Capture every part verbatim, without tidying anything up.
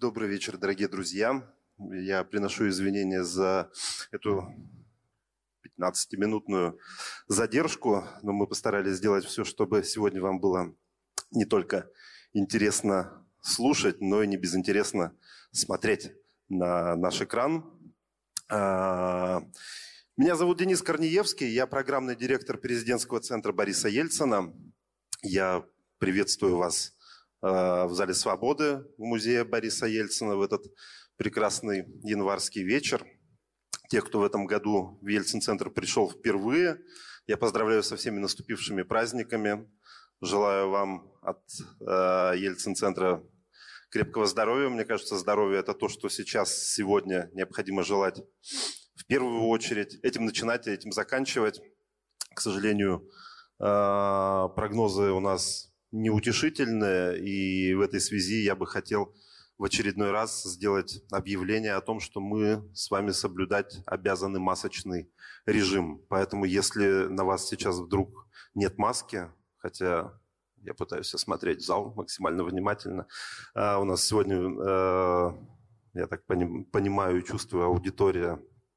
Добрый вечер, дорогие друзья. Я приношу извинения за эту пятнадцатиминутную задержку, но мы постарались сделать все, чтобы сегодня вам было не только интересно слушать, но и не безинтересно смотреть на наш экран. Меня зовут Денис Корнеевский, я программный директор президентского центра Бориса Ельцина. Я приветствую вас в Зале Свободы в музее Бориса Ельцина в этот прекрасный январский вечер. Те, кто в этом году в Ельцин-центр пришел впервые, я поздравляю со всеми наступившими праздниками. Желаю вам от э, Ельцин-центра крепкого здоровья. Мне кажется, здоровье – это то, что сейчас, сегодня необходимо желать в первую очередь. Этим начинать и этим заканчивать. К сожалению, э, прогнозы у нас неутешительные, и в этой связи я бы хотел в очередной раз сделать объявление о том, что мы с вами соблюдать обязаны масочный режим. Поэтому если на вас сейчас вдруг нет маски, хотя я пытаюсь осмотреть зал максимально внимательно, у нас сегодня, я так понимаю и чувствую, аудитория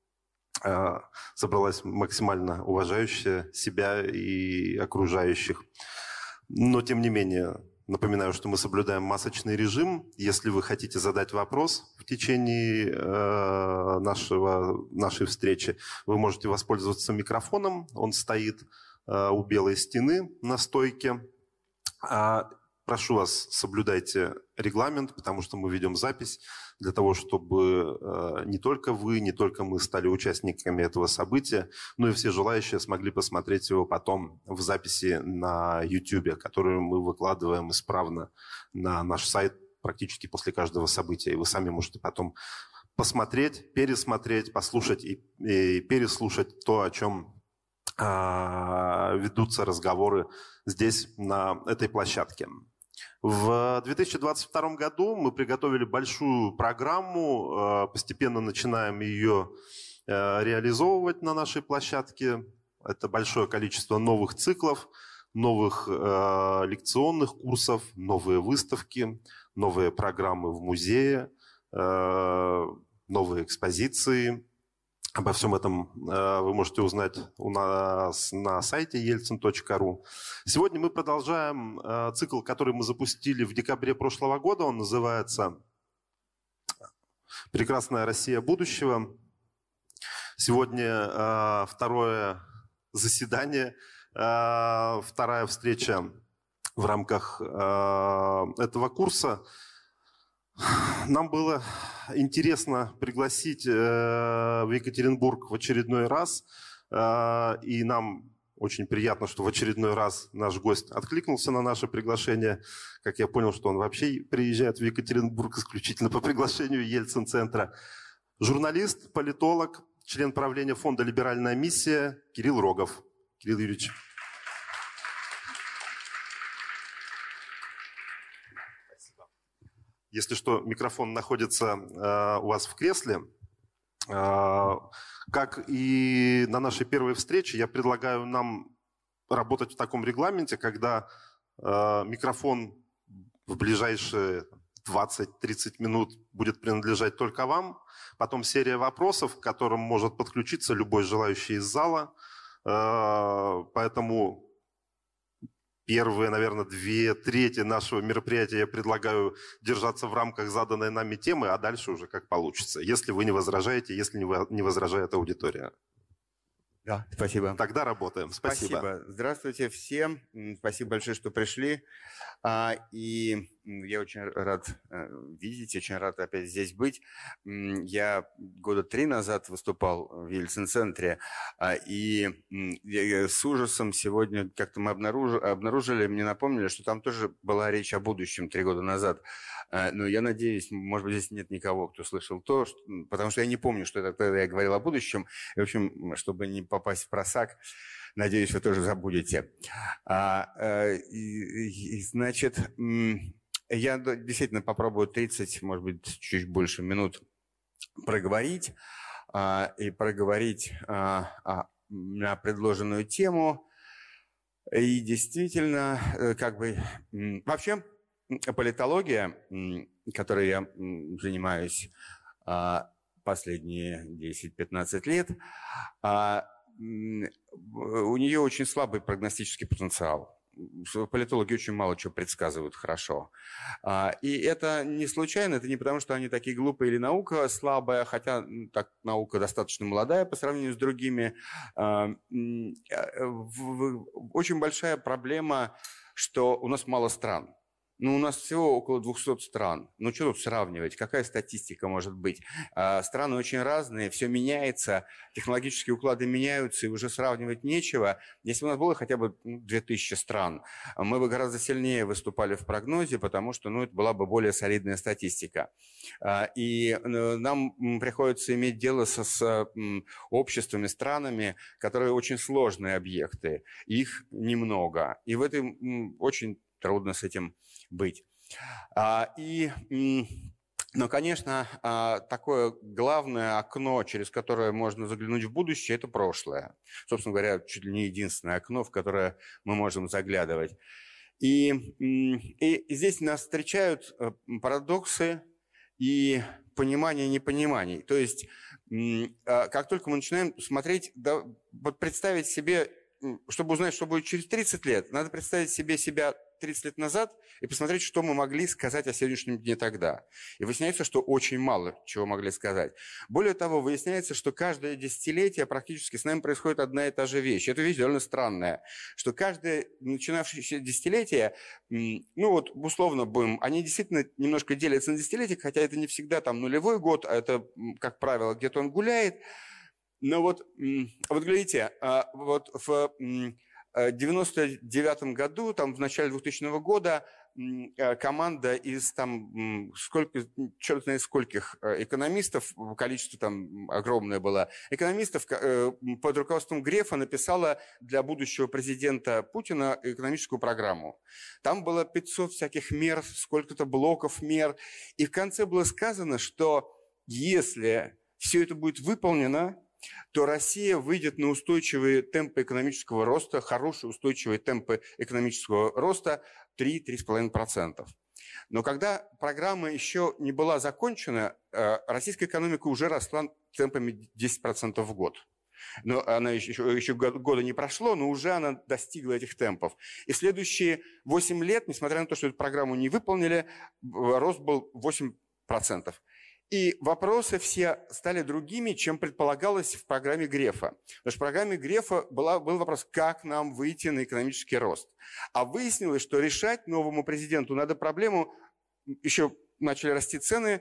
собралась максимально уважающая себя и окружающих. Но, тем не менее, напоминаю, что мы соблюдаем масочный режим. Если вы хотите задать вопрос в течение э, нашего, нашей встречи, вы можете воспользоваться микрофоном. Он стоит э, у белой стены на стойке. А, прошу вас, соблюдайте регламент, потому что мы ведем запись для того, чтобы э, не только вы, не только мы стали участниками этого события, но и все желающие смогли посмотреть его потом в записи на YouTube, которую мы выкладываем исправно на наш сайт практически после каждого события. И вы сами можете потом посмотреть, пересмотреть, послушать и, и переслушать то, о чем э, ведутся разговоры здесь, на этой площадке. В две тысячи двадцать втором году мы приготовили большую программу, постепенно начинаем ее реализовывать на нашей площадке. Это большое количество новых циклов, новых лекционных курсов, новые выставки, новые программы в музее, новые экспозиции. Обо всем этом вы можете узнать у нас на сайте ельцин точка ру. Сегодня мы продолжаем цикл, который мы запустили в декабре прошлого года. Он называется «Прекрасная Россия будущего». Сегодня второе заседание, вторая встреча в рамках этого курса. Нам было интересно пригласить в Екатеринбург в очередной раз, и нам очень приятно, что в очередной раз наш гость откликнулся на наше приглашение. Как я понял, что он вообще приезжает в Екатеринбург исключительно по приглашению Ельцин-центра. Журналист, политолог, член правления фонда «Либеральная миссия» Кирилл Рогов. Кирилл Юрьевич. Если что, микрофон находится э, у вас в кресле. Э, как и на нашей первой встрече, я предлагаю нам работать в таком регламенте, когда э, микрофон в ближайшие двадцать-тридцать минут будет принадлежать только вам. Потом серия вопросов, к которым может подключиться любой желающий из зала. Э, поэтому... Первые, наверное, две трети нашего мероприятия я предлагаю держаться в рамках заданной нами темы, а дальше уже как получится, если вы не возражаете, если не возражает аудитория. Да, спасибо. Тогда работаем. Спасибо. Спасибо. Здравствуйте всем. Спасибо большое, что пришли. И я очень рад видеть, очень рад опять здесь быть. Я года три назад выступал в Ельцин-центре, и с ужасом сегодня как-то мы обнаружили, мне напомнили, что там тоже была речь о будущем три года назад. Но я надеюсь, может быть, здесь нет никого, кто слышал то, что, потому что я не помню, что это тогда я говорил о будущем. И, в общем, чтобы не попасть в просак, надеюсь, вы тоже забудете. А, и, и, значит, я действительно попробую тридцать, может быть, чуть больше минут проговорить. А, и проговорить а, а, на предложенную тему. И действительно, как бы, вообще, политология которой я занимаюсь последние десять-пятнадцать лет, у нее очень слабый прогностический потенциал. Политологи очень мало чего предсказывают хорошо. И это не случайно, это не потому, что они такие глупые или наука слабая, хотя так, наука достаточно молодая по сравнению с другими. Очень большая проблема, что у нас мало стран. Ну, у нас всего около двухсот стран. Ну, что тут сравнивать? Какая статистика может быть? Страны очень разные, все меняется, технологические уклады меняются, и уже сравнивать нечего. Если у нас было хотя бы две тысячи стран, мы бы гораздо сильнее выступали в прогнозе, потому что, ну, это была бы более солидная статистика. И нам приходится иметь дело со, с обществами, странами, которые очень сложные объекты. Их немного. И в этом очень трудно с этим быть. И, но, конечно, такое главное окно, через которое можно заглянуть в будущее, это прошлое. Собственно говоря, чуть ли не единственное окно, в которое мы можем заглядывать. И, и здесь нас встречают парадоксы и понимание непониманий. То есть, как только мы начинаем смотреть, да, вот представить себе, чтобы узнать, что будет через тридцать лет, надо представить себе себя тридцать лет назад и посмотреть, что мы могли сказать о сегодняшнем дне тогда. И выясняется, что очень мало чего могли сказать. Более того, выясняется, что каждое десятилетие практически с нами происходит одна и та же вещь. Это вещь довольно странная, что каждое начинавшееся десятилетие, ну вот условно будем, они действительно немножко делятся на десятилетия, хотя это не всегда там нулевой год, а это, как правило, где-то он гуляет. Но вот, вот глядите, вот в девяносто девятом году, там в начале двухтысячного года, команда из там сколько, черт знает скольких экономистов, количество там огромное было, экономистов под руководством Грефа написала для будущего президента Путина экономическую программу. Там было пятьсот всяких мер, сколько-то блоков мер, и в конце было сказано, что если все это будет выполнено, то Россия выйдет на устойчивые темпы экономического роста, хорошие устойчивые темпы экономического роста три-три с половиной процента. Но когда программа еще не была закончена, российская экономика уже росла темпами десять процентов в год. Но она еще, еще года не прошло, но уже она достигла этих темпов. И следующие восемь лет, несмотря на то, что эту программу не выполнили, рост был восемь процентов. И вопросы все стали другими, чем предполагалось в программе Грефа. Потому что в программе Грефа была, был вопрос, как нам выйти на экономический рост. А выяснилось, что решать новому президенту надо проблему, еще начали расти цены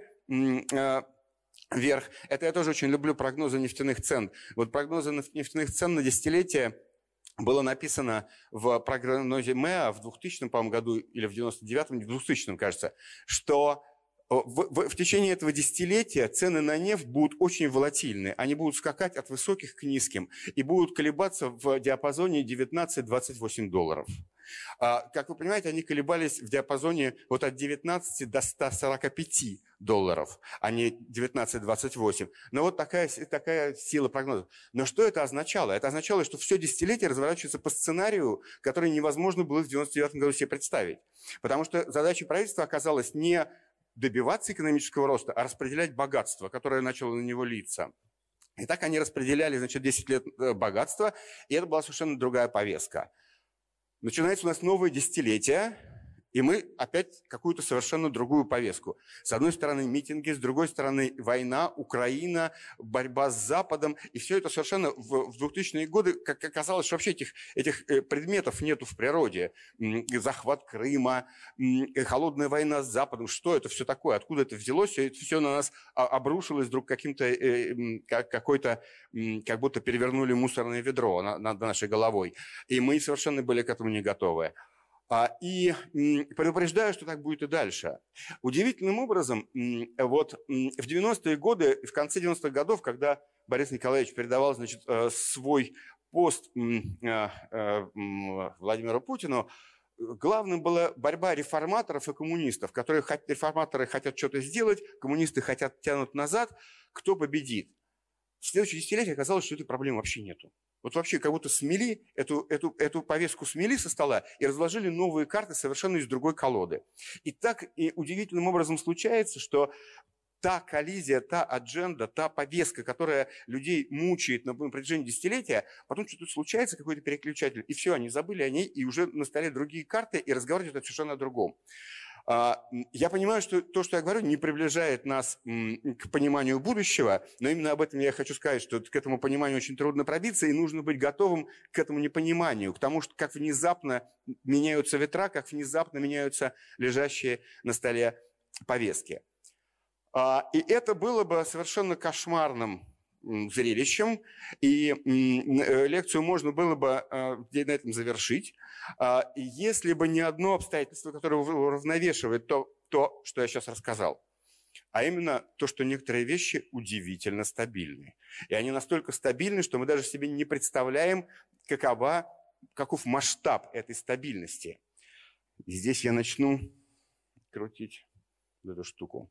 э, вверх. Это я тоже очень люблю прогнозы нефтяных цен. Вот прогнозы нефтяных цен на десятилетие было написано в прогнозе МЭА в двухтысячном, по-моему, году, или в девяносто девятом, в двухтысячном, кажется, что В, в, в течение этого десятилетия цены на нефть будут очень волатильны. Они будут скакать от высоких к низким и будут колебаться в диапазоне девятнадцать-двадцать восемь долларов. А, как вы понимаете, они колебались в диапазоне вот от девятнадцати до ста сорока пяти долларов, а не девятнадцать-двадцать восемь. Но вот такая, такая сила прогноза. Но что это означало? Это означало, что все десятилетие разворачивается по сценарию, который невозможно было в девяносто девятом году себе представить. Потому что задача правительства оказалась не добиваться экономического роста, а распределять богатство, которое начало на него литься. И так они распределяли, значит, десять лет богатства, и это была совершенно другая повестка. Начинается у нас новое десятилетие, и мы опять какую-то совершенно другую повестку. С одной стороны митинги, с другой стороны война, Украина, борьба с Западом. И все это совершенно в, в двухтысячные годы, как оказалось, что вообще этих, этих предметов нету в природе. Захват Крыма, холодная война с Западом. Что это все такое? Откуда это взялось? Все это все на нас обрушилось вдруг каким-то, как, какой-то, как будто перевернули мусорное ведро над нашей головой. И мы совершенно были к этому не готовы. И предупреждаю, что так будет и дальше. Удивительным образом, вот в девяностые годы, в конце девяностых годов, когда Борис Николаевич передавал, значит, свой пост Владимиру Путину, главным была борьба реформаторов и коммунистов, которые реформаторы хотят что-то сделать, коммунисты хотят тянуть назад, кто победит. В следующее десятилетие оказалось, что этой проблемы вообще нету. Вот вообще как будто смели, эту, эту, эту повестку смели со стола и разложили новые карты совершенно из другой колоды. И так и удивительным образом случается, что та коллизия, та адженда, та повестка, которая людей мучает на протяжении десятилетия, потом что-то случается, какой-то переключатель, и все, они забыли о ней, и уже на столе другие карты, и разговор идет совершенно о другом. Я понимаю, что то, что я говорю, не приближает нас к пониманию будущего, но именно об этом я хочу сказать, что к этому пониманию очень трудно пробиться, и нужно быть готовым к этому непониманию, к тому, что как внезапно меняются ветра, как внезапно меняются лежащие на столе повестки. И это было бы совершенно кошмарным зрелищем, и лекцию можно было бы на этом завершить, если бы не одно обстоятельство, которое уравновешивает то, то, что я сейчас рассказал, а именно то, что некоторые вещи удивительно стабильны. И они настолько стабильны, что мы даже себе не представляем, какова, каков масштаб этой стабильности. И здесь я начну крутить эту штуку.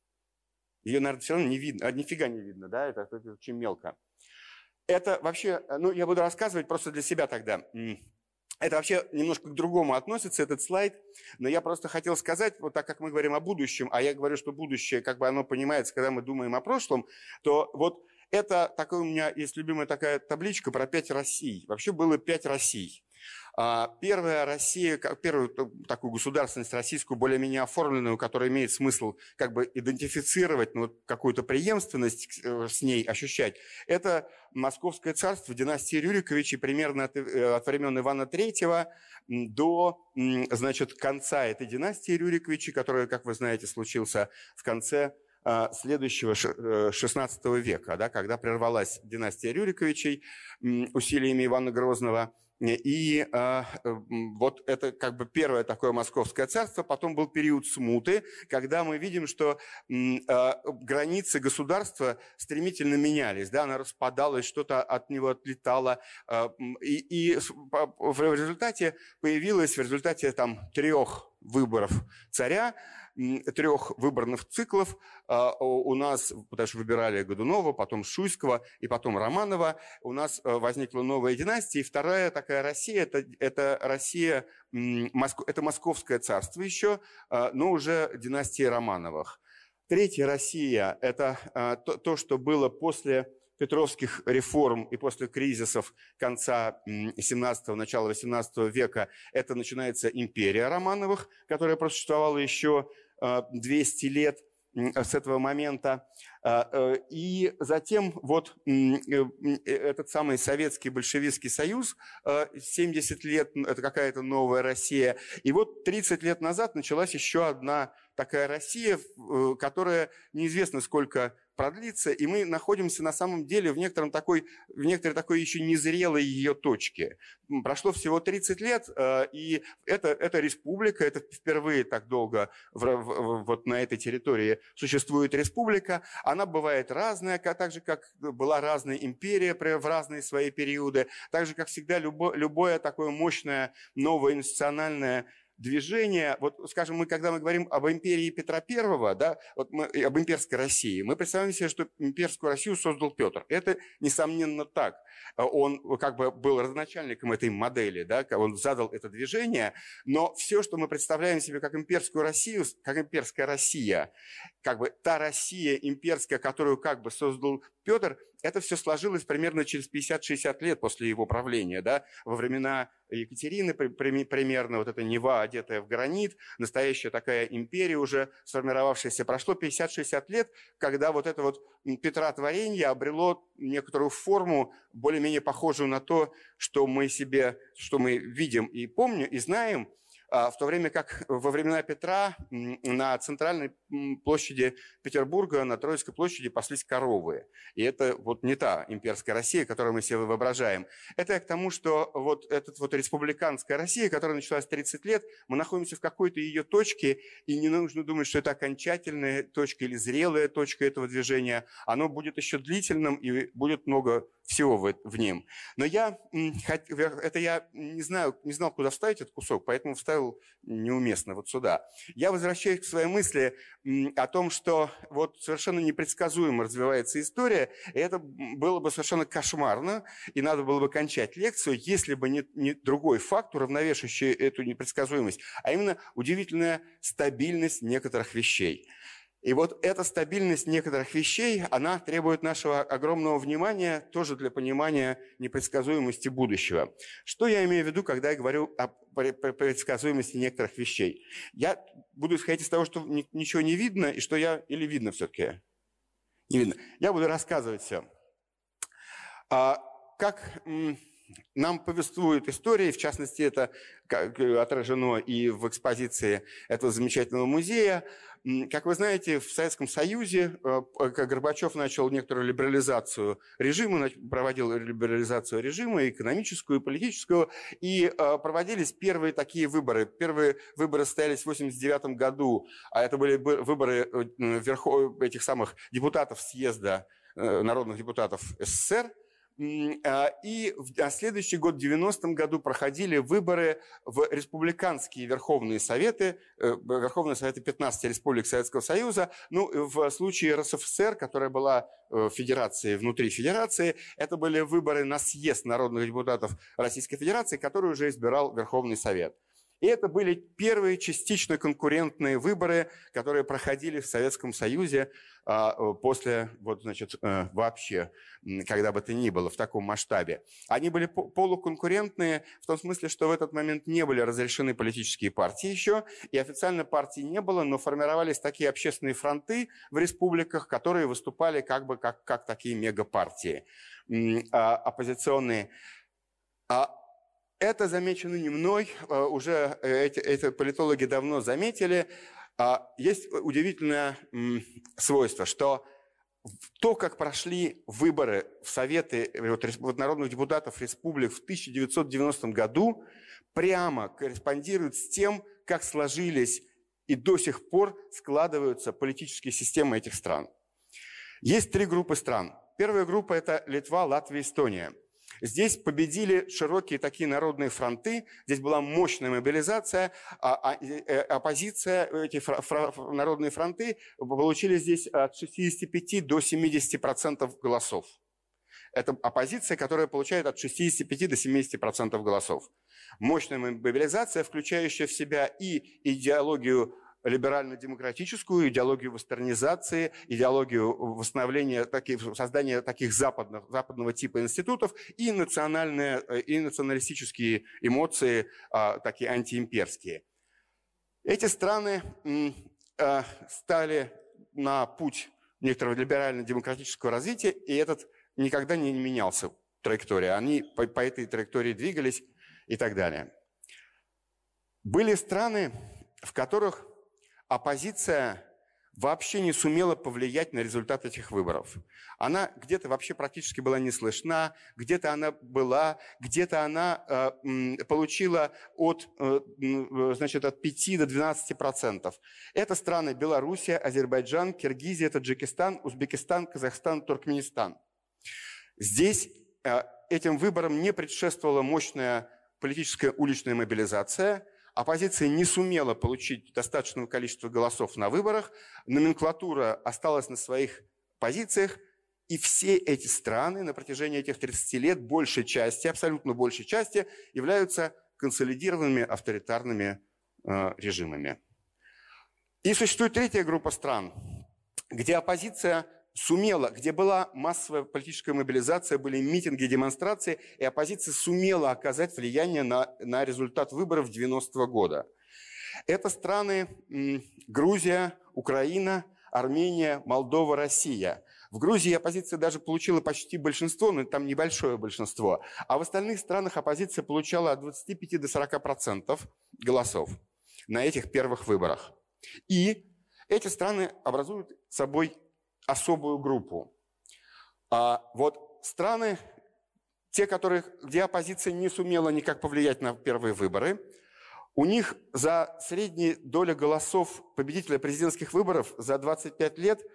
Ее, наверное, все равно не видно, а нифига не видно, да, это, это очень мелко. Это вообще, ну, я буду рассказывать просто для себя тогда. Это вообще немножко к другому относится, этот слайд, но я просто хотел сказать, вот так как мы говорим о будущем, а я говорю, что будущее, как бы оно понимается, когда мы думаем о прошлом, то вот это такой у меня есть любимая такая табличка про пять Россий. Вообще было пять Россий. Первая Россия, первую такую государственность российскую, более-менее оформленную, которая имеет смысл как бы идентифицировать, ну, какую-то преемственность с ней ощущать, это Московское царство династии Рюриковичей примерно от, от времен Ивана Третьего до, значит, конца этой династии Рюриковичей, которая, как вы знаете, случился в конце следующего шестнадцатого века, да, когда прервалась династия Рюриковичей усилиями Ивана Грозного. И э, вот это как бы первое такое Московское царство. Потом был период смуты, когда мы видим, что э, границы государства стремительно менялись. Да, она распадалась, что-то от него отлетало. Э, и, и в результате появилось, в результате там трех выборов царя, трех выборных циклов у нас, потому что выбирали Годунова, потом Шуйского и потом Романова, у нас возникла новая династия. И вторая такая Россия, это, это Россия, это Московское царство еще, но уже династии Романовых. Третья Россия – это то, то, что было после Петровских реформ и после кризисов конца семнадцатого, начала восемнадцатого века. Это начинается империя Романовых, которая просуществовала еще двести лет с этого момента. И затем вот этот самый Советский большевистский союз, семьдесят лет, это какая-то новая Россия. И вот тридцать лет назад началась еще одна такая Россия, которая неизвестно сколько продлится, и мы находимся на самом деле в, некотором такой, в некоторой такой еще незрелой ее точке. Прошло всего тридцать лет, и это, это республика, это впервые так долго в, в, вот на этой территории существует республика. Она бывает разная, так же, как была разная империя в разные свои периоды, так же, как всегда, любо, любое такое мощное новое институциональное движение, вот, скажем, мы, когда мы говорим об империи Петра Первого, да, вот мы, об имперской России, мы представляем себе, что имперскую Россию создал Петр. Это, несомненно, так. Он как бы был родоначальником этой модели, да, он задал это движение, но все, что мы представляем себе как имперскую Россию, как имперская Россия, как бы та Россия имперская, которую как бы создал Петр, это все сложилось примерно через пятьдесят-шестьдесят лет после его правления, да, во времена Екатерины примерно, вот эта Нева, одетая в гранит, настоящая такая империя уже сформировавшаяся. Прошло пятьдесят-шестьдесят лет, когда вот это вот Петротворение обрело некоторую форму, более-менее похожую на то, что мы себе, что мы видим и помним, и знаем, в то время как во времена Петра на центральной площади Петербурга, на Троицкой площади паслись коровы. И это вот не та имперская Россия, которую мы себе воображаем. Это я к тому, что вот эта вот республиканская Россия, которая началась тридцать лет, мы находимся в какой-то ее точке, и не нужно думать, что это окончательная точка или зрелая точка этого движения. Оно будет еще длительным, и будет много всего в, в нем. Но я, это я не знаю, не знал, куда вставить этот кусок, поэтому вставил поставил неуместно вот сюда. Я возвращаюсь к своей мысли о том, что вот совершенно непредсказуемо развивается история, и это было бы совершенно кошмарно, и надо было бы кончать лекцию, если бы не, не другой факт, уравновешивающий эту непредсказуемость, а именно удивительная стабильность некоторых вещей. И вот эта стабильность некоторых вещей, она требует нашего огромного внимания тоже для понимания непредсказуемости будущего. Что я имею в виду, когда я говорю о предсказуемости некоторых вещей? Я буду исходить из того, что ничего не видно, и что я... Или видно все-таки? Не видно. Я буду рассказывать все. А, как м, нам повествуют истории, в частности, это отражено и в экспозиции этого замечательного музея. Как вы знаете, в Советском Союзе Горбачев начал некоторую либерализацию режима, проводил либерализацию режима, экономическую, и политическую, и проводились первые такие выборы. Первые выборы состоялись в восемьдесят девятом году, а это были выборы верхов, этих самых депутатов съезда, народных депутатов СССР. И в следующий год, в девяностом году, проходили выборы в республиканские Верховные Советы, Верховные Советы пятнадцати республик Советского Союза. Ну, в случае РСФСР, которая была федерацией внутри федерации, это были выборы на съезд народных депутатов Российской Федерации, который уже избирал Верховный Совет. И это были первые частично конкурентные выборы, которые проходили в Советском Союзе а, после, вот, значит, а, вообще, когда бы то ни было, в таком масштабе. Они были полуконкурентные в том смысле, что в этот момент не были разрешены политические партии еще, и официально партий не было, но формировались такие общественные фронты в республиках, которые выступали как бы как, как такие мегапартии а, оппозиционные. А, Это замечено не мной, уже эти, эти политологи давно заметили. Есть удивительное свойство, что то, как прошли выборы в Советы вот, народных депутатов республик в тысяча девятьсот девяностом году, прямо корреспондирует с тем, как сложились и до сих пор складываются политические системы этих стран. Есть три группы стран. Первая группа – это Литва, Латвия, Эстония. Здесь победили широкие такие народные фронты, здесь была мощная мобилизация, а, а, а оппозиция, эти фра, фра, народные фронты получили здесь от шестидесяти пяти до семидесяти процентов голосов. Это оппозиция, которая получает от шестидесяти пяти до семидесяти процентов голосов. Мощная мобилизация, включающая в себя и идеологию либерально-демократическую, идеологию вестернизации, идеологию восстановления, таких, создания таких западных, западного типа институтов и, национальные, и националистические эмоции, а, такие антиимперские. Эти страны а, стали на путь некоторого либерально-демократического развития, и этот никогда не менялся, траектория. Они по, по этой траектории двигались и так далее. Были страны, в которых оппозиция вообще не сумела повлиять на результат этих выборов. Она где-то вообще практически была не слышна, где-то она была, где-то она э, получила от, э, значит, от пяти до двенадцати процентов. Это страны Белоруссия, Азербайджан, Киргизия, Таджикистан, Узбекистан, Казахстан, Туркменистан. Здесь э, этим выборам не предшествовала мощная политическая уличная мобилизация. Оппозиция не сумела получить достаточного количества голосов на выборах, номенклатура осталась на своих позициях, и все эти страны на протяжении этих тридцати лет, большей части, абсолютно большей части, являются консолидированными авторитарными э, режимами. И существует третья группа стран, где оппозиция сумела, где была массовая политическая мобилизация, были митинги, демонстрации, и оппозиция сумела оказать влияние на, на результат выборов девяностого года. Это страны м, Грузия, Украина, Армения, Молдова, Россия. В Грузии оппозиция даже получила почти большинство, но там небольшое большинство. А в остальных странах оппозиция получала от двадцати пяти до сорока процентов голосов на этих первых выборах. И эти страны образуют собой особую группу. А вот страны, те, которых, где оппозиция не сумела никак повлиять на первые выборы, у них за средняя доля голосов победителя президентских выборов за двадцать пять лет,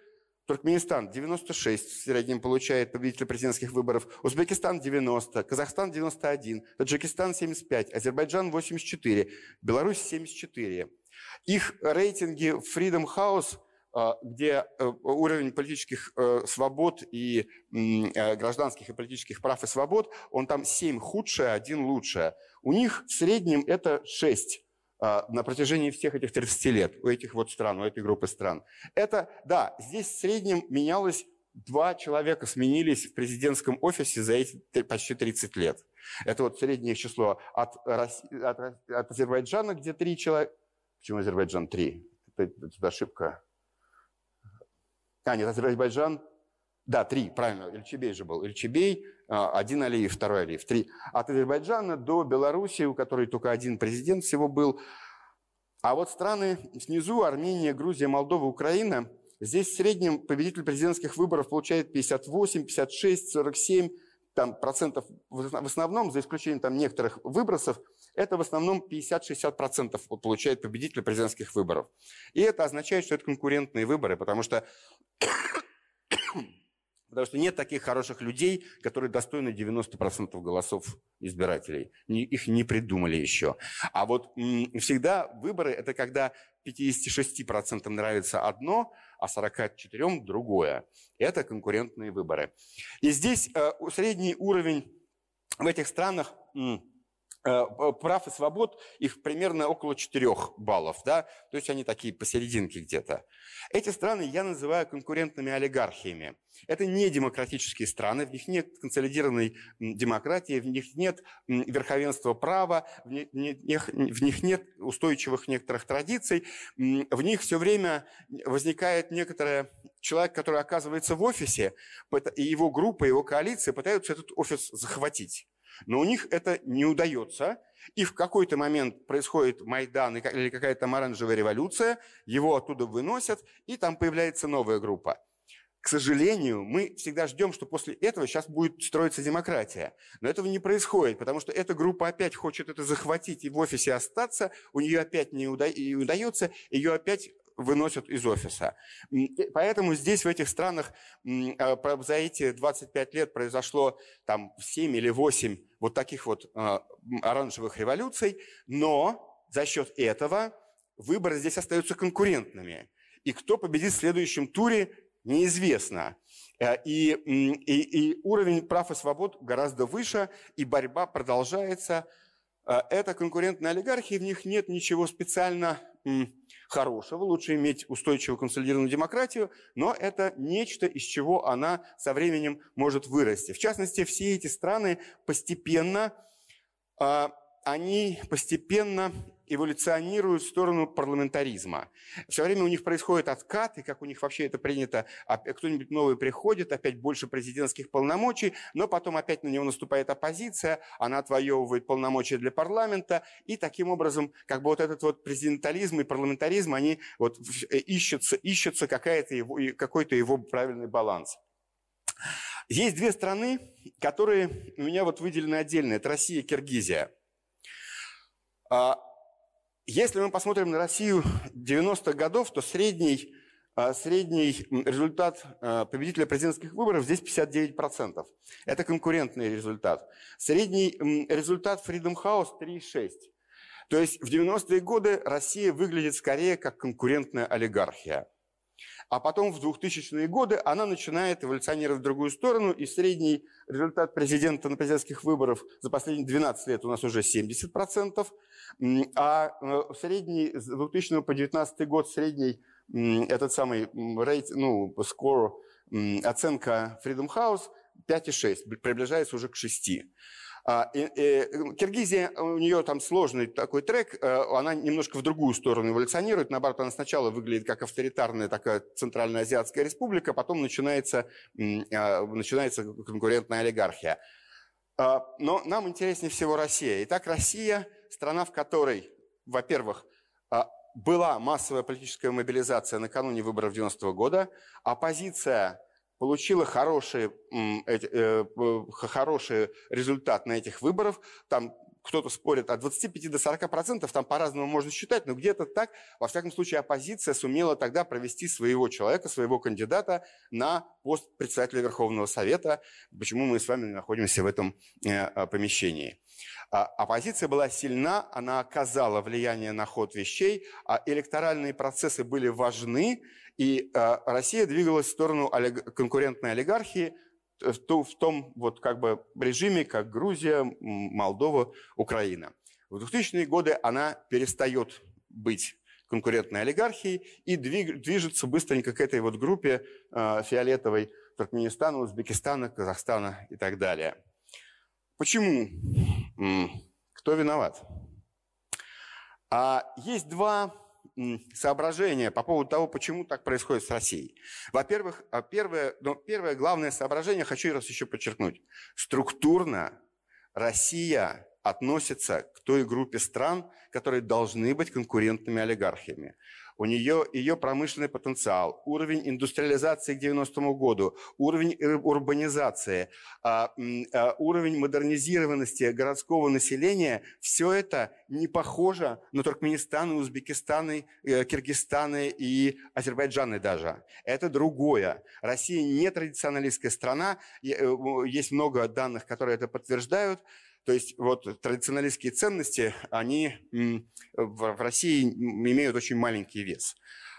Туркменистан девяносто шесть в среднем получает победителя президентских выборов, Узбекистан девяносто, Казахстан девяносто один, Таджикистан семьдесят пять, Азербайджан восемьдесят четыре, Беларусь семьдесят четыре. Их рейтинги Freedom House, где уровень политических свобод и гражданских и политических прав и свобод, он там семь худшее, один лучшее. У них в среднем это шесть. На протяжении всех этих тридцати лет у этих вот стран, у этой группы стран. Это, да, здесь в среднем менялось, два человека сменились в президентском офисе за эти почти тридцать лет. Это вот среднее число от, России, от, от Азербайджана, где три человека. Почему Азербайджан три? Это, это ошибка. А, нет, Азербайджан. Да, три, правильно, Эльчебей же был. Эльчебей, один Алиев, второй Алиев, три. От Азербайджана до Белоруссии, у которой только один президент всего был. А вот страны снизу, Армения, Грузия, Молдова, Украина, здесь в среднем победитель президентских выборов получает пятьдесят восемь, пятьдесят шесть, сорок семь там, процентов. В основном, за исключением там, некоторых выбросов, это в основном пятьдесят-шестьдесят процентов получает победитель президентских выборов. И это означает, что это конкурентные выборы, потому что... Потому что нет таких хороших людей, которые достойны девяноста процентов голосов избирателей. Их не придумали еще. А вот всегда выборы – это когда пятидесяти шести процентам нравится одно, а сорока четырем – другое. Это конкурентные выборы. И здесь средний уровень в этих странах прав и свобод, их примерно около четырёх баллов, да? То есть они такие посерединке где-то. Эти страны я называю конкурентными олигархиями. Это не демократические страны, в них нет консолидированной демократии, в них нет верховенства права, в них, в них нет устойчивых некоторых традиций, в них все время возникает некоторое... Человек, который оказывается в офисе, и его группа, его коалиция пытаются этот офис захватить. Но у них это не удается, и в какой-то момент происходит Майдан или какая-то там оранжевая революция, его оттуда выносят, и там появляется новая группа. К сожалению, мы всегда ждем, что после этого сейчас будет строиться демократия. Но этого не происходит, потому что эта группа опять хочет это захватить и в офисе остаться, у нее опять не удается, ее опять выносят из офиса. Поэтому здесь, в этих странах, за эти двадцать пять лет произошло там семь или восемь вот таких вот оранжевых революций, но за счет этого выборы здесь остаются конкурентными. И кто победит в следующем туре, неизвестно. И, и, и уровень прав и свобод гораздо выше, и борьба продолжается. Это конкурентные олигархии, в них нет ничего специально хорошего, лучше иметь устойчивую консолидированную демократию, но это нечто, из чего она со временем может вырасти. В частности, все эти страны постепенно, они постепенно эволюционируют в сторону парламентаризма. Все время у них происходит откат, и как у них вообще это принято, кто-нибудь новый приходит, опять больше президентских полномочий, но потом опять на него наступает оппозиция, она отвоевывает полномочия для парламента, и таким образом как бы вот этот вот президентализм и парламентаризм, они вот ищутся, ищутся какая-то его, какой-то его правильный баланс. Есть две страны, которые у меня вот выделены отдельно, это Россия и Киргизия. Если мы посмотрим на Россию девяностых годов, то средний, средний результат победителя президентских выборов здесь пятьдесят девять процентов. Это конкурентный результат. Средний результат Freedom House три и шесть. То есть в девяностые годы Россия выглядит скорее как конкурентная олигархия. А потом в двухтысячные годы она начинает эволюционировать в другую сторону, и средний результат президента на президентских выборах за последние двенадцать лет у нас уже семьдесят процентов, а средний с двухтысячного по девятнадцатый год средний этот самый рейт, ну, скор, оценка Freedom House пять и шесть, приближается уже к шести. И, и, Киргизия, у нее там сложный такой трек, она немножко в другую сторону эволюционирует. Наоборот, она сначала выглядит как авторитарная такая Центральноазиатская республика, потом начинается, начинается конкурентная олигархия. Но нам интереснее всего Россия. Итак, Россия – страна, в которой, во-первых, была массовая политическая мобилизация накануне выборов девяностого года, оппозиция получила хороший, хороший результат на этих выборах. Там кто-то спорит от двадцати пяти до сорока процентов, там по-разному можно считать, но где-то так. Во всяком случае, оппозиция сумела тогда провести своего человека, своего кандидата на пост председателя Верховного Совета, почему мы с вами находимся в этом помещении. Оппозиция была сильна, она оказала влияние на ход вещей, а электоральные процессы были важны, и Россия двигалась в сторону конкурентной олигархии в том вот как бы режиме, как Грузия, Молдова, Украина. В двухтысячные годы она перестает быть конкурентной олигархией и движется быстренько к этой вот группе фиолетовой Туркменистана, Узбекистана, Казахстана и так далее. Почему? Кто виноват? А есть два соображения по поводу того, почему так происходит с Россией. Во-первых, первое, ну, первое главное соображение, хочу раз еще подчеркнуть. Структурно Россия относится к той группе стран, которые должны быть конкурентными олигархиями. У нее ее промышленный потенциал, уровень индустриализации к девяностому году, уровень урбанизации, уровень модернизированности городского населения – все это не похоже на Туркменистан, Узбекистан, Киргизстан и Азербайджан даже. Это другое. Россия не традиционалистская страна, есть много данных, которые это подтверждают. То есть вот традиционалистские ценности, они в России имеют очень маленький вес.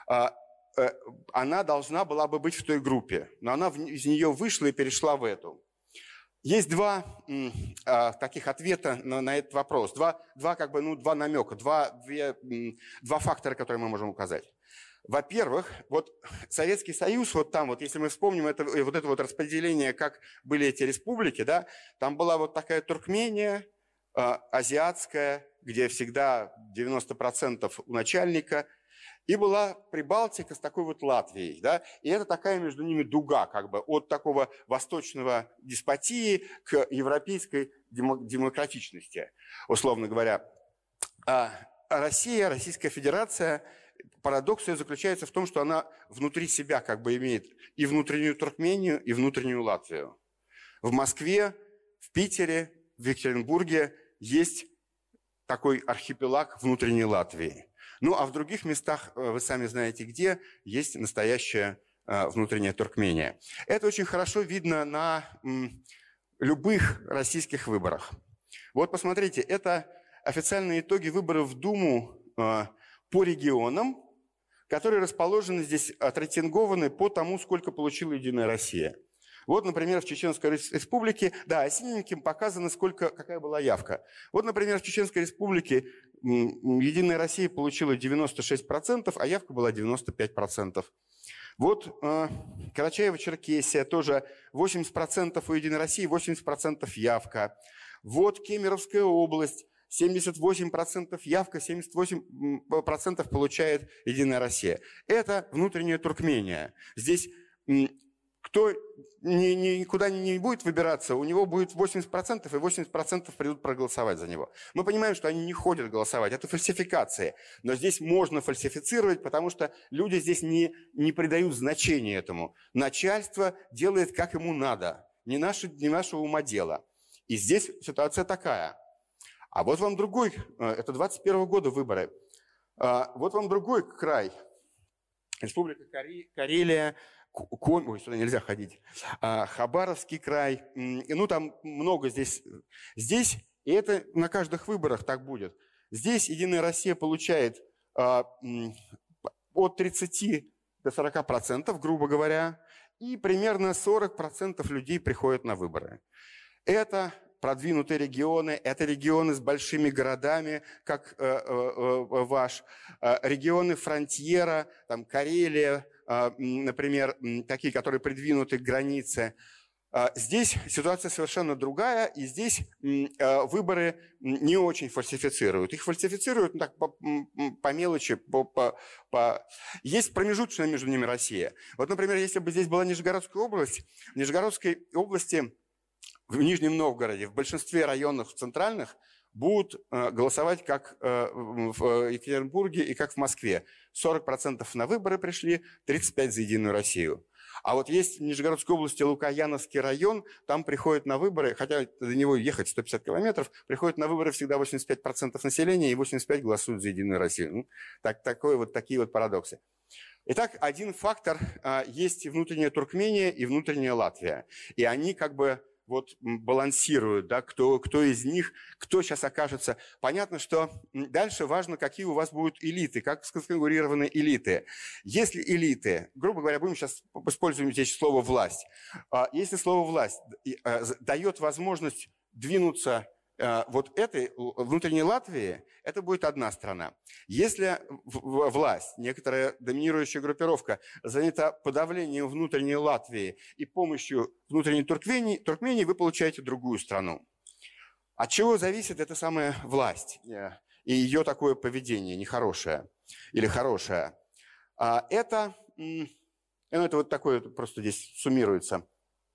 Она должна была бы быть в той группе, но она из нее вышла и перешла в эту. Есть два таких ответа на, на этот вопрос, два, два, как бы, ну, два намека, два, две, два фактора, которые мы можем указать. Во-первых, вот Советский Союз, вот там вот, если мы вспомним это, вот это вот распределение, как были эти республики, да, там была вот такая Туркмения, э, азиатская, где всегда девяносто процентов у начальника, и была Прибалтика с такой вот Латвией, да, и это такая между ними дуга, как бы, от такого восточного деспотии к европейской демократичности, условно говоря. А Россия, Российская Федерация, парадокс ее заключается в том, что она внутри себя как бы имеет и внутреннюю Туркмению, и внутреннюю Латвию. В Москве, в Питере, в Екатеринбурге есть такой архипелаг внутренней Латвии. Ну, а в других местах, вы сами знаете где, есть настоящая внутренняя Туркмения. Это очень хорошо видно на любых российских выборах. Вот посмотрите, это официальные итоги выборов в Думу по регионам, которые расположены здесь, отрейтингованы по тому, сколько получила «Единая Россия». Вот, например, в Чеченской Республике, да, синеньким показано, сколько, какая была явка. Вот, например, в Чеченской Республике «Единая Россия» получила девяносто шесть процентов, а явка была девяносто пять процентов. Вот э, Карачаево-Черкесия, тоже восемьдесят процентов у «Единой России», восемьдесят процентов явка. Вот Кемеровская область, семьдесят восемь процентов явка, семьдесят восемь процентов получает «Единая Россия». Это внутренняя Туркмения. Здесь кто ни, ни, никуда не будет выбираться, у него будет восемьдесят процентов, и восемьдесят процентов придут проголосовать за него. Мы понимаем, что они не ходят голосовать, это фальсификации. Но здесь можно фальсифицировать, потому что люди здесь не, не придают значения этому. Начальство делает, как ему надо, не наше, не нашего ума дело. И здесь ситуация такая. А вот вам другой, это двадцать первого года выборы. Вот вам другой край. Республика Карелия, Ком... Ой, сюда нельзя ходить. Хабаровский край. Ну, там много здесь. Здесь, и это на каждых выборах так будет. Здесь «Единая Россия» получает от тридцати до сорока процентов, грубо говоря, и примерно сорок процентов людей приходят на выборы. Это продвинутые регионы, это регионы с большими городами, как э, э, ваш, э, регионы фронтьера, там Карелия, э, например, такие, которые придвинуты к границе. Э, здесь ситуация совершенно другая, и здесь э, выборы не очень фальсифицируют. Их фальсифицируют ну, так, по, по мелочи. По, по, по... Есть промежуточная между ними Россия. Вот, например, если бы здесь была Нижегородская область, в Нижегородской области в Нижнем Новгороде, в большинстве районов центральных будут э, голосовать как э, в Екатеринбурге и как в Москве. сорок процентов на выборы пришли, тридцать пять процентов за «Единую Россию». А вот есть в Нижегородской области Лукояновский район, там приходят на выборы, хотя до него ехать сто пятьдесят километров, приходят на выборы всегда восемьдесят пять процентов населения, и восемьдесят пять процентов голосуют за «Единую Россию». Ну, так, такое, вот такие вот парадоксы. Итак, один фактор а, есть и внутренняя Туркмения, и внутренняя Латвия. И они как бы вот балансируют, да, кто, кто из них, кто сейчас окажется. Понятно, что дальше важно, какие у вас будут элиты, как сконфигурированы элиты. Если элиты, грубо говоря, будем сейчас использовать здесь слово «власть», если слово «власть» дает возможность двинуться вот этой внутренней Латвии, это будет одна страна. Если власть, некоторая доминирующая группировка, занята подавлением внутренней Латвии и помощью внутренней Туркмении, Туркмении, вы получаете другую страну. От чего зависит эта самая власть и ее такое поведение, нехорошее или хорошее? Это, это вот такое, просто здесь суммируется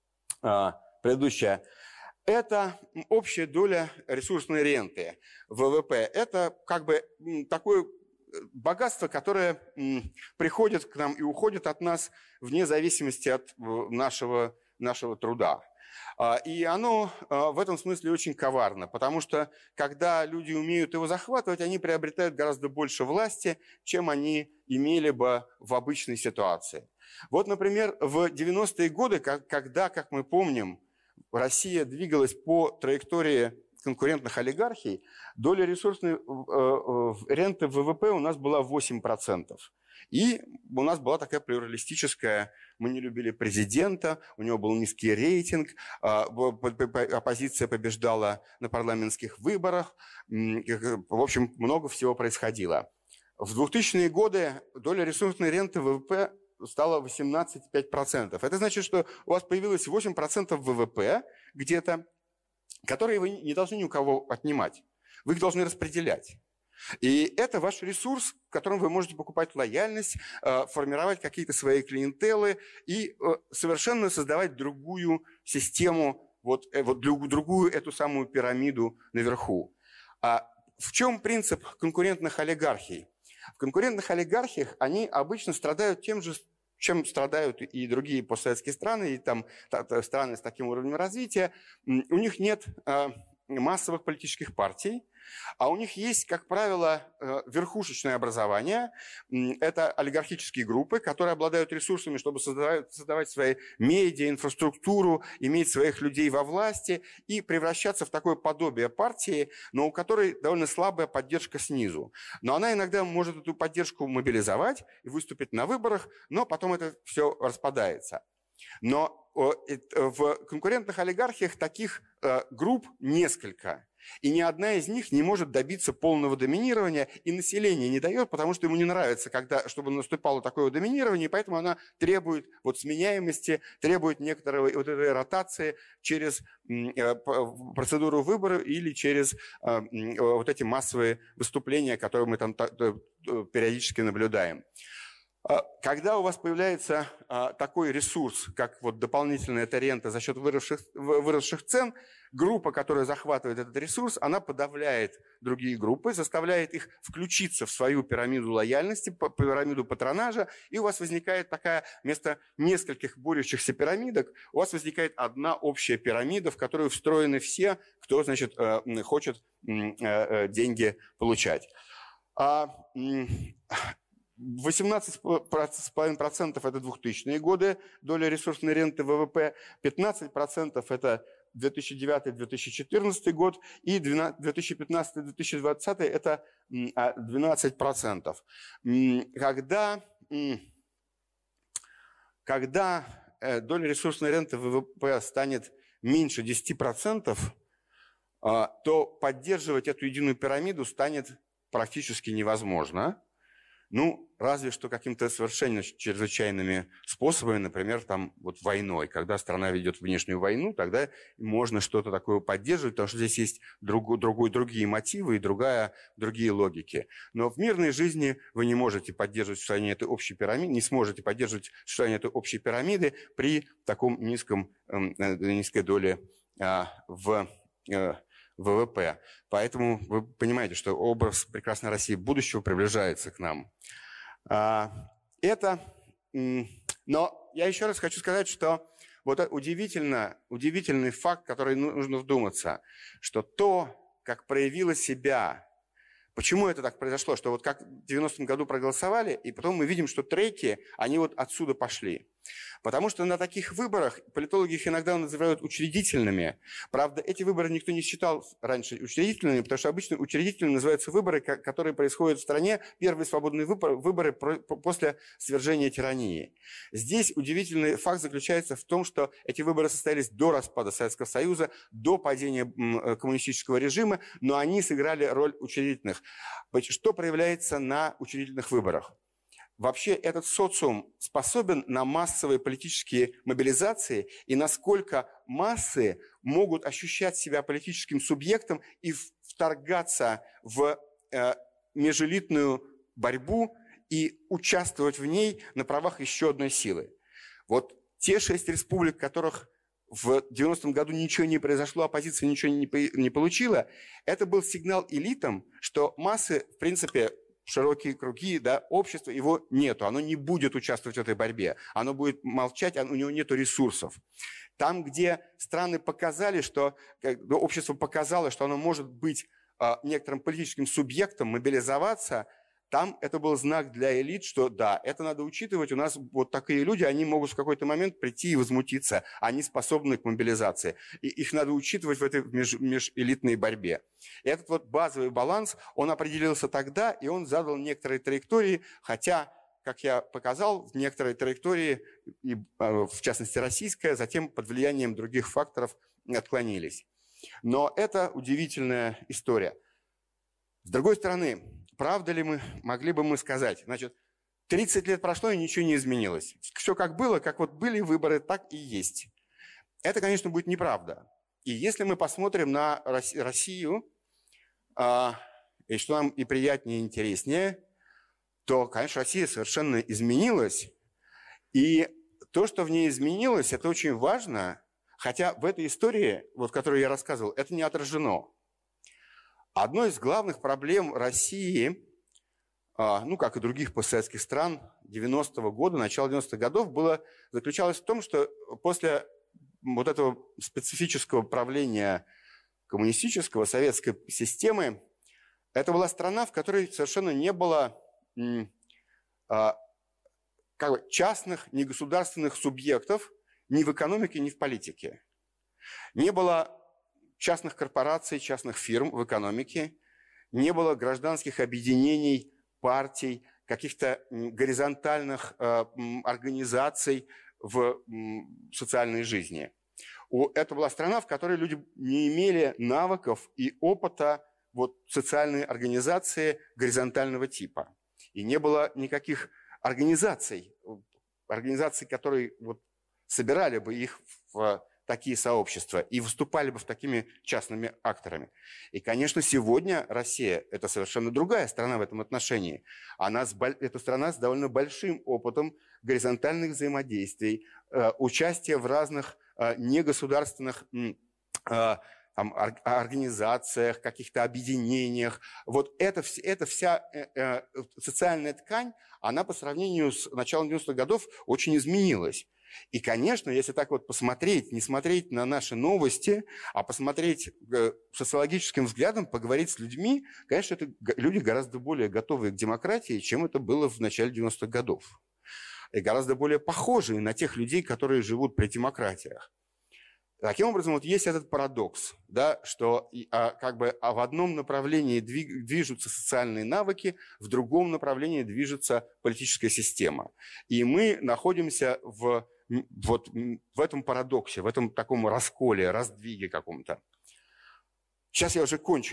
предыдущее. Это общая доля ресурсной ренты ВВП. Это как бы такое богатство, которое приходит к нам и уходит от нас вне зависимости от нашего, нашего труда. И оно в этом смысле очень коварно, потому что когда люди умеют его захватывать, они приобретают гораздо больше власти, чем они имели бы в обычной ситуации. Вот, например, в девяностые годы, когда, как мы помним, Россия двигалась по траектории конкурентных олигархий, доля ресурсной ренты в ВВП у нас была восемь процентов. И у нас была такая плюралистическая, мы не любили президента, у него был низкий рейтинг, оппозиция побеждала на парламентских выборах, в общем, много всего происходило. В двухтысячные годы доля ресурсной ренты в ВВП стало восемнадцать целых пять десятых процента. Это значит, что у вас появилось восемь процентов ВВП где-то, которые вы не должны ни у кого отнимать. Вы их должны распределять. И это ваш ресурс, в котором вы можете покупать лояльность, формировать какие-то свои клиентелы и совершенно создавать другую систему, вот, вот другую эту самую пирамиду наверху. А в чем принцип конкурентных олигархий? В конкурентных олигархиях они обычно страдают тем же, чем страдают и другие постсоветские страны, и там страны с таким уровнем развития. У них нет массовых политических партий, а у них есть, как правило, верхушечное образование. Это олигархические группы, которые обладают ресурсами, чтобы создавать, создавать свои медиа, инфраструктуру, иметь своих людей во власти и превращаться в такое подобие партии, но у которой довольно слабая поддержка снизу. Но она иногда может эту поддержку мобилизовать и выступить на выборах, но потом это все распадается. Но в конкурентных олигархиях таких групп несколько. И ни одна из них не может добиться полного доминирования, и население не дает, потому что ему не нравится, когда, чтобы наступало такое доминирование, и поэтому она требует вот сменяемости, требует некоторой вот этой ротации через процедуру выбора или через вот эти массовые выступления, которые мы там периодически наблюдаем. Когда у вас появляется а, такой ресурс, как вот дополнительная эта рента за счет выросших, выросших цен, группа, которая захватывает этот ресурс, она подавляет другие группы, заставляет их включиться в свою пирамиду лояльности, пирамиду патронажа, и у вас возникает такая, вместо нескольких борющихся пирамидок, у вас возникает одна общая пирамида, в которую встроены все, кто, значит, хочет деньги получать. восемнадцать целых пять десятых процента это двухтысячные годы, доля ресурсной ренты ВВП, пятнадцать процентов это две тысячи девятый — две тысячи четырнадцатый год, и две тысячи пятнадцатый — две тысячи двадцатый это двенадцать процентов. Когда, когда доля ресурсной ренты ВВП станет меньше десяти процентов, то поддерживать эту единую пирамиду станет практически невозможно. Ну, разве что какими-то совершенно чрезвычайными способами, например, там вот войной. Когда страна ведет внешнюю войну, тогда можно что-то такое поддерживать, потому что здесь есть друг, другой, другие мотивы и другая, другие логики. Но в мирной жизни вы не можете поддерживать существование этой общей пирамиды, не сможете поддерживать существование этой общей пирамиды при таком низком, э, низкой доле э, в э, ВВП. Поэтому вы понимаете, что образ прекрасной России будущего приближается к нам. Это, но я еще раз хочу сказать, что вот удивительно, удивительный факт, который нужно вдуматься, что то, как проявила себя, почему это так произошло, что вот как в девяностом году проголосовали, и потом мы видим, что треки, они вот отсюда пошли. Потому что на таких выборах, политологи их иногда называют учредительными. Правда, эти выборы никто не считал раньше учредительными, потому что обычно учредительными называются выборы, которые происходят в стране, первые свободные выборы, выборы после свержения тирании. Здесь удивительный факт заключается в том, что эти выборы состоялись до распада Советского Союза, до падения коммунистического режима, но они сыграли роль учредительных. Что проявляется на учредительных выборах? Вообще этот социум способен на массовые политические мобилизации, и насколько массы могут ощущать себя политическим субъектом и вторгаться в э, межэлитную борьбу и участвовать в ней на правах еще одной силы. Вот те шесть республик, в которых в девяностом году ничего не произошло, оппозиция ничего не, не получила, это был сигнал элитам, что массы, в принципе, широкие круги, да, общества, его нету, оно не будет участвовать в этой борьбе, оно будет молчать, у него нету ресурсов. Там, где страны показали, что общество показало, что оно может быть а, некоторым политическим субъектом, мобилизоваться, там это был знак для элит, что да, это надо учитывать, у нас вот такие люди, они могут в какой-то момент прийти и возмутиться, они способны к мобилизации, и их надо учитывать в этой меж, межэлитной борьбе. И этот вот базовый баланс, он определился тогда, и он задал некоторые траектории, хотя, как я показал, некоторые траектории, и, в частности российская, затем под влиянием других факторов отклонились. Но это удивительная история. С другой стороны, правда ли мы, могли бы мы сказать, значит, тридцать лет прошло и ничего не изменилось. Все как было, как вот были выборы, так и есть. Это, конечно, будет неправда. И если мы посмотрим на Россию, а, и что нам и приятнее, и интереснее, то, конечно, Россия совершенно изменилась. И то, что в ней изменилось, это очень важно, хотя в этой истории, вот, которую я рассказывал, это не отражено. Одной из главных проблем России, ну, как и других постсоветских стран девяностого года, начала девяностых годов, было, заключалось в том, что после вот этого специфического правления коммунистического, советской системы, это была страна, в которой совершенно не было как бы, частных, негосударственных субъектов ни в экономике, ни в политике. Не было частных корпораций, частных фирм в экономике, не было гражданских объединений, партий, каких-то горизонтальных э, организаций в э, социальной жизни. Это была страна, в которой люди не имели навыков и опыта вот, социальной организации горизонтального типа. И не было никаких организаций, организаций, которые вот, собирали бы их в такие сообщества и выступали бы в такими частными акторами. И, конечно, сегодня Россия – это совершенно другая страна в этом отношении. Она, это страна с довольно большим опытом горизонтальных взаимодействий, э, участия в разных э, негосударственных э, там, организациях, каких-то объединениях. Вот это, это вся э, э, социальная ткань, она по сравнению с началом девяностых годов очень изменилась. И, конечно, если так вот посмотреть, не смотреть на наши новости, а посмотреть социологическим взглядом, поговорить с людьми, конечно, это люди гораздо более готовые к демократии, чем это было в начале девяностых годов. И гораздо более похожие на тех людей, которые живут при демократиях. Таким образом, вот есть этот парадокс, да, что а, как бы, а в одном направлении двиг, движутся социальные навыки, в другом направлении движется политическая система. И мы находимся в вот в этом парадоксе, в этом таком расколе, раздвиге каком-то. Сейчас я уже кончу.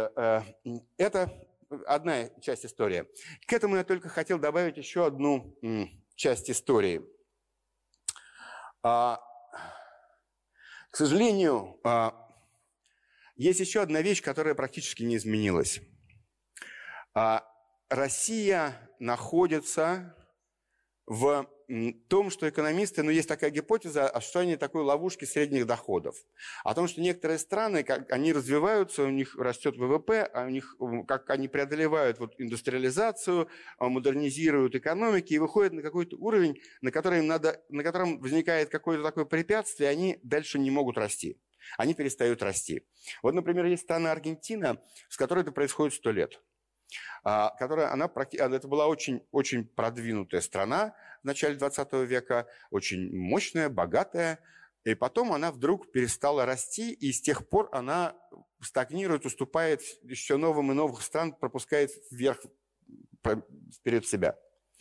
Это одна часть истории. К этому я только хотел добавить еще одну часть истории. К сожалению, есть еще одна вещь, которая практически не изменилась. Россия находится в том, что экономисты, ну, есть такая гипотеза о существовании такой ловушки средних доходов. О том, что некоторые страны, как они развиваются, у них растет ВВП, а у них, как они преодолевают вот индустриализацию, модернизируют экономики и выходят на какой-то уровень, на, который им надо, на котором возникает какое-то такое препятствие, они дальше не могут расти. Они перестают расти. Вот, например, есть страна Аргентина, с которой это происходит сто лет. Которая, она, это была очень, очень продвинутая страна в начале двадцатого века, очень мощная, богатая, и потом она вдруг перестала расти, и с тех пор она стагнирует, уступает еще новым и новых стран, пропускает вверх, вперед себя.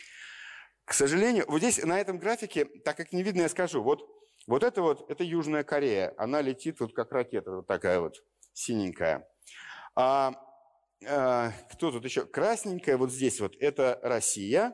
К сожалению, вот здесь на этом графике, так как не видно, я скажу, вот, вот это вот, это Южная Корея, она летит вот как ракета, вот такая вот синенькая. А, Кто тут еще? Красненькая вот здесь вот, это Россия.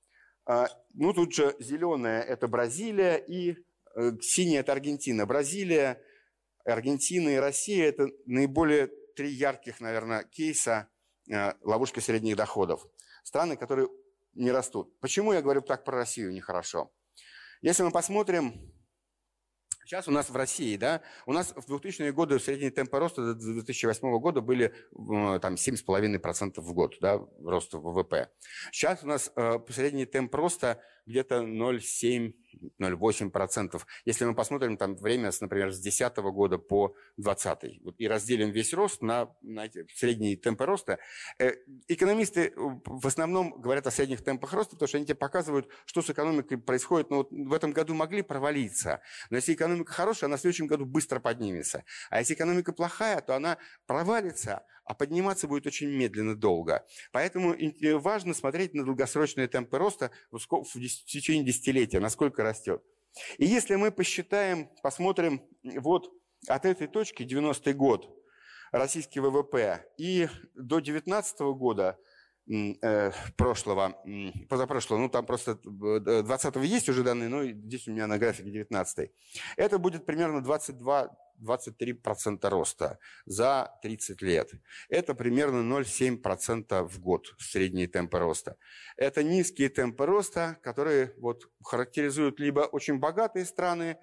Ну, тут же зеленая – это Бразилия, и синяя – это Аргентина. Бразилия, Аргентина и Россия – это наиболее три ярких, наверное, кейса ловушки средних доходов. Страны, которые не растут. Почему я говорю так про Россию нехорошо? Если мы посмотрим… Сейчас у нас в России, да, у нас в двухтысячные годы средние темпы роста до две тысячи восьмого года были там семь целых пять десятых процента в год, да, роста ВВП. Сейчас у нас э, средний темп роста где-то ноль целых семь десятых - ноль целых восемь десятых процента. Если мы посмотрим там время, например, с десятого года по двадцатый и разделим весь рост на, на эти средние темпы роста, э, экономисты в основном говорят о средних темпах роста, потому что они тебе показывают, что с экономикой происходит. Ну, вот в этом году могли провалиться, но если экономика хорошая, она в следующем году быстро поднимется. А если экономика плохая, то она провалится, а подниматься будет очень медленно, долго. Поэтому важно смотреть на долгосрочные темпы роста в течение десятилетия, насколько растет. И если мы посчитаем, посмотрим вот от этой точки, девяностый год, российский ВВП, и до девятнадцатого года, э, прошлого, позапрошлого, ну там просто двадцатого есть уже данные, но здесь у меня на графике девятнадцатый, это будет примерно двадцать два - двадцать три процента роста за тридцать лет. Это примерно ноль целых семь десятых процента в год средние темпы роста. Это низкие темпы роста, которые вот характеризуют либо очень богатые страны,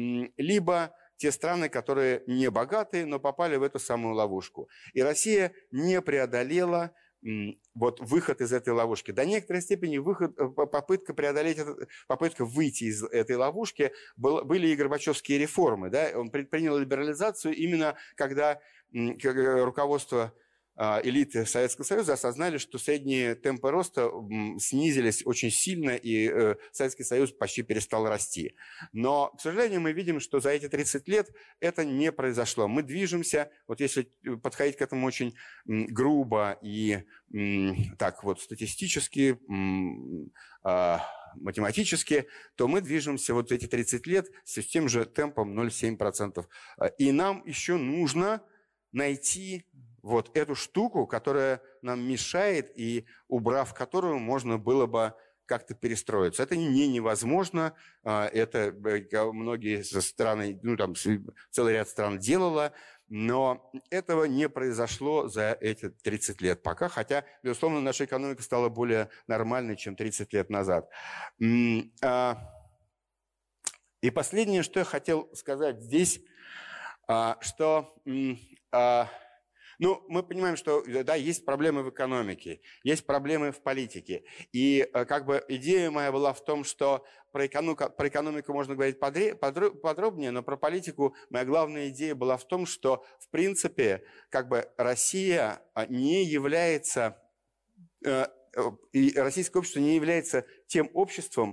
либо те страны, которые не богатые, но попали в эту самую ловушку. И Россия не преодолела вот выход из этой ловушки. До некоторой степени выход, попытка преодолеть, попытка выйти из этой ловушки был, были и Горбачевские реформы. Да? Он предпринял либерализацию именно когда руководство элиты Советского Союза осознали, что средние темпы роста снизились очень сильно, и Советский Союз почти перестал расти. Но, к сожалению, мы видим, что за эти тридцать лет это не произошло. Мы движемся, вот если подходить к этому очень грубо и так вот статистически, математически, то мы движемся вот эти тридцать лет с тем же темпом ноль целых семь десятых процента. И нам еще нужно найти вот эту штуку, которая нам мешает, и убрав которую можно было бы как-то перестроиться. Это не невозможно, это многие страны, ну там целый ряд стран делало, но этого не произошло за эти тридцать лет пока, хотя, безусловно, наша экономика стала более нормальной, чем тридцать лет назад. И последнее, что я хотел сказать здесь, что… Ну, мы понимаем, что да, есть проблемы в экономике, есть проблемы в политике. И как бы идея моя была в том, что про экономику, про экономику можно говорить подробнее, но про политику моя главная идея была в том, что, в принципе, как бы Россия не является, и российское общество не является тем обществом,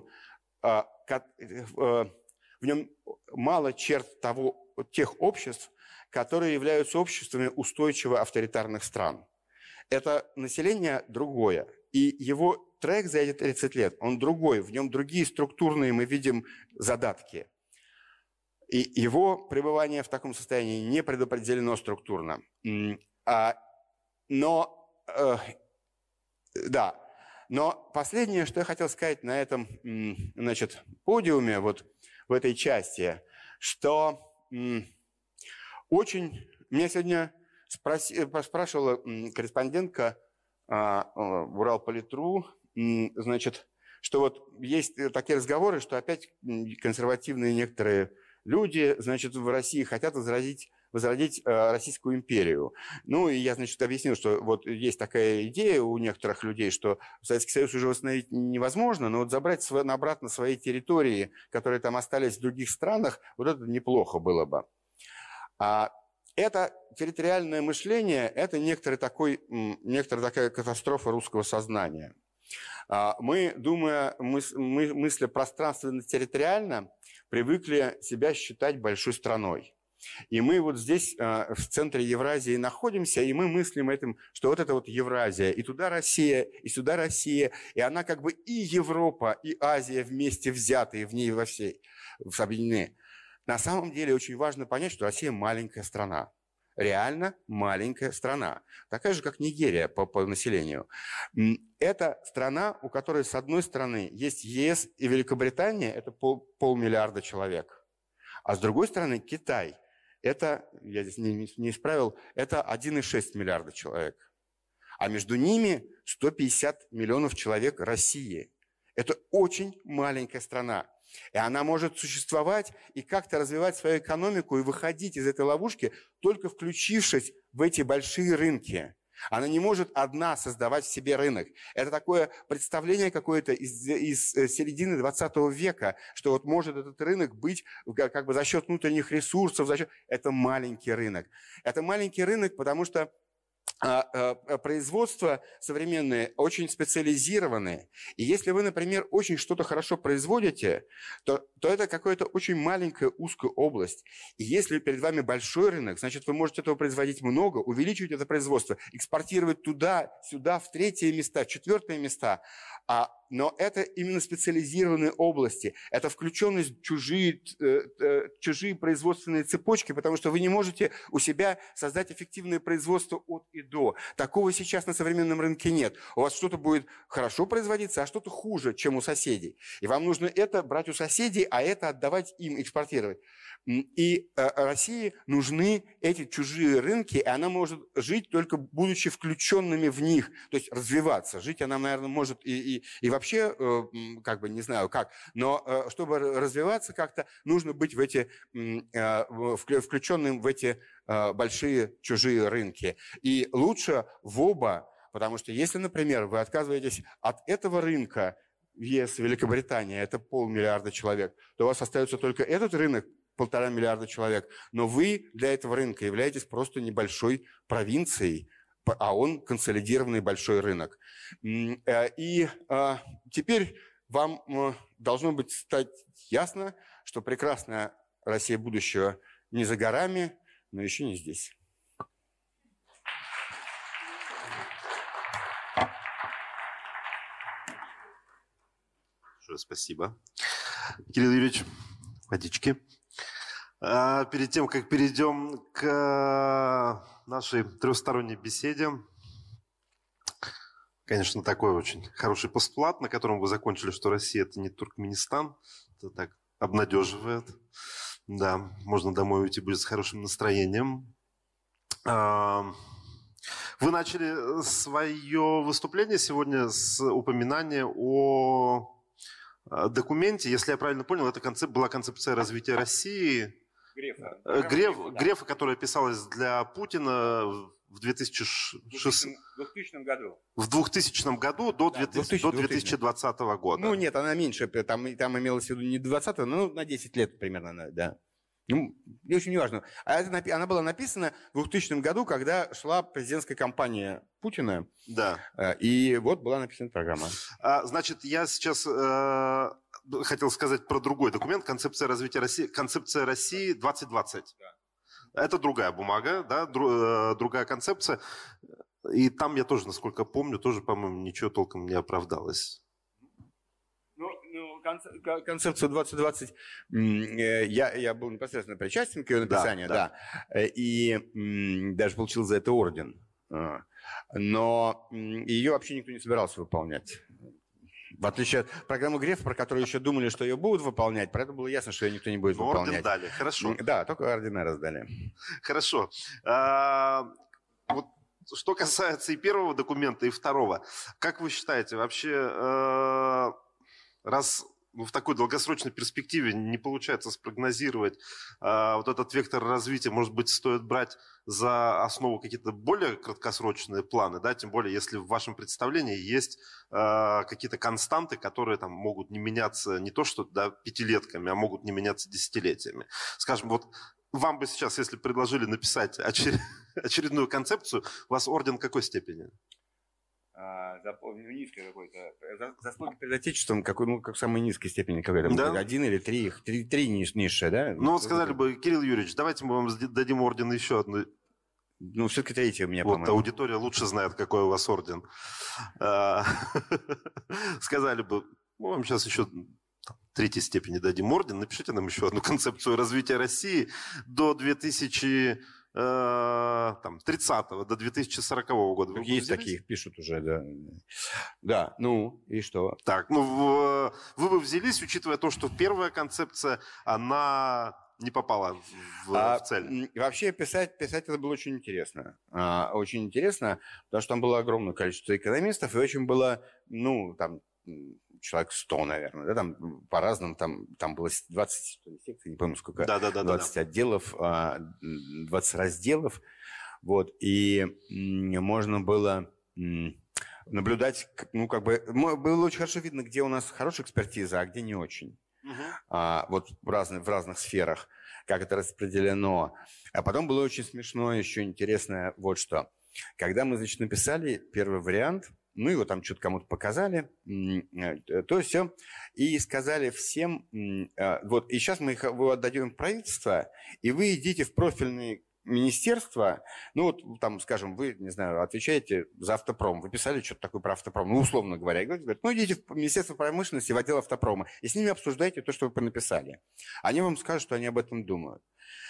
в нем мало черт того, тех обществ, которые являются обществами устойчиво авторитарных стран. Это население другое. И его трек за эти тридцать лет, он другой. В нем другие структурные, мы видим, задатки. И его пребывание в таком состоянии не предопределено структурно. Но, да, но последнее, что я хотел сказать на этом, значит, подиуме, вот в этой части, что… Очень, меня сегодня спроси, спрашивала корреспондентка Уралполитру, значит, что вот есть такие разговоры, что опять консервативные некоторые люди, значит, в России хотят возродить, возродить э, Российскую империю. Ну, и я, значит, объяснил, что вот есть такая идея у некоторых людей, что Советский Союз уже восстановить невозможно, но вот забрать сво, обратно свои территории, которые там остались в других странах, вот это неплохо было бы. А это территориальное мышление, это некоторый такой, некоторая такая катастрофа русского сознания. Мы, думая, мы, мы, мысля пространственно-территориально, привыкли себя считать большой страной. И мы вот здесь, в центре Евразии, находимся, и мы мыслим этим, что вот это вот Евразия, и туда Россия, и сюда Россия, и она как бы и Европа, и Азия вместе взятые в ней во всей объединены. На самом деле очень важно понять, что Россия маленькая страна. Реально маленькая страна. Такая же, как Нигерия по, по населению. Это страна, у которой, с одной стороны, есть ЕС и Великобритания, это пол, полмиллиарда человек. А с другой стороны, Китай. Это, я здесь не, не исправил, это один целых шесть десятых миллиарда человек. А между ними сто пятьдесят миллионов человек России. Это очень маленькая страна. И она может существовать и как-то развивать свою экономику и выходить из этой ловушки, только включившись в эти большие рынки. Она не может одна создавать в себе рынок. Это такое представление какое-то из, из середины двадцатого века, что вот может этот рынок быть как бы за счет внутренних ресурсов, за счет... Это маленький рынок. Это маленький рынок, потому что производства современные очень специализированные. И если вы, например, очень что-то хорошо производите, то, то это какая-то очень маленькая узкая область. И если перед вами большой рынок, значит, вы можете этого производить много, увеличивать это производство, экспортировать туда, сюда, в третьи места, в четвертые места. А, но это именно специализированные области. Это включенность в чужие, э, э, чужие производственные цепочки, потому что вы не можете у себя создать эффективное производство от и до. Такого сейчас на современном рынке нет. У вас что-то будет хорошо производиться, а что-то хуже, чем у соседей. И вам нужно это брать у соседей, а это отдавать им, экспортировать. И э, России нужны эти чужие рынки, и она может жить только будучи включенными в них, то есть развиваться. Жить она, наверное, может и, и, и вообще, э, как бы, не знаю как, но э, чтобы развиваться как-то, нужно быть в эти, э, включенным в эти э, большие чужие рынки. И лучше в оба, потому что если, например, вы отказываетесь от этого рынка, ЕС, Великобритания, это полмиллиарда человек, то у вас остается только этот рынок, полтора миллиарда человек, но вы для этого рынка являетесь просто небольшой провинцией, а он консолидированный большой рынок. И теперь вам должно быть стать ясно, что прекрасная Россия будущего не за горами, но еще не здесь. Большое спасибо. Кирилл Юрьевич, водички. А перед тем, как перейдем к нашей трехсторонней беседе, конечно, такой очень хороший постулат, на котором вы закончили, что Россия – это не Туркменистан. Это так обнадеживает. Да, можно домой уйти будет с хорошим настроением. Вы начали свое выступление сегодня с упоминания о документе. Если я правильно понял, это концеп... была концепция развития России. Грефа. Греф, да. Грефа, которая писалась для Путина в две тысячи двухтысячном году. В двухтысячном году до, да, до две тысячи двадцатого года. Ну нет, она меньше, там, там имелось в виду не двадцатого, но на десять лет примерно, да. Ну, очень неважно. А это, она была написана в двухтысячном году, когда шла президентская кампания Путина. Да. И вот была написана программа. А, значит, я сейчас... Э... хотел сказать про другой документ, концепция развития России, концепция России двадцать двадцать. Да. Это другая бумага, да, другая концепция. И там я тоже, насколько помню, тоже, по-моему, ничего толком не оправдалось. Ну, ну концепцию двадцать двадцать, я, я был непосредственно причастен к ее написанию, да, да. да. И м, даже получил за это орден. Но ее вообще никто не собирался выполнять. В отличие от программы Грефа, про которую еще думали, что ее будут выполнять, про это было ясно, что ее никто не будет выполнять. Орден дали, хорошо. Да, только ордена раздали. Хорошо. А, вот что касается и первого документа, и второго, как вы считаете, вообще, э, раз ну, в такой долгосрочной перспективе не получается спрогнозировать а, вот этот вектор развития, может быть, стоит брать за основу какие-то более краткосрочные планы, да, тем более, если в вашем представлении есть а, какие-то константы, которые там могут не меняться не то что да, пятилетками, а могут не меняться десятилетиями. Скажем, вот вам бы сейчас, если предложили написать очер... очередную концепцию, у вас орден какой степени? А, за, ну, низкой какой-то. За, заслуги перед Отечеством, какой, ну, как в самой низкой степени какой-то. Да? Один или три, три, три ниш, низшие, да? Ну, вот сказали бы, Кирилл Юрьевич, давайте мы вам дадим орден еще одну. Ну, все-таки третий у меня, вот, по-моему. Вот аудитория лучше знает, какой у вас орден. Сказали бы, мы вам сейчас еще третьей степени дадим орден, напишите нам еще одну концепцию развития России до две тысячи тридцатого, до две тысячи сорокового года. Вы есть такие, пишут уже, да. Да, ну и что? Так, ну вы бы взялись, учитывая то, что первая концепция, она не попала в, а, в цель. Вообще писать, писать это было очень интересно. А, очень интересно, потому что там было огромное количество экономистов, и очень было, ну, там, человек сто, наверное, да, там по-разному, там, там было двадцать секций, не помню сколько, да, да, да, двадцать да, да. отделов, двадцать разделов, вот, и можно было наблюдать, ну, как бы, было очень хорошо видно, где у нас хорошая экспертиза, а где не очень. Угу. А, вот в разных, в разных сферах, как это распределено. А потом было очень смешно, еще интересное вот что. Когда мы, значит, написали первый вариант, ну, его там что-то кому-то показали, то все, и сказали всем, вот, и сейчас мы их, его отдадим в правительство, и вы идите в профильные министерства, ну, вот, там, скажем, вы, не знаю, отвечаете за автопром, вы писали что-то такое про автопром, ну, условно говоря, и говорят, ну, идите в Министерство промышленности, в отдел автопрома, и с ними обсуждайте то, что вы понаписали. Они вам скажут, что они об этом думают.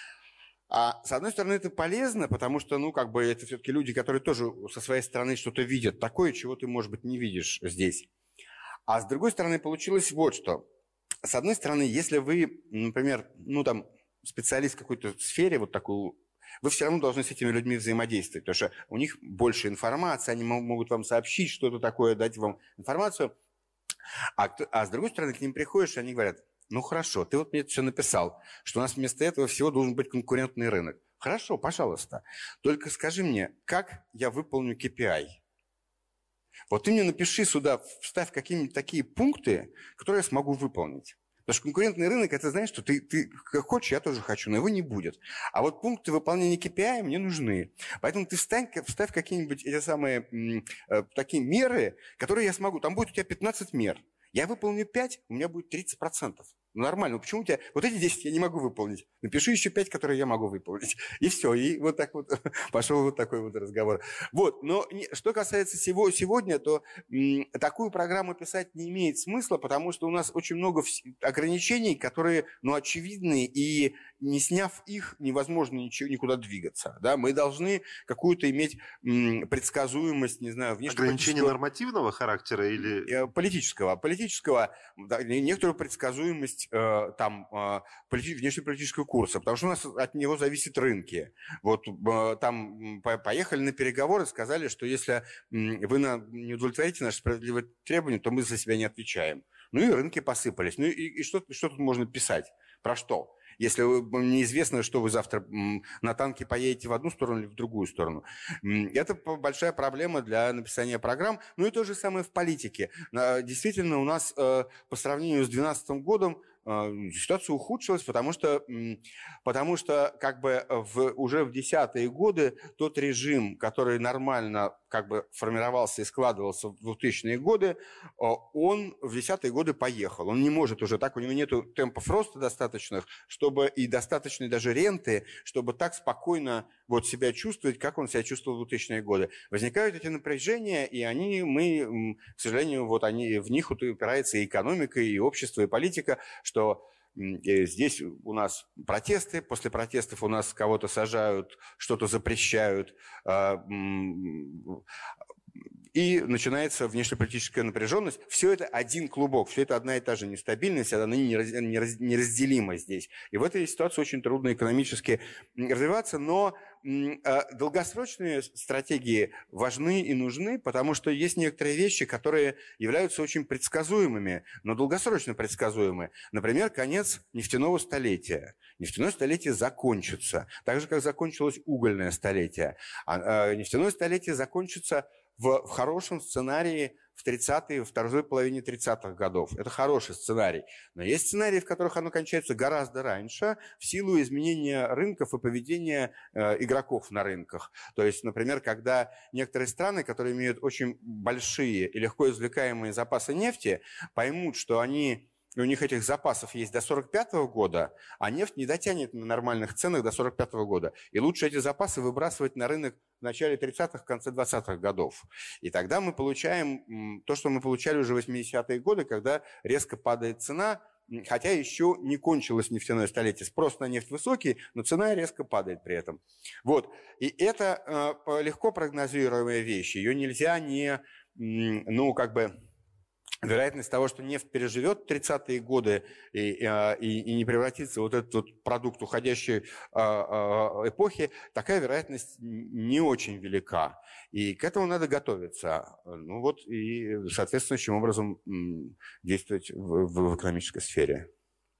А с одной стороны, это полезно, потому что, ну, как бы это все-таки люди, которые тоже со своей стороны что-то видят такое, чего ты, может быть, не видишь здесь. А с другой стороны, получилось вот что. С одной стороны, если вы, например, ну, там, специалист в какой-то сфере, вот такой, вы все равно должны с этими людьми взаимодействовать, потому что у них больше информации, они могут вам сообщить что-то такое, дать вам информацию. А, а с другой стороны, к ним приходишь, и они говорят, ну хорошо, ты вот мне это все написал, что у нас вместо этого всего должен быть конкурентный рынок. Хорошо, пожалуйста. Только скажи мне, как я выполню кей пи ай? Вот ты мне напиши сюда, вставь какие-нибудь такие пункты, которые я смогу выполнить. Потому что конкурентный рынок, это знаешь, что ты, ты как хочешь, я тоже хочу, но его не будет. А вот пункты выполнения кей пи ай мне нужны. Поэтому ты встань, вставь какие-нибудь эти самые э, такие меры, которые я смогу. Там будет у тебя пятнадцать мер. Я выполню пять, у меня будет тридцать процентов. Ну, нормально. Почему у тебя вот эти десять я не могу выполнить? Напиши еще пять, которые я могу выполнить. И все. И вот так вот пошел вот такой вот разговор. Вот. Но не, что касается всего сегодня, то м, такую программу писать не имеет смысла, потому что у нас очень много ограничений, которые, ну, очевидны, и не сняв их, невозможно ничего, никуда двигаться. Да? Мы должны какую-то иметь м, предсказуемость, не знаю, ограничения нормативного характера или... Политического. Политического, да, некоторую предсказуемость э, там, э, полити- внешнеполитического курса, потому что у нас от него зависят рынки. Вот э, там по- поехали на переговоры, сказали, что если э, вы на, не удовлетворите наши справедливые требования, то мы за себя не отвечаем. Ну и рынки посыпались. Ну и, и что, что тут можно писать? Про что? Если неизвестно, что вы завтра на танке поедете в одну сторону или в другую сторону. Это большая проблема для написания программ. Ну и то же самое в политике. Действительно, у нас по сравнению с две тысячи двенадцатым годом ситуация ухудшилась, потому что, потому что как бы в, уже в десятые годы тот режим, который нормально как бы формировался и складывался в двухтысячные годы, он в десятые годы поехал. Он не может уже так, у него нет темпов роста достаточных, чтобы и достаточной даже ренты, чтобы так спокойно вот себя чувствовать, как он себя чувствовал в двухтысячные годы. Возникают эти напряжения, и они, мы, к сожалению, вот они, в них упирается и экономика, и общество, и политика, что что здесь у нас протесты, после протестов у нас кого-то сажают, что-то запрещают, и начинается внешнеполитическая напряженность. Все это один клубок, все это одна и та же нестабильность, она неразделима здесь. И в этой ситуации очень трудно экономически развиваться, но долгосрочные стратегии важны и нужны, потому что есть некоторые вещи, которые являются очень предсказуемыми, но долгосрочно предсказуемы. Например, конец нефтяного столетия. Нефтяное столетие закончится, так же, как закончилось угольное столетие. А нефтяное столетие закончится в, в хорошем сценарии в тридцатые, во второй половине тридцатых годов. Это хороший сценарий. Но есть сценарии, в которых оно кончается гораздо раньше в силу изменения рынков и поведения э, игроков на рынках. То есть, например, когда некоторые страны, которые имеют очень большие и легко извлекаемые запасы нефти, поймут, что они... у них этих запасов есть до сорок пятого года, а нефть не дотянет на нормальных ценах до сорок пятого года. И лучше эти запасы выбрасывать на рынок в начале тридцатых, в конце двадцатых годов. И тогда мы получаем то, что мы получали уже в восьмидесятые годы, когда резко падает цена, хотя еще не кончилось нефтяное столетие. Спрос на нефть высокий, но цена резко падает при этом. Вот. И это э, легко прогнозируемая вещь. Ее нельзя не, ну, как бы... Вероятность того, что нефть переживет тридцатые годы и, и, и не превратится в вот этот вот продукт уходящей эпохи, такая вероятность не очень велика. И к этому надо готовиться. Ну вот и соответствующим образом действовать в, в экономической сфере.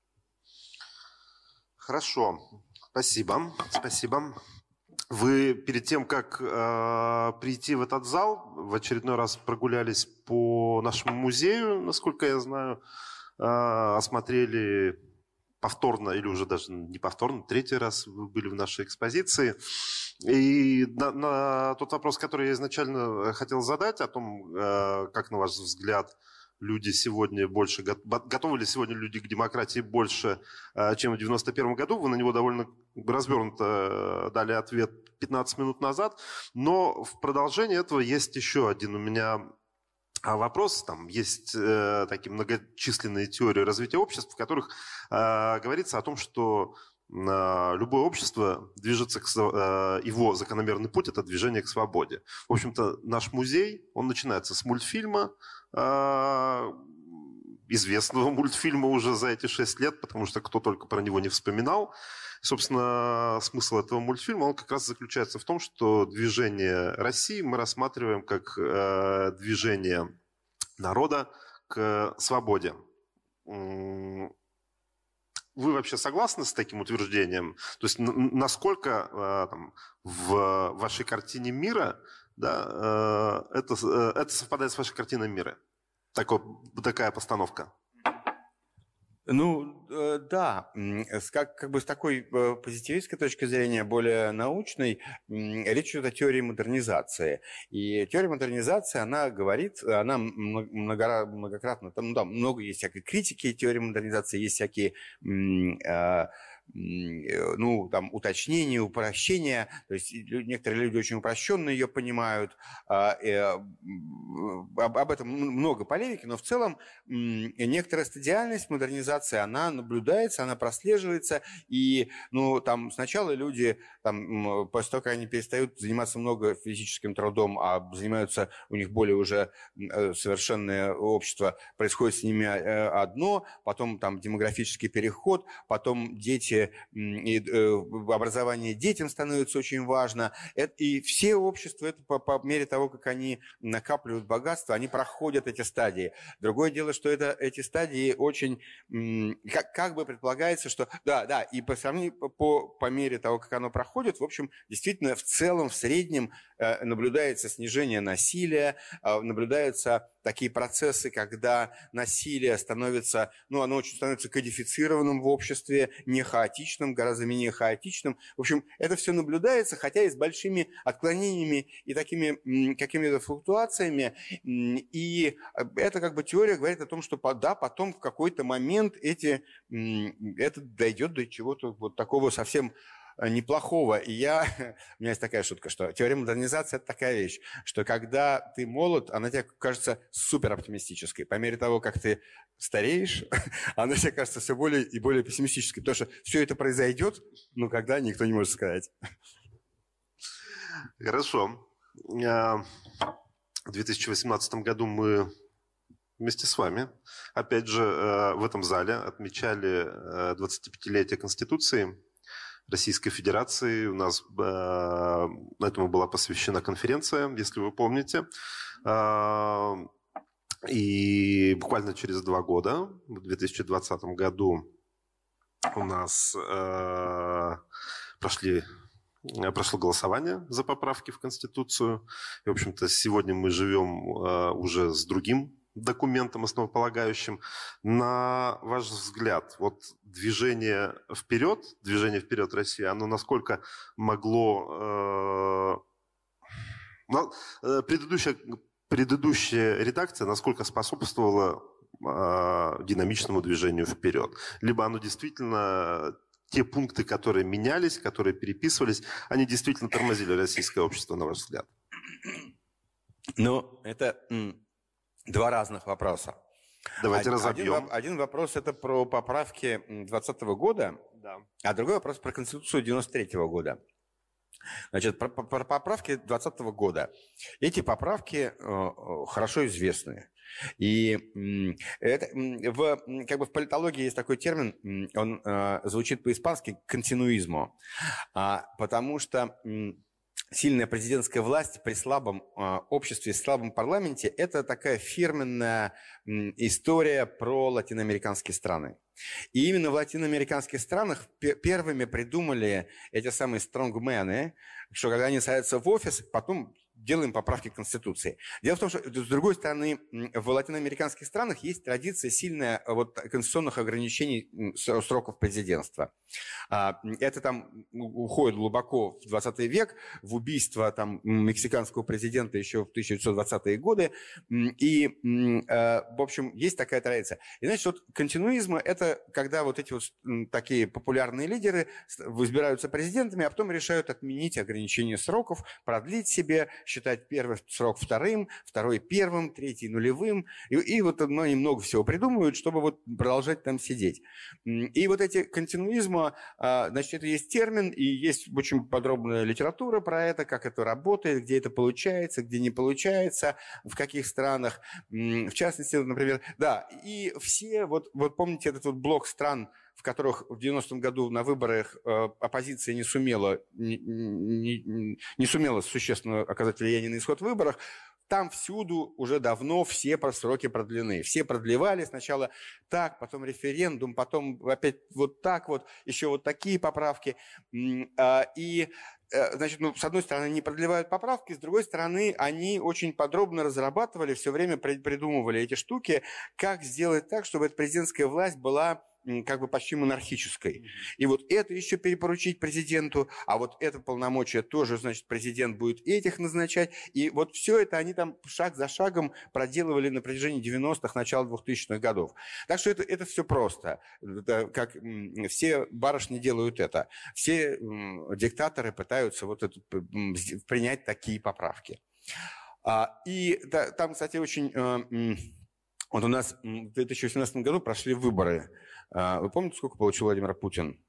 Хорошо. Спасибо. Спасибо. Вы перед тем, как э, прийти в этот зал, в очередной раз прогулялись по нашему музею, насколько я знаю, э, осмотрели повторно, или уже даже не повторно, третий раз вы были в нашей экспозиции. И на, на тот вопрос, который я изначально хотел задать, о том, э, как, на ваш взгляд, люди сегодня больше, готовы ли сегодня люди к демократии больше, чем в девяносто первом году? Вы на него довольно развернуто дали ответ пятнадцать минут назад. Но в продолжение этого есть еще один у меня вопрос. Там есть э, такие многочисленные теории развития обществ, в которых э, говорится о том, что э, любое общество движется к... Э, его закономерный путь – это движение к свободе. В общем-то, наш музей, он начинается с мультфильма, известного мультфильма уже за эти шесть лет, потому что кто только про него не вспоминал. Собственно, смысл этого мультфильма, он как раз заключается в том, что движение России мы рассматриваем как э, движение народа к свободе. Вы вообще согласны с таким утверждением? То есть насколько э, там, в вашей картине мира, да, э, это, э, это совпадает с вашей картиной мира? Такой, такая постановка. Ну, э, да, с, как, как бы с такой э, позитивистской точки зрения, более научной, э, речь идет о теории модернизации. И теория модернизации, она говорит, она много, многократно, там, ну, да, много есть всякой критики теории модернизации, есть всякие... Э, ну, там, уточнения, упрощения, то есть некоторые люди очень упрощенно ее понимают, об этом много полемики, но в целом некоторая стадиальность модернизации, она наблюдается, она прослеживается, и, ну, там, сначала люди, там, после того, как они перестают заниматься много физическим трудом, а занимаются, у них более уже совершенное общество, происходит с ними одно, потом там демографический переход, потом дети, и образование детям становится очень важно. И все общества, это по, по мере того, как они накапливают богатство, они проходят эти стадии. Другое дело, что это, эти стадии очень, как, как бы предполагается, что да, да, и по сравнению, по, по мере того, как оно проходит, в общем, действительно, в целом, в среднем наблюдается снижение насилия, наблюдаются такие процессы, когда насилие становится, ну, оно очень становится кодифицированным в обществе, не хаотичным, гораздо менее хаотичным. В общем, это все наблюдается, хотя и с большими отклонениями и такими какими-то флуктуациями. И это как бы теория говорит о том, что да, потом в какой-то момент эти, это дойдет до чего-то вот такого совсем неплохого. И я... У меня есть такая шутка, что теория модернизации – это такая вещь, что когда ты молод, она тебе кажется супер оптимистической. По мере того, как ты стареешь, она тебе кажется все более и более пессимистической. Потому что все это произойдет, но когда, никто не может сказать. Хорошо. в две тысячи восемнадцатом году мы вместе с вами, опять же, в этом зале отмечали двадцатипятилетие Конституции Российской Федерации. У нас этому была посвящена конференция, если вы помните. И буквально через два года, в две тысячи двадцатом году, у нас прошли... Прошло голосование за поправки в Конституцию. И, в общем-то, сегодня мы живем э, уже с другим документом основополагающим. На ваш взгляд, вот движение вперед, движение вперед России, оно насколько могло... Э, э, предыдущая, предыдущая редакция насколько способствовала э, динамичному движению вперед? Либо оно действительно... Те пункты, которые менялись, которые переписывались, они действительно тормозили российское общество, на ваш взгляд? Ну, это м, два разных вопроса. Давайте один, разобьем. Один, один вопрос – это про поправки двадцатого года, да. А другой вопрос про Конституцию девяносто третьего года. Значит, про, про поправки двадцатого года. Эти поправки э, хорошо известны. И это, в, как бы в политологии есть такой термин, он э, звучит по-испански «континуизмо», а, потому что м, сильная президентская власть при слабом э, обществе, слабом парламенте – это такая фирменная м, история про латиноамериканские страны. И именно в латиноамериканских странах первыми придумали эти самые стронгмены, что когда они садятся в офис, потом делаем поправки к Конституции. Дело в том, что, с другой стороны, в латиноамериканских странах есть традиция сильная вот, конституционных ограничений сроков президентства. Это там уходит глубоко в двадцатый век, в убийство там, мексиканского президента еще в тысяча девятьсот двадцатые годы. И, в общем, есть такая традиция. И, значит, вот континуизм – это когда вот эти вот такие популярные лидеры избираются президентами, а потом решают отменить ограничение сроков, продлить себе, считать первый срок вторым, второй первым, третий нулевым. И, и вот ну, они много всего придумывают, чтобы вот продолжать там сидеть. И вот эти континуизмы, значит, это есть термин, и есть очень подробная литература про это, как это работает, где это получается, где не получается, в каких странах. В частности, например, да, и все, вот, вот помните этот вот блок стран, в которых в девяностом году на выборах э, оппозиция не сумела, не, не, не сумела существенно оказать влияние на исход выборов, там всюду уже давно все сроки продлены. Все продлевали сначала так, потом референдум, потом опять вот так вот, еще вот такие поправки. И, значит, ну, с одной стороны, они продлевают поправки, с другой стороны, они очень подробно разрабатывали, все время придумывали эти штуки, как сделать так, чтобы эта президентская власть была как бы почти монархической. И вот это еще перепоручить президенту, а вот это полномочия тоже, значит, президент будет этих назначать. И вот все это они там шаг за шагом проделывали на протяжении девяностых, начала двухтысячных годов. Так что это, это все просто. Это как все барышни делают это. Все м, диктаторы пытаются вот это, м, принять такие поправки. А, и да, там, кстати, очень... Э, Вот у нас в две тысячи восемнадцатом году прошли выборы. Вы помните, сколько получил Владимир Путин?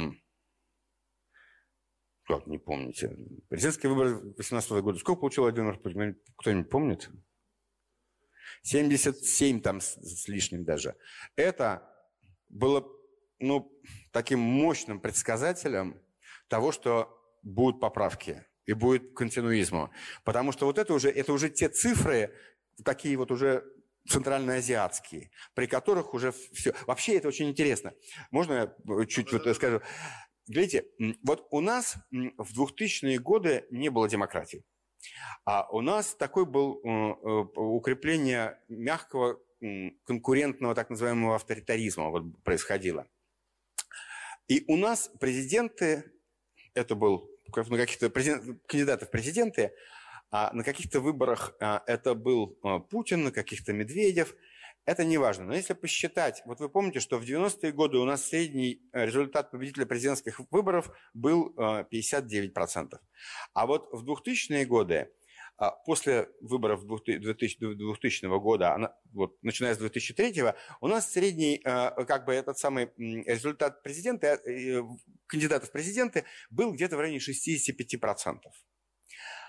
Как, не помните? Президентские выборы две тысячи восемнадцатого года. Сколько получил Владимир Путин? Кто-нибудь помнит? семьдесят семь там с, с лишним даже. Это было ну, таким мощным предсказателем того, что будут поправки и будет континуизм. Потому что вот это уже, это уже те цифры, такие вот уже... центральноазиатские, при которых уже все... Вообще это очень интересно. Можно я чуть вот скажу? Глядите, вот у нас в двухтысячные годы не было демократии. А у нас такое было укрепление мягкого конкурентного так называемого авторитаризма вот происходило. И у нас президенты, это был на каких-то президент, кандидаты в президенты, а на каких-то выборах это был Путин, на каких-то Медведев. Это не важно. Но если посчитать, вот вы помните, что в девяностые годы у нас средний результат победителя президентских выборов был пятьдесят девять процентов. А вот в двухтысячные годы, после выборов двухтысячного года, вот, начиная с две тысячи третьего, у нас средний, как бы этот самый результат президента, кандидатов в президенты был где-то в районе шестьдесят пять процентов.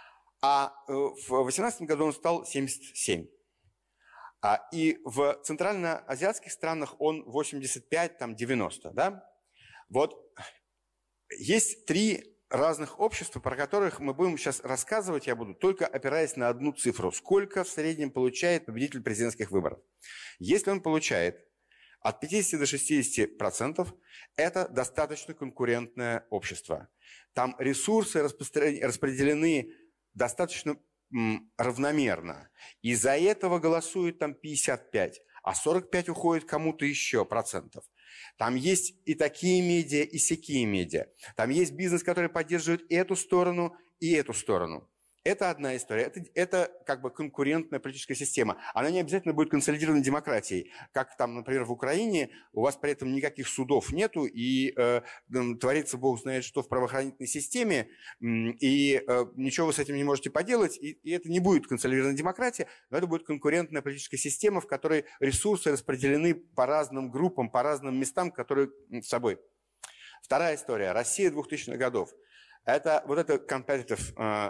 А в две тысячи восемнадцатом году он стал семьдесят семь. А, и в центральноазиатских странах он восемьдесят пять, там девяносто. Да? Вот есть три разных общества, про которых мы будем сейчас рассказывать, я буду только опираясь на одну цифру. Сколько в среднем получает победитель президентских выборов? Если он получает от пятидесяти до шестидесяти процентов, это достаточно конкурентное общество. Там ресурсы распределены достаточно м, равномерно. Из-за этого голосует там пятьдесят пять, а сорок пять уходит кому-то еще процентов. Там есть и такие медиа, и сякие медиа. Там есть бизнес, который поддерживает эту сторону и эту сторону. Это одна история. Это, это как бы конкурентная политическая система. Она не обязательно будет консолидированной демократией. Как там, например, в Украине, у вас при этом никаких судов нету, и э, творится бог знает что в правоохранительной системе, и э, ничего вы с этим не можете поделать, и, и это не будет консолидированная демократия, но это будет конкурентная политическая система, в которой ресурсы распределены по разным группам, по разным местам, которые с собой. Вторая история. Россия двухтысячных годов. Это вот это competitive,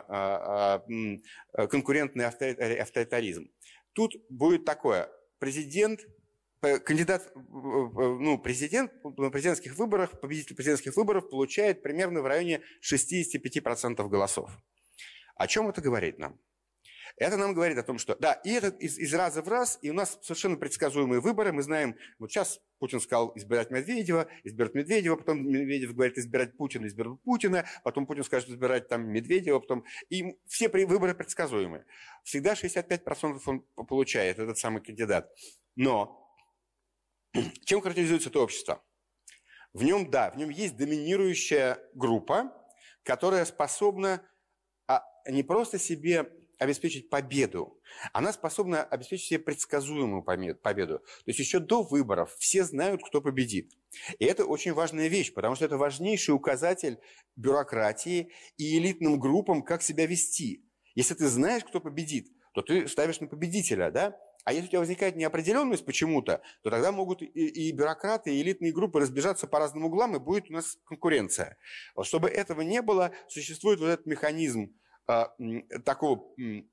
конкурентный авторитаризм. Тут будет такое. Президент, кандидат, ну, президент на президентских выборах, победитель президентских выборов получает примерно в районе шестидесяти пяти процентов голосов. О чем это говорит нам? Это нам говорит о том, что да, и это из, из раза в раз, и у нас совершенно предсказуемые выборы. Мы знаем, вот сейчас Путин сказал избирать Медведева, изберут Медведева, потом Медведев говорит избирать Путина, изберут Путина, потом Путин скажет избирать там Медведева, потом... И все выборы предсказуемые. Всегда шестьдесят пять процентов он получает, этот самый кандидат. Но чем характеризуется это общество? В нем, да, в нем есть доминирующая группа, которая способна не просто себе обеспечить победу, она способна обеспечить себе предсказуемую победу. То есть еще до выборов все знают, кто победит. И это очень важная вещь, потому что это важнейший указатель бюрократии и элитным группам, как себя вести. Если ты знаешь, кто победит, то ты ставишь на победителя, да? А если у тебя возникает неопределенность почему-то, то тогда могут и, и бюрократы, и элитные группы разбежаться по разным углам, и будет у нас конкуренция. Вот чтобы этого не было, существует вот этот механизм Такого,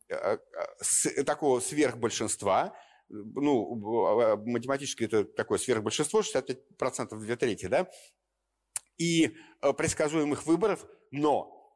такого сверхбольшинства, ну, математически это такое сверхбольшинство, шестьдесят пять процентов, две трети, да, и предсказуемых выборов, но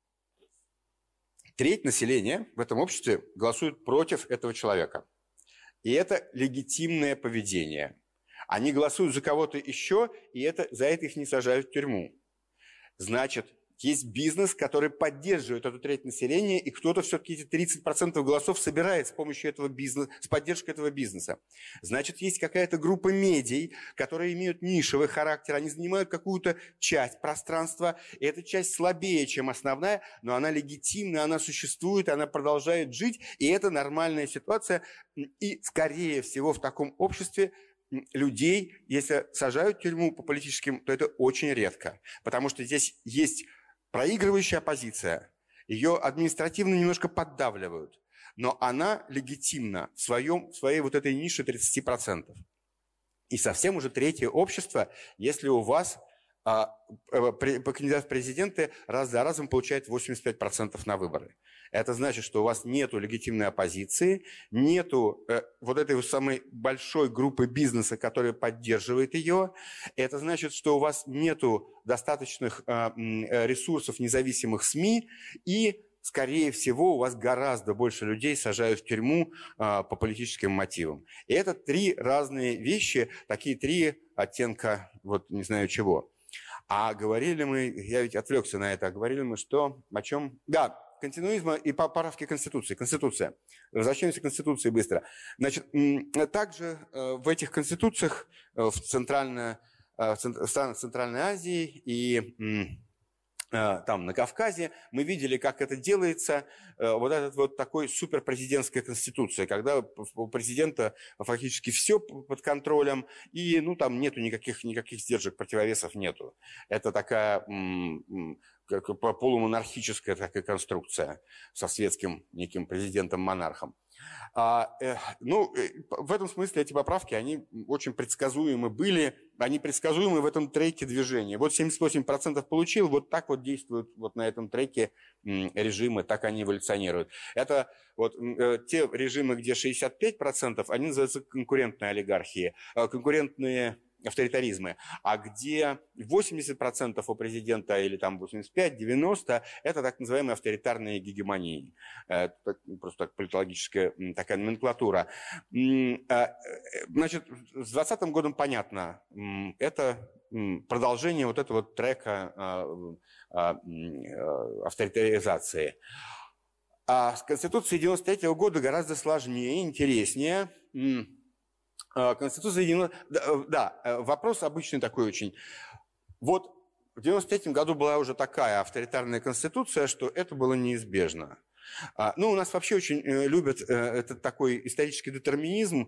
треть населения в этом обществе голосует против этого человека. И это легитимное поведение. Они голосуют за кого-то еще, и это, за это их не сажают в тюрьму. Значит, есть бизнес, который поддерживает эту треть населения, и кто-то все-таки эти тридцать процентов голосов собирает с помощью этого бизнеса, с поддержкой этого бизнеса. Значит, есть какая-то группа медий, которые имеют нишевый характер, они занимают какую-то часть пространства, и эта часть слабее, чем основная, но она легитимна, она существует, она продолжает жить, и это нормальная ситуация. И, скорее всего, в таком обществе людей, если сажают в тюрьму по политическим, то это очень редко, потому что здесь есть проигрывающая оппозиция, ее административно немножко поддавливают, но она легитимна в, своем, в своей вот этой нише тридцати процентов. И совсем уже третье общество, если у вас а, кандидат в президенты раз за разом получает восемьдесят пять процентов на выборы. Это значит, что у вас нету легитимной оппозиции, нету э, вот этой самой большой группы бизнеса, которая поддерживает ее. Это значит, что у вас нету достаточных э, ресурсов независимых СМИ, и, скорее всего, у вас гораздо больше людей сажают в тюрьму э, по политическим мотивам. И это три разные вещи, такие три оттенка, вот не знаю чего. А говорили мы, я ведь отвлекся на это, а говорили мы что, о чем? Да, континуизма и поправки Конституции. Конституция. Возвращаемся к Конституции быстро. Значит, также в этих конституциях в, центрально, в странах Центральной Азии и там на Кавказе мы видели, как это делается, вот этот вот такой суперпрезидентская конституция, когда у президента фактически все под контролем, и ну там нету никаких, никаких сдержек, противовесов нету. Это такая как полумонархическая такая конструкция со светским неким президентом-монархом. А, э, ну, э, в этом смысле эти поправки, они очень предсказуемы были, они предсказуемы в этом треке движения. Вот семьдесят восемь процентов получил, вот так вот действуют вот на этом треке м, режимы, так они эволюционируют. Это вот э, те режимы, где шестьдесят пять процентов, они называются конкурентные олигархии, э, конкурентные авторитаризмы, а где восемьдесят процентов у президента или там восемьдесят пять — девяносто — это так называемые авторитарные гегемонии. Это просто так политологическая такая номенклатура. Значит, с двадцатым годом понятно, это продолжение вот этого трека авторитаризации. А с Конституцией девяносто третьего года гораздо сложнее, интереснее. Конституция девяносто... Да, вопрос обычный такой очень. Вот в девяносто третьем году была уже такая авторитарная конституция, что это было неизбежно. Ну, у нас вообще очень любят этот такой исторический детерминизм,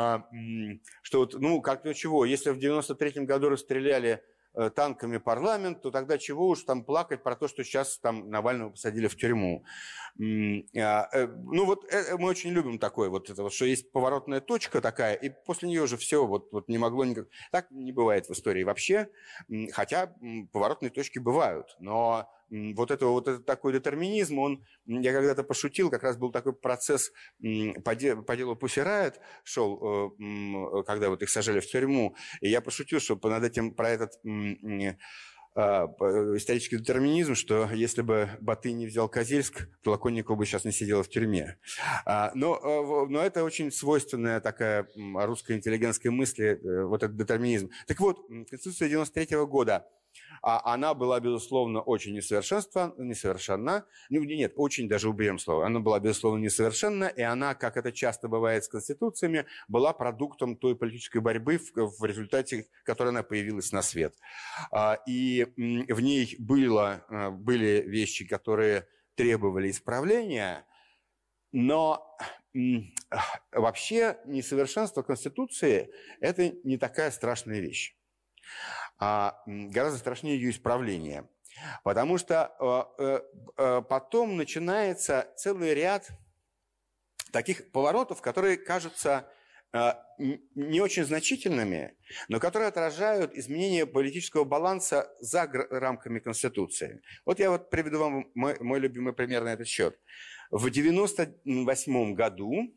что вот, ну, как-то чего, если в девяносто третьем году расстреляли танками парламент, то тогда чего уж там плакать про то, что сейчас там Навального посадили в тюрьму. Ну вот мы очень любим такое вот это, что есть поворотная точка такая, и после нее уже все вот, вот не могло никак. Так не бывает в истории вообще, хотя поворотные точки бывают, но вот, это, вот этот такой детерминизм, он, я когда-то пошутил, как раз был такой процесс по, де, по делу Pussy Riot шел, когда вот их сажали в тюрьму, и я пошутил, что над этим, про этот исторический детерминизм, что если бы Батый не взял Козельск, то Лаконникова бы сейчас не сидела в тюрьме. Но, но это очень свойственная такая русской интеллигентской мысли, вот этот детерминизм. Так вот, Конституция девяносто третьего года, она была, безусловно, очень несовершенна. Нет, очень даже уберем слово. Она была, безусловно, несовершенна, и она, как это часто бывает с конституциями, была продуктом той политической борьбы, в результате которой она появилась на свет. И в ней было, были вещи, которые требовали исправления, но вообще несовершенство Конституции – это не такая страшная вещь. А гораздо страшнее ее исправление. Потому что э, э, потом начинается целый ряд таких поворотов, которые кажутся э, не очень значительными, но которые отражают изменение политического баланса за рамками Конституции. Вот я вот приведу вам мой, мой любимый пример на этот счет. В девяносто восьмом году...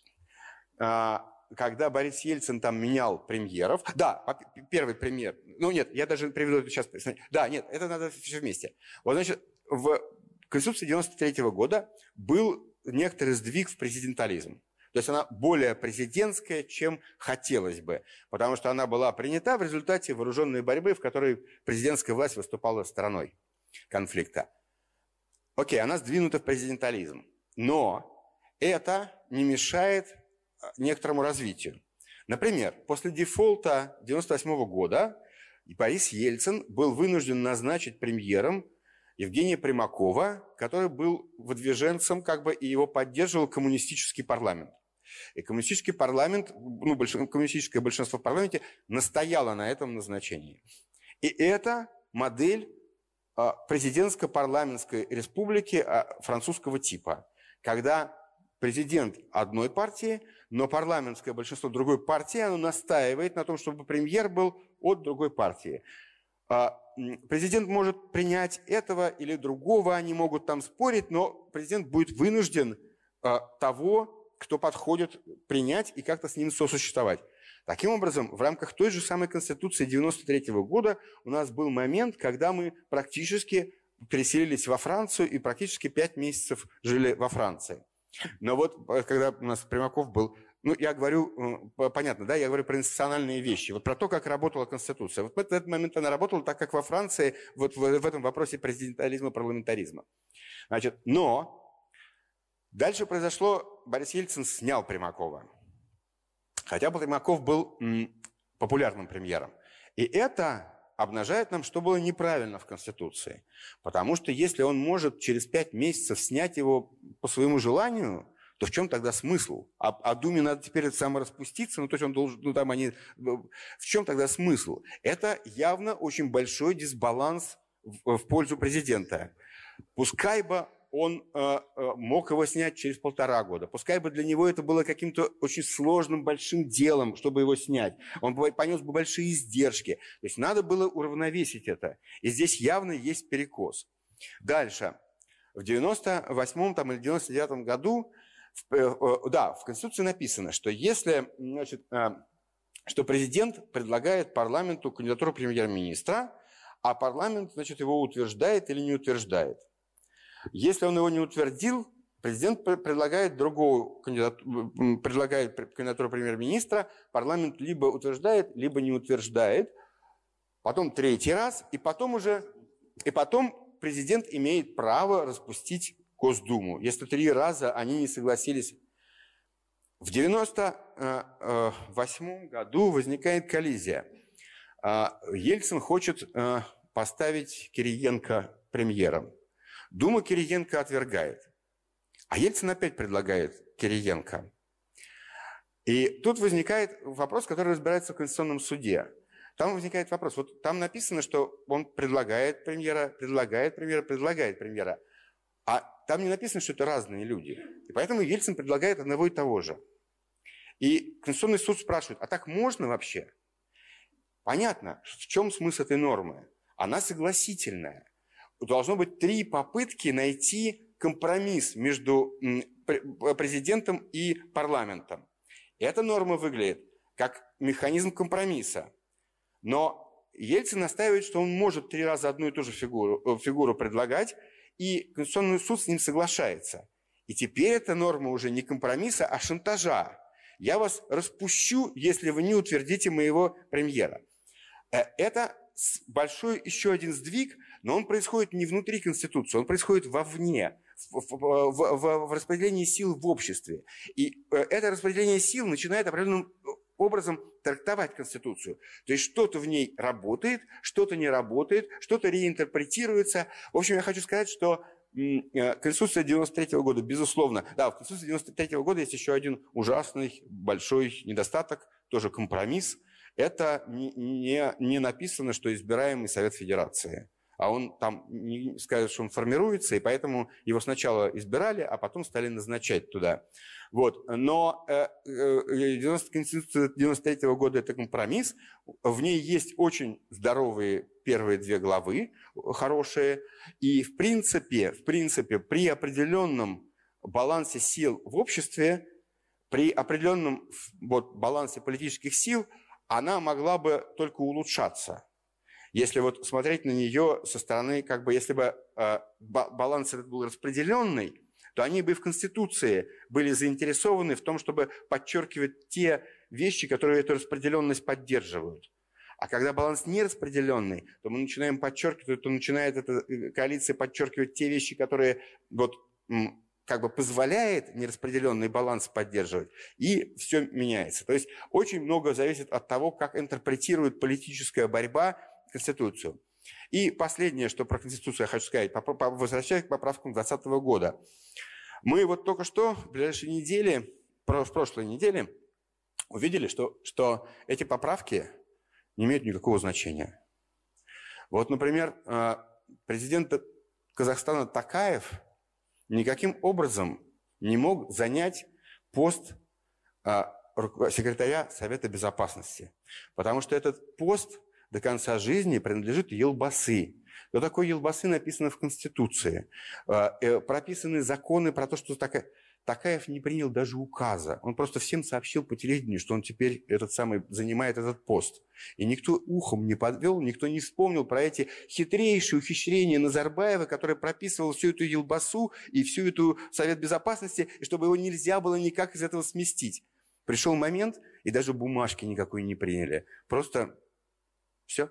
Э, когда Борис Ельцин там менял премьеров. Да, первый пример. Ну нет, я даже приведу это сейчас. Да, нет, это надо все вместе. Вот, значит, в Конституции девяносто третьего года был некоторый сдвиг в президентализм. То есть она более президентская, чем хотелось бы. Потому что она была принята в результате вооруженной борьбы, в которой президентская власть выступала стороной конфликта. Окей, она сдвинута в президентализм. Но это не мешает некоторому развитию. Например, после дефолта девяносто восьмого года Борис Ельцин был вынужден назначить премьером Евгения Примакова, который был выдвиженцем, как бы, и его поддерживал коммунистический парламент. И коммунистический парламент, ну, больш... коммунистическое большинство в парламенте настояло на этом назначении. И это модель а, президентско-парламентской республики а, французского типа, когда президент одной партии, но парламентское большинство другой партии, оно настаивает на том, чтобы премьер был от другой партии. Президент может принять этого или другого, они могут там спорить, но президент будет вынужден того, кто подходит, принять и как-то с ним сосуществовать. Таким образом, в рамках той же самой Конституции девяносто третьего года у нас был момент, когда мы практически переселились во Францию и практически пять месяцев жили во Франции. Но вот, когда у нас Примаков был, ну, я говорю, понятно, да, я говорю про институциональные вещи, вот про то, как работала Конституция. Вот в этот момент она работала так, как во Франции, вот в, в этом вопросе президентализма, парламентаризма. Значит, но дальше произошло, Борис Ельцин снял Примакова. Хотя Примаков был м, популярным премьером. И это обнажает нам, что было неправильно в Конституции. Потому что если он может через пять месяцев снять его по своему желанию, то в чем тогда смысл? А, а Думе надо теперь самораспуститься, ну то есть он должен, ну там они... В чем тогда смысл? Это явно очень большой дисбаланс в, в пользу президента. Пускай бы он э, мог его снять через полтора года. Пускай бы для него это было каким-то очень сложным, большим делом, чтобы его снять. Он бы понес бы большие издержки. То есть надо было уравновесить это. И здесь явно есть перекос. Дальше. В девяносто восьмом там, или девяносто девятом году в, э, да, в Конституции написано, что если, значит, э, что президент предлагает парламенту кандидатуру премьер-министра, а парламент, значит, его утверждает или не утверждает. Если он его не утвердил, президент предлагает другого кандидатуру, предлагает кандидатуру премьер-министра, парламент либо утверждает, либо не утверждает, потом третий раз, и потом уже, и потом президент имеет право распустить Госдуму, если три раза они не согласились. В девяносто восьмом году возникает коллизия. Ельцин хочет поставить Кириенко премьером. Дума Кириенко отвергает. А Ельцин опять предлагает Кириенко. И тут возникает вопрос, который разбирается в Конституционном суде. Там возникает вопрос. Вот там написано, что он предлагает премьера, предлагает премьера, предлагает премьера. А там не написано, что это разные люди. И поэтому Ельцин предлагает одного и того же. И Конституционный суд спрашивает, а так можно вообще? Понятно, в чем смысл этой нормы. Она согласительная. Должно быть три попытки найти компромисс между президентом и парламентом. Эта норма выглядит как механизм компромисса. Но Ельцин настаивает, что он может три раза одну и ту же фигуру, фигуру предлагать, и Конституционный суд с ним соглашается. И теперь эта норма уже не компромисса, а шантажа. Я вас распущу, если вы не утвердите моего премьера. Это большой еще один сдвиг, но он происходит не внутри Конституции, он происходит вовне, в, в, в, в распределении сил в обществе. И это распределение сил начинает определенным образом трактовать Конституцию. То есть что-то в ней работает, что-то не работает, что-то реинтерпретируется. В общем, я хочу сказать, что Конституция девяносто третьего года, безусловно, да, в Конституции девяносто третьего года есть еще один ужасный, большой недостаток, тоже компромисс. Это не, не, не написано, что избираемый Совет Федерации. А он там не скажет, что он формируется, и поэтому его сначала избирали, а потом стали назначать туда. Вот. Но э, э, Конституция девяносто третьего года – это компромисс. В ней есть очень здоровые первые две главы, хорошие. И в принципе, в принципе при определенном балансе сил в обществе, при определенном вот, балансе политических сил, она могла бы только улучшаться. Если вот смотреть на нее со стороны, как бы, если бы э, баланс этот был распределенный, то они бы в Конституции были заинтересованы в том, чтобы подчеркивать те вещи, которые эту распределенность поддерживают. А когда баланс нераспределенный, то мы начинаем подчеркивать, то начинает эта коалиция подчеркивать те вещи, которые вот, как бы позволяет нераспределенный баланс поддерживать, и все меняется. То есть очень много зависит от того, как интерпретирует политическая борьба Конституцию. И последнее, что про Конституцию я хочу сказать, возвращаясь к поправкам двадцатого года. Мы вот только что, в ближайшей неделе, в прошлой неделе, увидели, что, что эти поправки не имеют никакого значения. Вот, например, президент Казахстана Токаев никаким образом не мог занять пост секретаря Совета Безопасности, потому что этот пост до конца жизни принадлежит Елбасы. Кто такой Елбасы, написано в Конституции. Прописаны законы про то, что Токаев не принял даже указа. Он просто всем сообщил по телевидению, что он теперь этот самый, занимает этот пост. И никто ухом не подвел, никто не вспомнил про эти хитрейшие ухищрения Назарбаева, который прописывал всю эту Елбасу и всю эту Совет Безопасности, и чтобы его нельзя было никак из этого сместить. Пришел момент, и даже бумажки никакой не приняли. Просто все.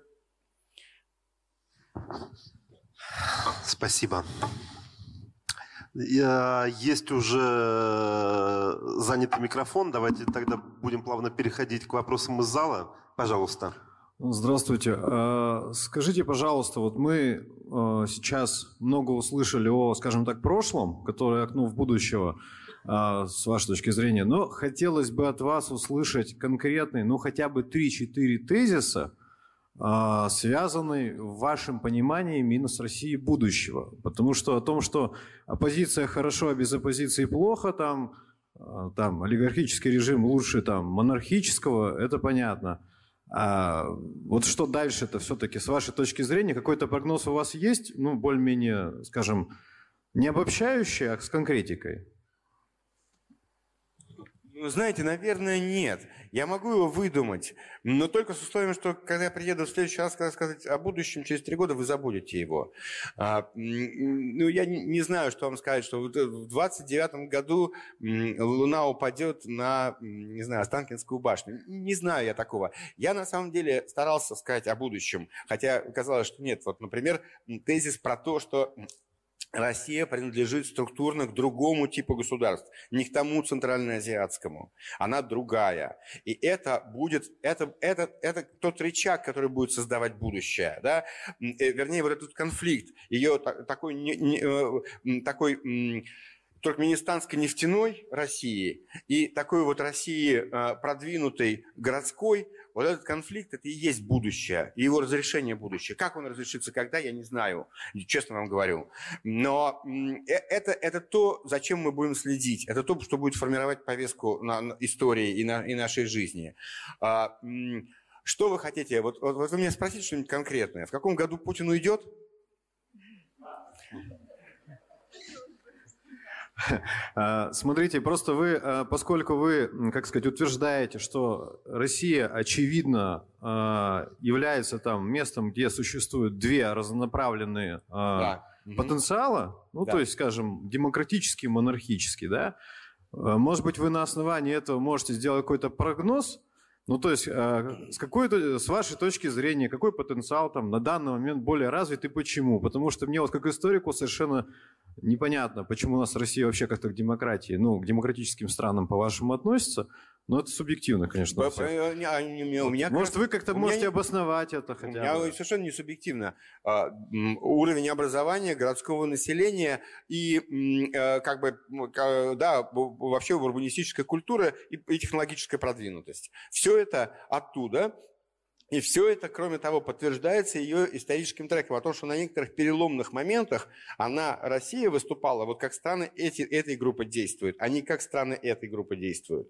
Спасибо. Есть уже занятый микрофон. Давайте тогда будем плавно переходить к вопросам из зала. Пожалуйста. Здравствуйте. Скажите, пожалуйста, вот мы сейчас много услышали о, скажем так, прошлом, которое окно в будущего, с вашей точки зрения, но хотелось бы от вас услышать конкретные, ну хотя бы три-четыре тезиса, связанный в вашем понимании именно с Россией будущего? Потому что о том, что оппозиция хорошо, а без оппозиции плохо, там, там олигархический режим лучше там, монархического, это понятно. А вот что дальше-то все-таки, с вашей точки зрения, какой-то прогноз у вас есть, ну, более-менее, скажем, не обобщающий, а с конкретикой? Ну, знаете, наверное, нет. Я могу его выдумать, но только с условием, что когда я приеду в следующий раз сказать о будущем, через три года вы забудете его. А, ну, я не, не знаю, что вам сказать, что в двадцать девятом году Луна упадет на, не знаю, Останкинскую башню. Не знаю я такого. Я, на самом деле, старался сказать о будущем, хотя казалось, что нет. Вот, например, тезис про то, что Россия принадлежит структурно к другому типу государств, не к тому центральноазиатскому. Она другая. И это будет, это, это, это тот рычаг, который будет создавать будущее. Да? Вернее, вот этот конфликт, ее такой, не, не, такой туркменистанско нефтяной России и такой вот России продвинутой городской, вот этот конфликт, это и есть будущее, и его разрешение будущее. Как он разрешится, когда, я не знаю, честно вам говорю. Но это, это то, зачем мы будем следить. Это то, что будет формировать повестку на, на истории и, на, и нашей жизни. А, что вы хотите? Вот, вот, вот вы меня спросите что-нибудь конкретное. В каком году Путин уйдет? Смотрите, просто вы, поскольку вы, как сказать, утверждаете, что Россия, очевидно, является там местом, где существуют две разнонаправленные да. потенциала, ну, да. то есть, скажем, демократический, монархический, да, может быть, вы на основании этого можете сделать какой-то прогноз, ну, то есть, с какой-то, с вашей точки зрения, какой потенциал там на данный момент более развит и почему? Потому что мне вот как историку совершенно непонятно, почему у нас Россия вообще как-то к демократии, ну, к демократическим странам, по-вашему, относится. Но это субъективно, конечно. У меня, Может, вы как-то можете не... обосновать это хотя бы? У меня совершенно не субъективно. Уровень образования городского населения и как бы, да, вообще урбанистическая культура и технологическая продвинутость. Все это оттуда. И все это, кроме того, подтверждается ее историческим треком о том, что на некоторых переломных моментах она, Россия, выступала вот как страны эти, этой группы действуют, а не как страны этой группы действуют.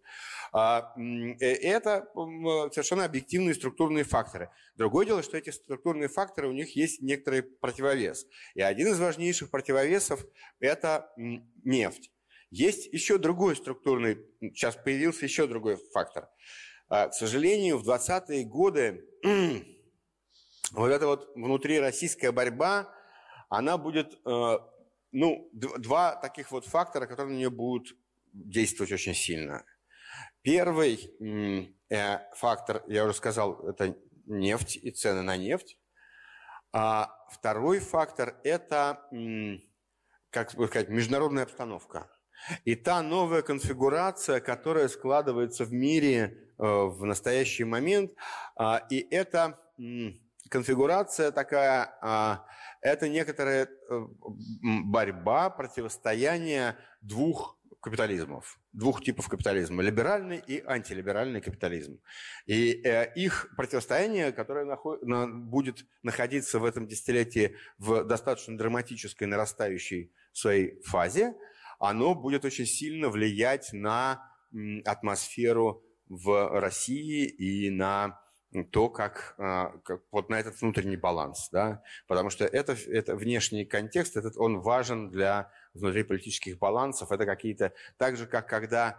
Это совершенно объективные структурные факторы. Другое дело, что эти структурные факторы, у них есть некоторый противовес. И один из важнейших противовесов – это нефть. Есть еще другой структурный, сейчас появился еще другой фактор. К сожалению, в двадцатые годы вот эта вот внутрироссийская борьба, она будет, ну, два таких вот фактора, которые на нее будут действовать очень сильно. Первый фактор, я уже сказал, это нефть и цены на нефть. А второй фактор – это, как сказать, международная обстановка. И та новая конфигурация, которая складывается в мире в настоящий момент, и эта конфигурация такая, это некоторая борьба, противостояние двух капитализмов, двух типов капитализма, либеральный и антилиберальный капитализм. И их противостояние, которое будет находиться в этом десятилетии в достаточно драматической нарастающей своей фазе, оно будет очень сильно влиять на атмосферу в России и на то, как, как вот на этот внутренний баланс, да? Потому что это, это внешний контекст, этот, он важен для внутриполитических балансов. Это какие-то, так же, как когда,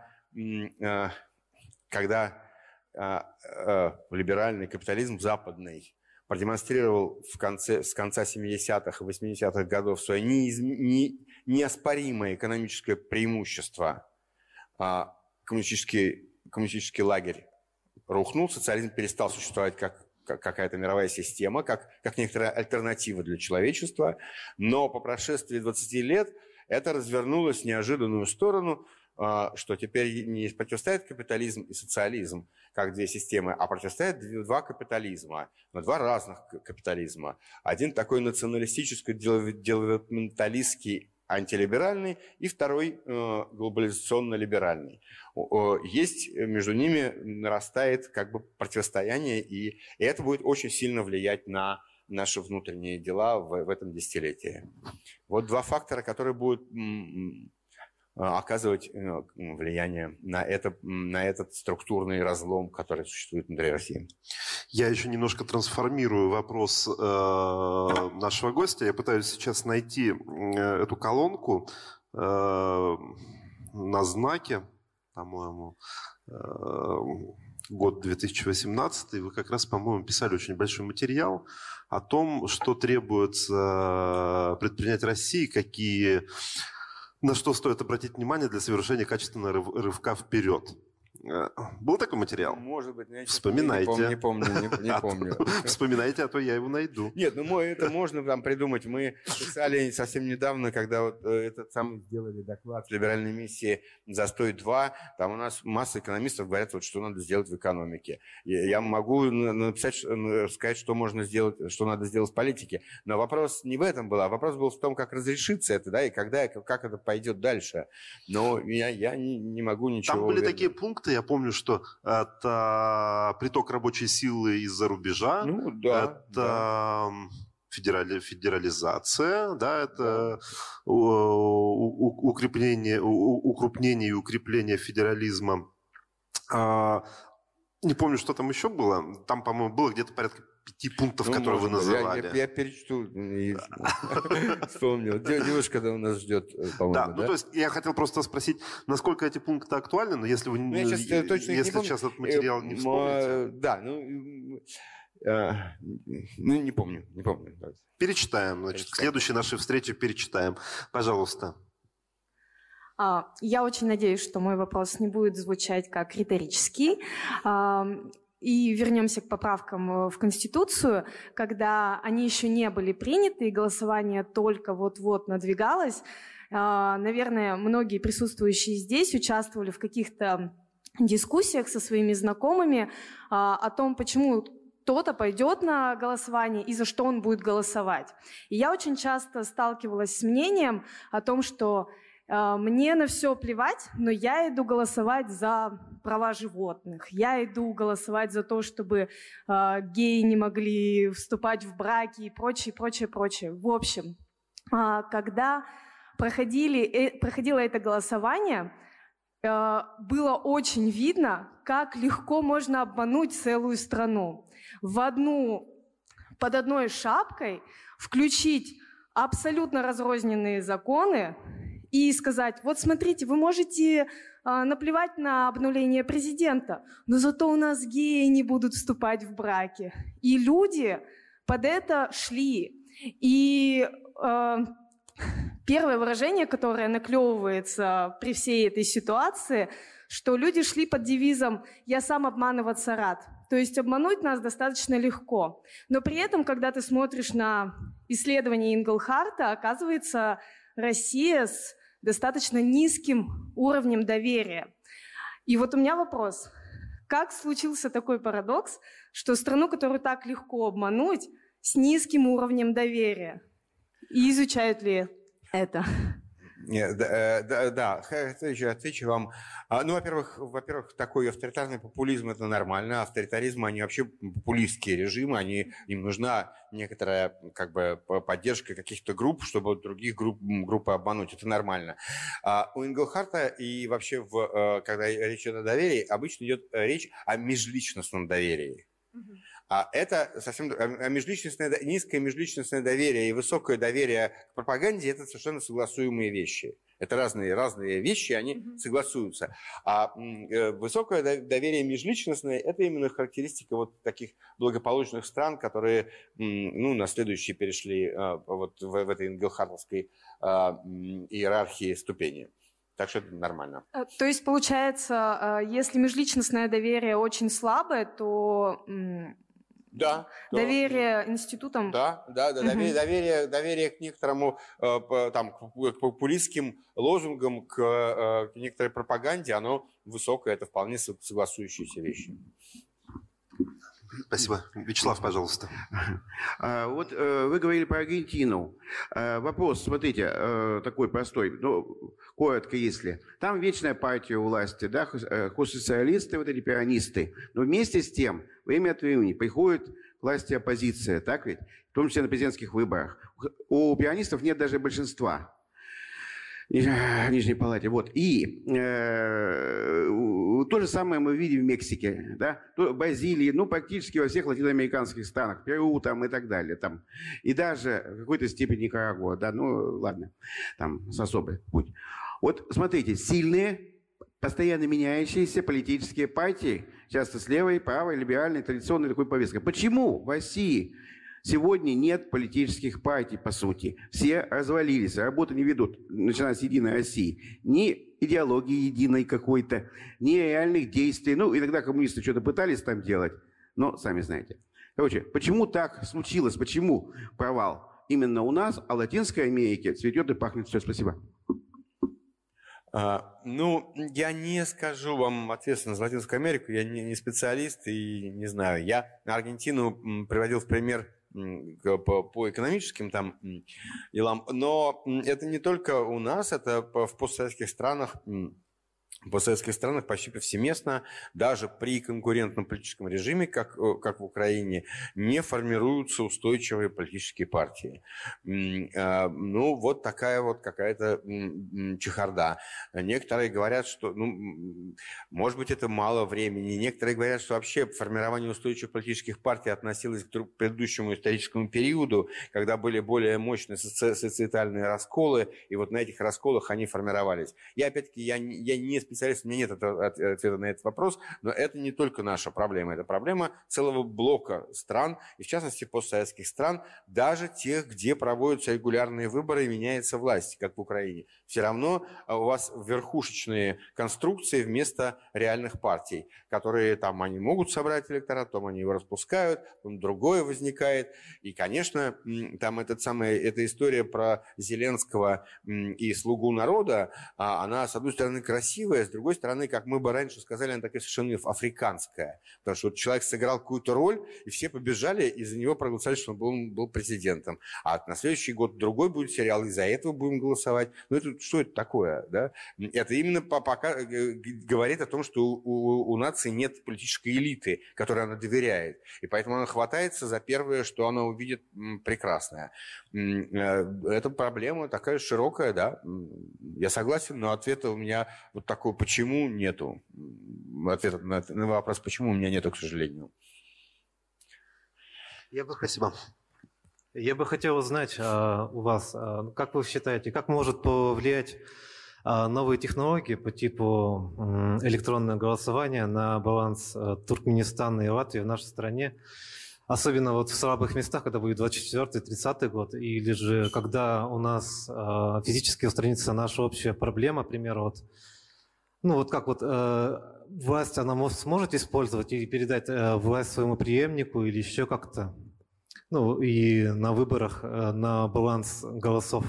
когда либеральный капитализм западный продемонстрировал в конце, с конца семидесятых и восьмидесятых годов свое неиз, не, неоспоримое экономическое преимущество. Коммунистический, коммунистический лагерь рухнул, социализм перестал существовать как, как какая-то мировая система, как, как некоторая альтернатива для человечества. Но по прошествии двадцати лет это развернулось в неожиданную сторону, что теперь не противостоит капитализм и социализм, как две системы, а противостоят два капитализма, но два разных капитализма. Один такой националистический, девелопменталистский, антилиберальный, и второй глобализационно-либеральный. Есть между ними, нарастает как бы противостояние, и, и это будет очень сильно влиять на наши внутренние дела в, в этом десятилетии. Вот два фактора, которые будут оказывать влияние на, это, на этот структурный разлом, который существует внутри России. Я еще немножко трансформирую вопрос э, нашего гостя. Я пытаюсь сейчас найти э, эту колонку э, на знаке, по-моему, э, год две тысячи восемнадцатый. Вы как раз, по-моему, писали очень большой материал о том, что требуется предпринять России, какие... На что стоит обратить внимание для совершения качественного рывка вперед? Был такой материал? Может быть. Я Вспоминайте. Не помню, не помню. Не, не помню. Вспоминайте, а то я его найду. Нет, ну это можно там придумать. Мы писали совсем недавно, когда вот этот самый сделали доклад «Либеральной миссии застой два». Там у нас масса экономистов говорят, вот, что надо сделать в экономике. Я могу написать, сказать, что можно сделать, что надо сделать в политике. Но вопрос не в этом был, а вопрос был в том, как разрешится это, да, и когда, как это пойдет дальше. Но я, я не, не могу ничего... Там были уверен. такие пункты, я помню, что это приток рабочей силы из-за рубежа, ну, да, это да. Федерали, федерализация, да, это да. укрепление, укрупнение и укрепление федерализма. Не помню, что там еще было. Там, по-моему, было где-то порядка пяти пунктов, ну, которые вы называли. Я, я, я перечту и вспомнил. Девушка у нас ждет, по-моему, да? Ну, то есть я хотел просто спросить, насколько эти пункты актуальны, но если вы ну, сейчас, если сейчас этот материал не вспомните. Да, ну, ну не помню, не помню. Перечитаем, значит, к следующей нашей встрече перечитаем. Пожалуйста. Я очень надеюсь, что мой вопрос не будет звучать как риторический. И вернемся к поправкам в Конституцию, когда они еще не были приняты, и голосование только вот-вот надвигалось. Наверное, многие присутствующие здесь участвовали в каких-то дискуссиях со своими знакомыми о том, почему кто-то пойдет на голосование и за что он будет голосовать. И я очень часто сталкивалась с мнением о том, что мне на все плевать, но я иду голосовать за права животных. Я иду голосовать за то, чтобы э, геи не могли вступать в браки и прочее, прочее, прочее. В общем, э, когда проходили, э, проходило это голосование, э, было очень видно, как легко можно обмануть целую страну. В одну, под одной шапкой включить абсолютно разрозненные законы, и сказать, вот смотрите, вы можете а, наплевать на обнуление президента, но зато у нас геи не будут вступать в браки. И люди под это шли. И а, первое выражение, которое наклевывается при всей этой ситуации, что люди шли под девизом «я сам обманываться рад». То есть обмануть нас достаточно легко. Но при этом, когда ты смотришь на исследования Инглхарта, оказывается, Россия с достаточно низким уровнем доверия. И вот у меня вопрос. Как случился такой парадокс, что страну, которую так легко обмануть, с низким уровнем доверия? И изучают ли это? Нет, да, да, да, отвечу, отвечу вам. Ну, во-первых, во-первых, такой авторитарный популизм – это нормально. Авторитаризм, они вообще популистские режимы, они, им нужна некоторая как бы, поддержка каких-то групп, чтобы других групп, группы обмануть. Это нормально. А у Инглхарта и вообще, в, когда речь идет о доверии, обычно идет речь о межличностном доверии. А это совсем межличностное, низкое межличностное доверие и высокое доверие к пропаганде – это совершенно согласуемые вещи. Это разные, разные вещи, они mm-hmm. согласуются. А э, высокое доверие межличностное – это именно характеристика вот таких благополучных стран, которые ну, на следующие перешли э, вот в, в этой инглхартовской э, иерархии ступени. Так что это нормально. То есть, получается, если межличностное доверие очень слабое, то... Да, доверие то, институтам. Да, да, да, угу. доверие, доверие, доверие к некоторому э, там, к популистским лозунгам, к, э, к некоторой пропаганде, оно высокое, это вполне согласующиеся вещи. Спасибо. Вячеслав, пожалуйста. Вот вы говорили про Аргентину. Вопрос, смотрите, такой простой, ну, коротко, если. Там вечная партия у власти, да, хозсоциалисты, вот эти пианисты. Но вместе с тем, время от времени приходит к власти оппозиция, так ведь? В том числе на президентских выборах. У пианистов нет даже большинства в Нижней Палате. Вот. И э, то же самое мы видим в Мексике, да? В Бразилии, ну, практически во всех латиноамериканских странах, Перу там и так далее. Там. И даже в какой-то степени Никарагуа, да, ну, ладно, там с особой путь. Вот смотрите, сильные, постоянно меняющиеся политические партии, часто с левой, правой, либеральной, традиционной такой повесткой. Почему в России сегодня нет политических партий, по сути? Все развалились, работу не ведут, начиная с «Единой России». Ни идеологии единой какой-то, ни реальных действий. Ну, иногда коммунисты что-то пытались там делать, но сами знаете. Короче, почему так случилось? Почему провал именно у нас, а в Латинской Америке цветет и пахнет все? Спасибо. А, ну, я не скажу вам ответственно за Латинскую Америку, я не, не специалист и не знаю. Я Аргентину приводил в пример по, по экономическим там делам, но это не только у нас, это в постсоветских странах. В постсоветских странах почти повсеместно, даже при конкурентном политическом режиме, как, как в Украине, не формируются устойчивые политические партии. Ну, вот такая вот какая-то чехарда. Некоторые говорят, что, ну, может быть, это мало времени. Некоторые говорят, что вообще формирование устойчивых политических партий относилось к предыдущему историческому периоду, когда были более мощные соци- социальные расколы, и вот на этих расколах они формировались. Я, опять-таки, я, я не специалист, у меня нет ответа на этот вопрос, но это не только наша проблема, это проблема целого блока стран, и в частности постсоветских стран, даже тех, где проводятся регулярные выборы и меняется власть, как в Украине. Все равно у вас верхушечные конструкции вместо реальных партий, которые там они могут собрать электорат, потом они его распускают, потом другое возникает. И, конечно, там этот самый, эта история про Зеленского и «Слугу народа», она, с одной стороны, красивая, с другой стороны, как мы бы раньше сказали, она такая совершенно африканская. Потому что вот человек сыграл какую-то роль, и все побежали, и за него проголосовали, что он был, был президентом. А на следующий год другой будет сериал, и за этого будем голосовать. Ну, это, что это такое? Да? Это именно пока говорит о том, что у, у, у нации нет политической элиты, которой она доверяет. И поэтому она хватается за первое, что она увидит прекрасное. Эта проблема такая широкая, да. Я согласен, но ответа у меня вот такого «почему» нету. Ответа на, на вопрос «почему» у меня нету, к сожалению. Я бы, спасибо. Я бы хотел узнать а, у вас, а, как вы считаете, как может повлиять а, новые технологии по типу м, электронного голосования на баланс а, Туркменистана и Латвии в нашей стране? Особенно вот в слабых местах, когда будет двадцать четвёртый тридцатый год, или же когда у нас э, физически устранится наша общая проблема, например, вот, ну вот как вот э, власть, она может, сможет использовать или передать э, власть своему преемнику или еще как-то, ну и на выборах э, на баланс голосов.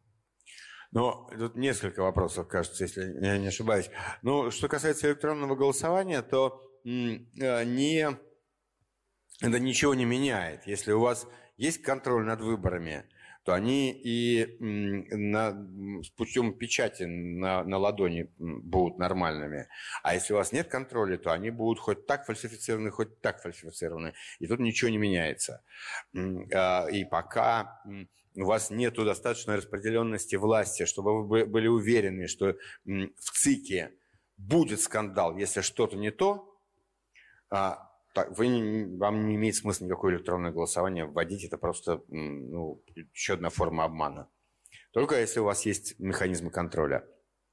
Ну, тут несколько вопросов, кажется, если я не ошибаюсь. Ну, что касается электронного голосования, то м, э, не... это ничего не меняет. Если у вас есть контроль над выборами, то они и на, с путем печати на, на ладони будут нормальными. А если у вас нет контроля, то они будут хоть так фальсифицированы, хоть так фальсифицированы. И тут ничего не меняется. И пока у вас нет достаточной распределенности власти, чтобы вы были уверены, что в ЦИКе будет скандал, если что-то не то, так, вы, вам не имеет смысла никакое электронное голосование вводить, это просто ну, еще одна форма обмана. Только если у вас есть механизмы контроля.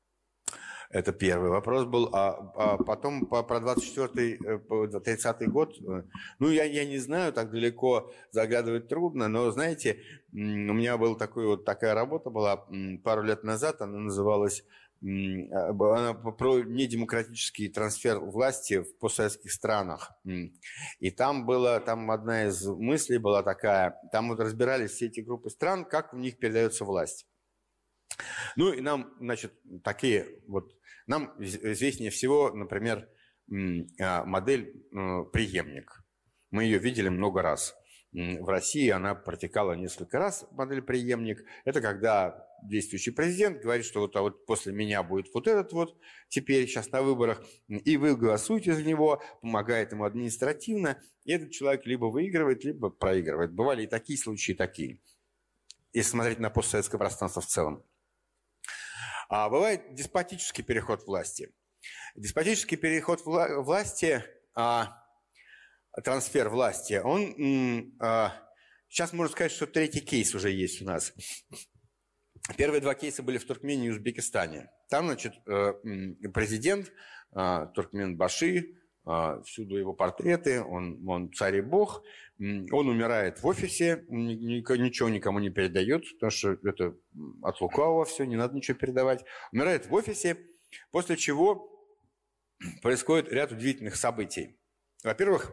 Это первый вопрос был. А, а потом по, про двадцать четвёртый тридцатый год, ну, я, я не знаю, так далеко заглядывать трудно, но, знаете, у меня была такой, вот такая работа была пару лет назад, она называлась она про недемократический трансфер власти в постсоветских странах. И там была, там одна из мыслей была такая, там вот разбирались все эти группы стран, как в них передается власть. Ну и нам, значит, такие вот, нам известнее всего, например, модель преемник. Мы ее видели много раз. В России она протекала несколько раз, модель преемник. Это когда действующий президент говорит, что вот, а вот после меня будет вот этот вот теперь сейчас на выборах, и вы голосуете за него, помогает ему административно, и этот человек либо выигрывает, либо проигрывает. Бывали и такие случаи, и такие, если смотреть на постсоветское пространство в целом. А бывает деспотический переход власти. Деспотический переход вла- власти... А, трансфер власти, он, э, сейчас можно сказать, что третий кейс уже есть у нас. Первые два кейса были в Туркмении и Узбекистане. Там, значит, э, президент э, Туркменбаши, э, всюду его портреты, он, он царь и бог, он умирает в офисе, ничего никому не передает, потому что это от лукавого все, не надо ничего передавать. Умирает в офисе, после чего происходит ряд удивительных событий. Во-первых,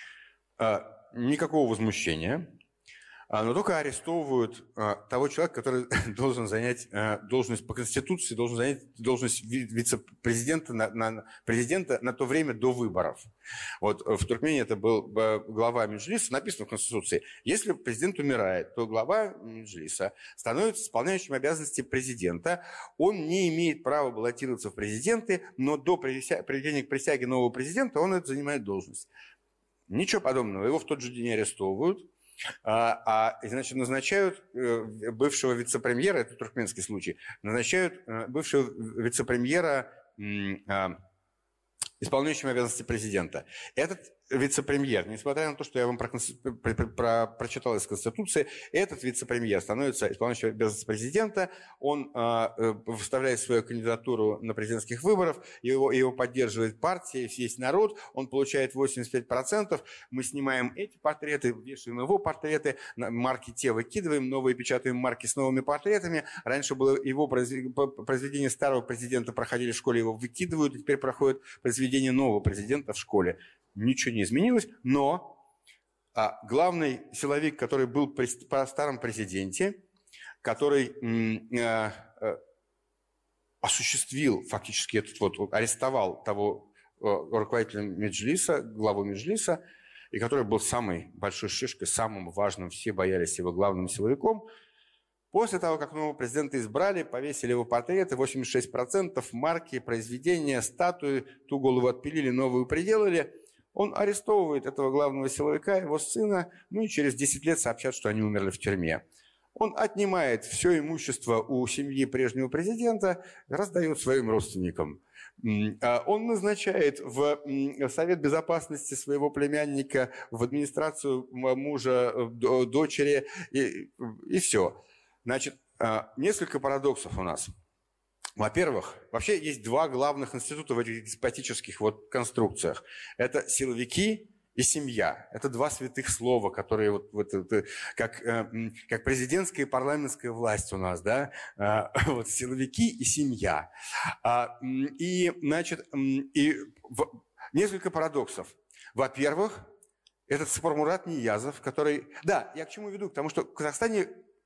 никакого возмущения, но только арестовывают того человека, который должен занять должность по Конституции, должен занять должность вице-президента на, на, президента на то время до выборов. Вот в Туркмении это был глава Меджлиса, написано в Конституции. Если президент умирает, то глава Меджлиса становится исполняющим обязанности президента. Он не имеет права баллотироваться в президенты, но до приведения к присяге нового президента он это занимает должность. Ничего подобного. Его в тот же день арестовывают, а, а значит, назначают бывшего вице-премьера, это туркменский случай, назначают бывшего вице-премьера исполняющим обязанности президента. Этот вице-премьер, несмотря на то, что я вам про, про, про, прочитал из Конституции, этот вице-премьер становится исполняющим обязанности президента, он э, выставляет свою кандидатуру на президентских выборах, его, его поддерживает партия, весь народ, он получает восемьдесят пять процентов, мы снимаем эти портреты, вешаем его портреты, марки те выкидываем, новые печатаем марки с новыми портретами. Раньше было его произведение старого президента, проходили в школе, его выкидывают, и теперь проходит произведение нового президента в школе. Ничего не изменилось, но а, главный силовик, который был при по старом президенте, который м, а, а, осуществил фактически этот вот, арестовал того а, руководителя Меджлиса, главу Меджлиса, и который был самой большой шишкой, самым важным, все боялись его главным силовиком. После того, как нового президента избрали, повесили его портреты, восемьдесят шесть процентов, марки, произведения, статуи, ту голову отпилили, новую приделали. Он арестовывает этого главного силовика, его сына, ну и через десять лет сообщат, что они умерли в тюрьме. Он отнимает все имущество у семьи прежнего президента, раздает своим родственникам. Он назначает в Совет Безопасности своего племянника, в администрацию мужа, дочери, и, и все. Значит, несколько парадоксов у нас. Во-первых, вообще есть два главных института в этих деспотических вот конструкциях. Это силовики и семья. Это два святых слова, которые вот, вот это, как, как президентская и парламентская власть у нас, да, вот силовики и семья. И, значит, и несколько парадоксов. Во-первых, этот Сапармурат Ниязов, который... Да, я к чему веду? К тому, что в Казахстане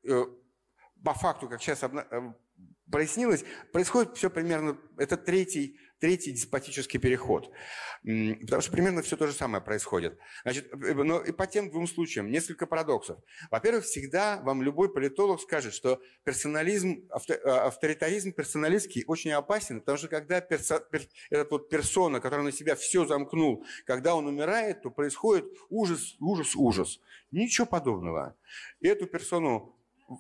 по факту, как сейчас прояснилось, происходит все примерно, это третий, третий деспотический переход. Потому что примерно все то же самое происходит. Значит, но и по тем двум случаям несколько парадоксов. Во-первых, всегда вам любой политолог скажет, что персонализм, авторитаризм персоналистский очень опасен, потому что когда персо, пер, этот вот персона, который на себя все замкнул, когда он умирает, то происходит ужас, ужас, ужас. Ничего подобного. И эту персону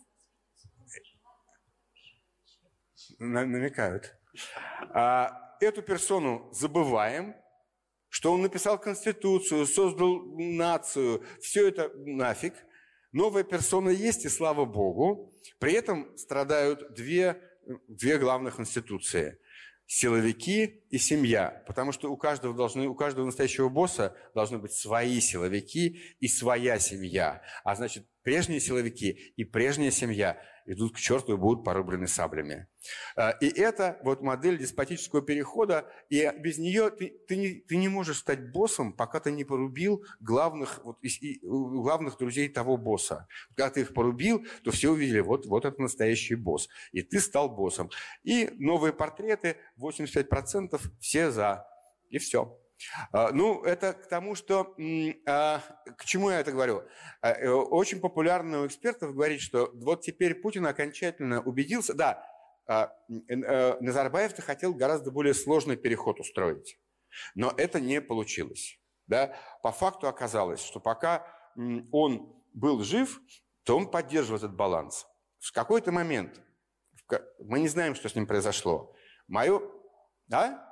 намекают. А эту персону забываем, что он написал Конституцию, создал нацию, все это нафиг. Новая персона есть, и слава Богу. При этом страдают две, две главных институции. Силовики и семья. Потому что у каждого, должны, у каждого настоящего босса должны быть свои силовики и своя семья. А значит, прежние силовики и прежняя семья идут к черту и будут порублены саблями. И это вот модель деспотического перехода, и без нее ты, ты, не, ты не можешь стать боссом, пока ты не порубил главных, вот, и, и, главных друзей того босса. Когда ты их порубил, то все увидели, вот, вот это настоящий босс. И ты стал боссом. И новые портреты, восемьдесят пять процентов все за. И все. Ну, это к тому, что... К чему я это говорю? Очень популярно у экспертов говорить, что вот теперь Путин окончательно убедился... Да, Назарбаев-то хотел гораздо более сложный переход устроить, но это не получилось. Да? По факту оказалось, что пока он был жив, то он поддерживал этот баланс. В какой-то момент, мы не знаем, что с ним произошло. Мое... А?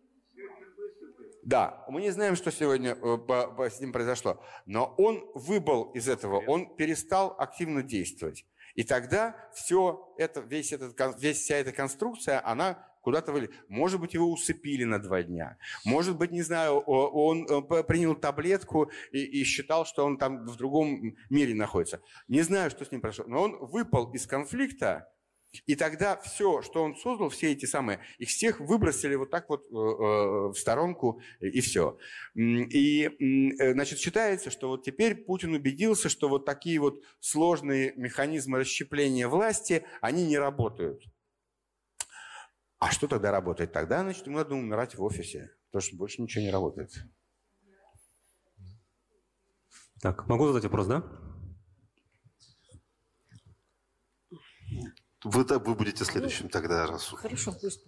Да, мы не знаем, что сегодня с ним произошло, но он выбыл из этого, он перестал активно действовать. И тогда все это, весь этот, весь, вся эта конструкция, она куда-то вылез. Может быть, его усыпили на два дня. Может быть, не знаю, он принял таблетку и, и считал, что он там в другом мире находится. Не знаю, что с ним произошло. Но он выпал из конфликта, и тогда все, что он создал, все эти самые, их всех выбросили вот так вот э, в сторонку, и все. И, значит, считается, что вот теперь Путин убедился, что вот такие вот сложные механизмы расщепления власти, они не работают. А что тогда работает? Тогда, значит, ему надо умирать в офисе, потому что больше ничего не работает. Так, могу задать вопрос, да? Вы, вы будете следующим тогда, раз. Хорошо, пусть.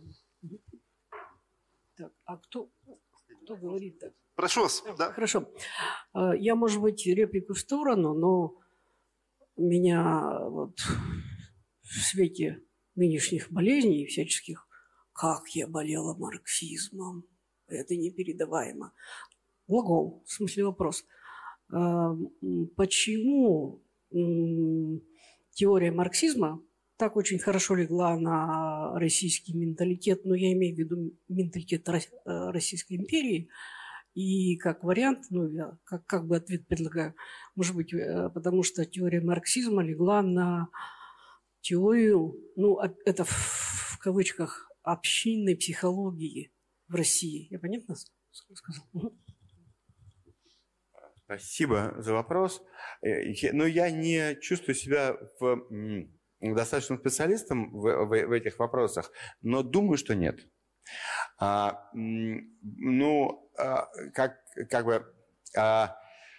Так, а кто, кто говорит так? Прошу вас, да. Хорошо. Я, может быть, реплику в сторону, но меня вот в свете нынешних болезней всяческих, как я болела марксизмом, это непередаваемо. Глагол, в смысле вопрос. Почему теория марксизма так очень хорошо легла на российский менталитет, но я имею в виду менталитет Российской империи, и как вариант, ну, я как, как бы ответ предлагаю, может быть, потому что теория марксизма легла на теорию, ну, это в, в кавычках, общинной психологии в России. Я понятно сказал? Спасибо за вопрос. Но я не чувствую себя в... достаточно специалистом в, в, в этих вопросах, но думаю, что нет. А, ну, а, как, как бы а,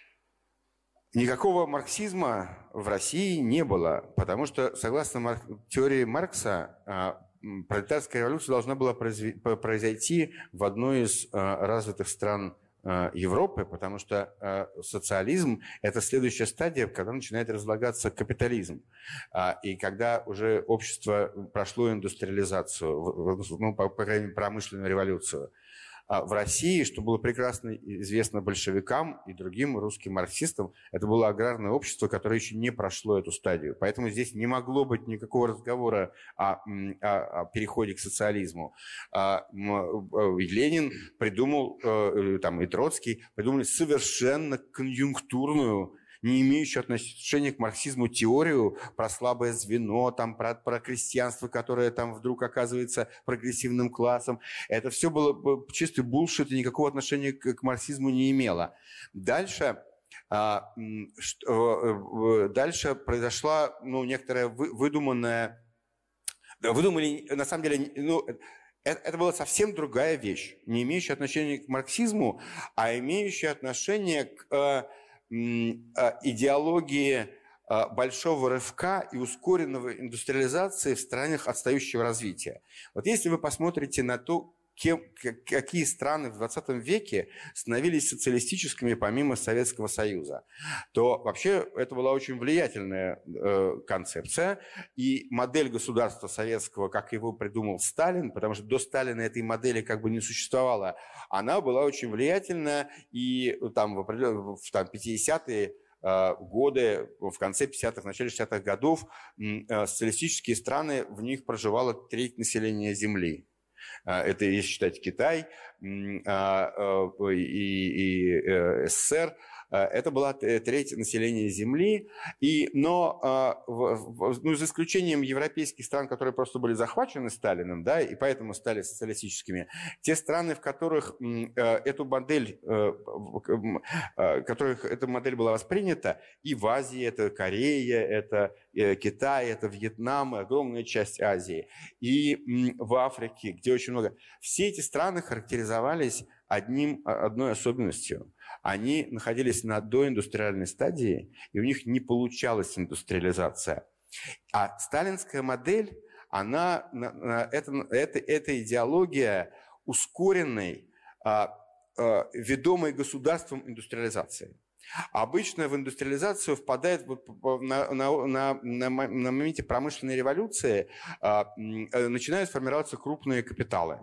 никакого марксизма в России не было, потому что, согласно марк, теории Маркса, а, пролетарская революция должна была произойти в одной из а, развитых стран Европы, потому что э, социализм – это следующая стадия, когда начинает разлагаться капитализм. А, и когда уже общество прошло индустриализацию, ну, по, по крайней мере, промышленную революцию. А в России, что было прекрасно известно большевикам и другим русским марксистам, это было аграрное общество, которое еще не прошло эту стадию. Поэтому здесь не могло быть никакого разговора о, о, о переходе к социализму. А, Ленин придумал, там, и Троцкий придумали совершенно конъюнктурную, не имеющую отношения к марксизму теорию про слабое звено, там, про, про крестьянство, которое там вдруг оказывается прогрессивным классом. Это все было чистый булшит и никакого отношения к, к марксизму не имело. Дальше, а, что, дальше произошла, ну, некоторая вы, выдуманная... Выдумали, на самом деле... Ну, Это, это была совсем другая вещь, не имеющая отношения к марксизму, а имеющая отношение к идеологии большого рывка и ускоренного индустриализации в странах отстающего развития. Вот если вы посмотрите на то, кем, какие страны в двадцатом веке становились социалистическими помимо Советского Союза, то вообще это была очень влиятельная э, концепция. И модель государства советского, как его придумал Сталин, потому что до Сталина этой модели как бы не существовало, она была очень влиятельная. И там в, в там, пятидесятые годы, в конце пятидесятых, в начале шестидесятых годов социалистические страны, в них проживало треть населения Земли. Это, если считать Китай и, и, и СССР, это была треть населения Земли. И, но ну, за исключением европейских стран, которые просто были захвачены Сталиным, да, и поэтому стали социалистическими, те страны, в которых эту модель, в которых эта модель была воспринята, и в Азии, это Корея, это Китай, это Вьетнам, огромная часть Азии, и в Африке, где очень много. Все эти страны характеризовались одним, одной особенностью. Они находились на доиндустриальной стадии, и у них не получалась индустриализация. А сталинская модель, она, это, это, это идеология ускоренной, ведомой государством индустриализации. Обычно в индустриализацию впадает на, на, на, на, на моменте промышленной революции, начинают формироваться крупные капиталы.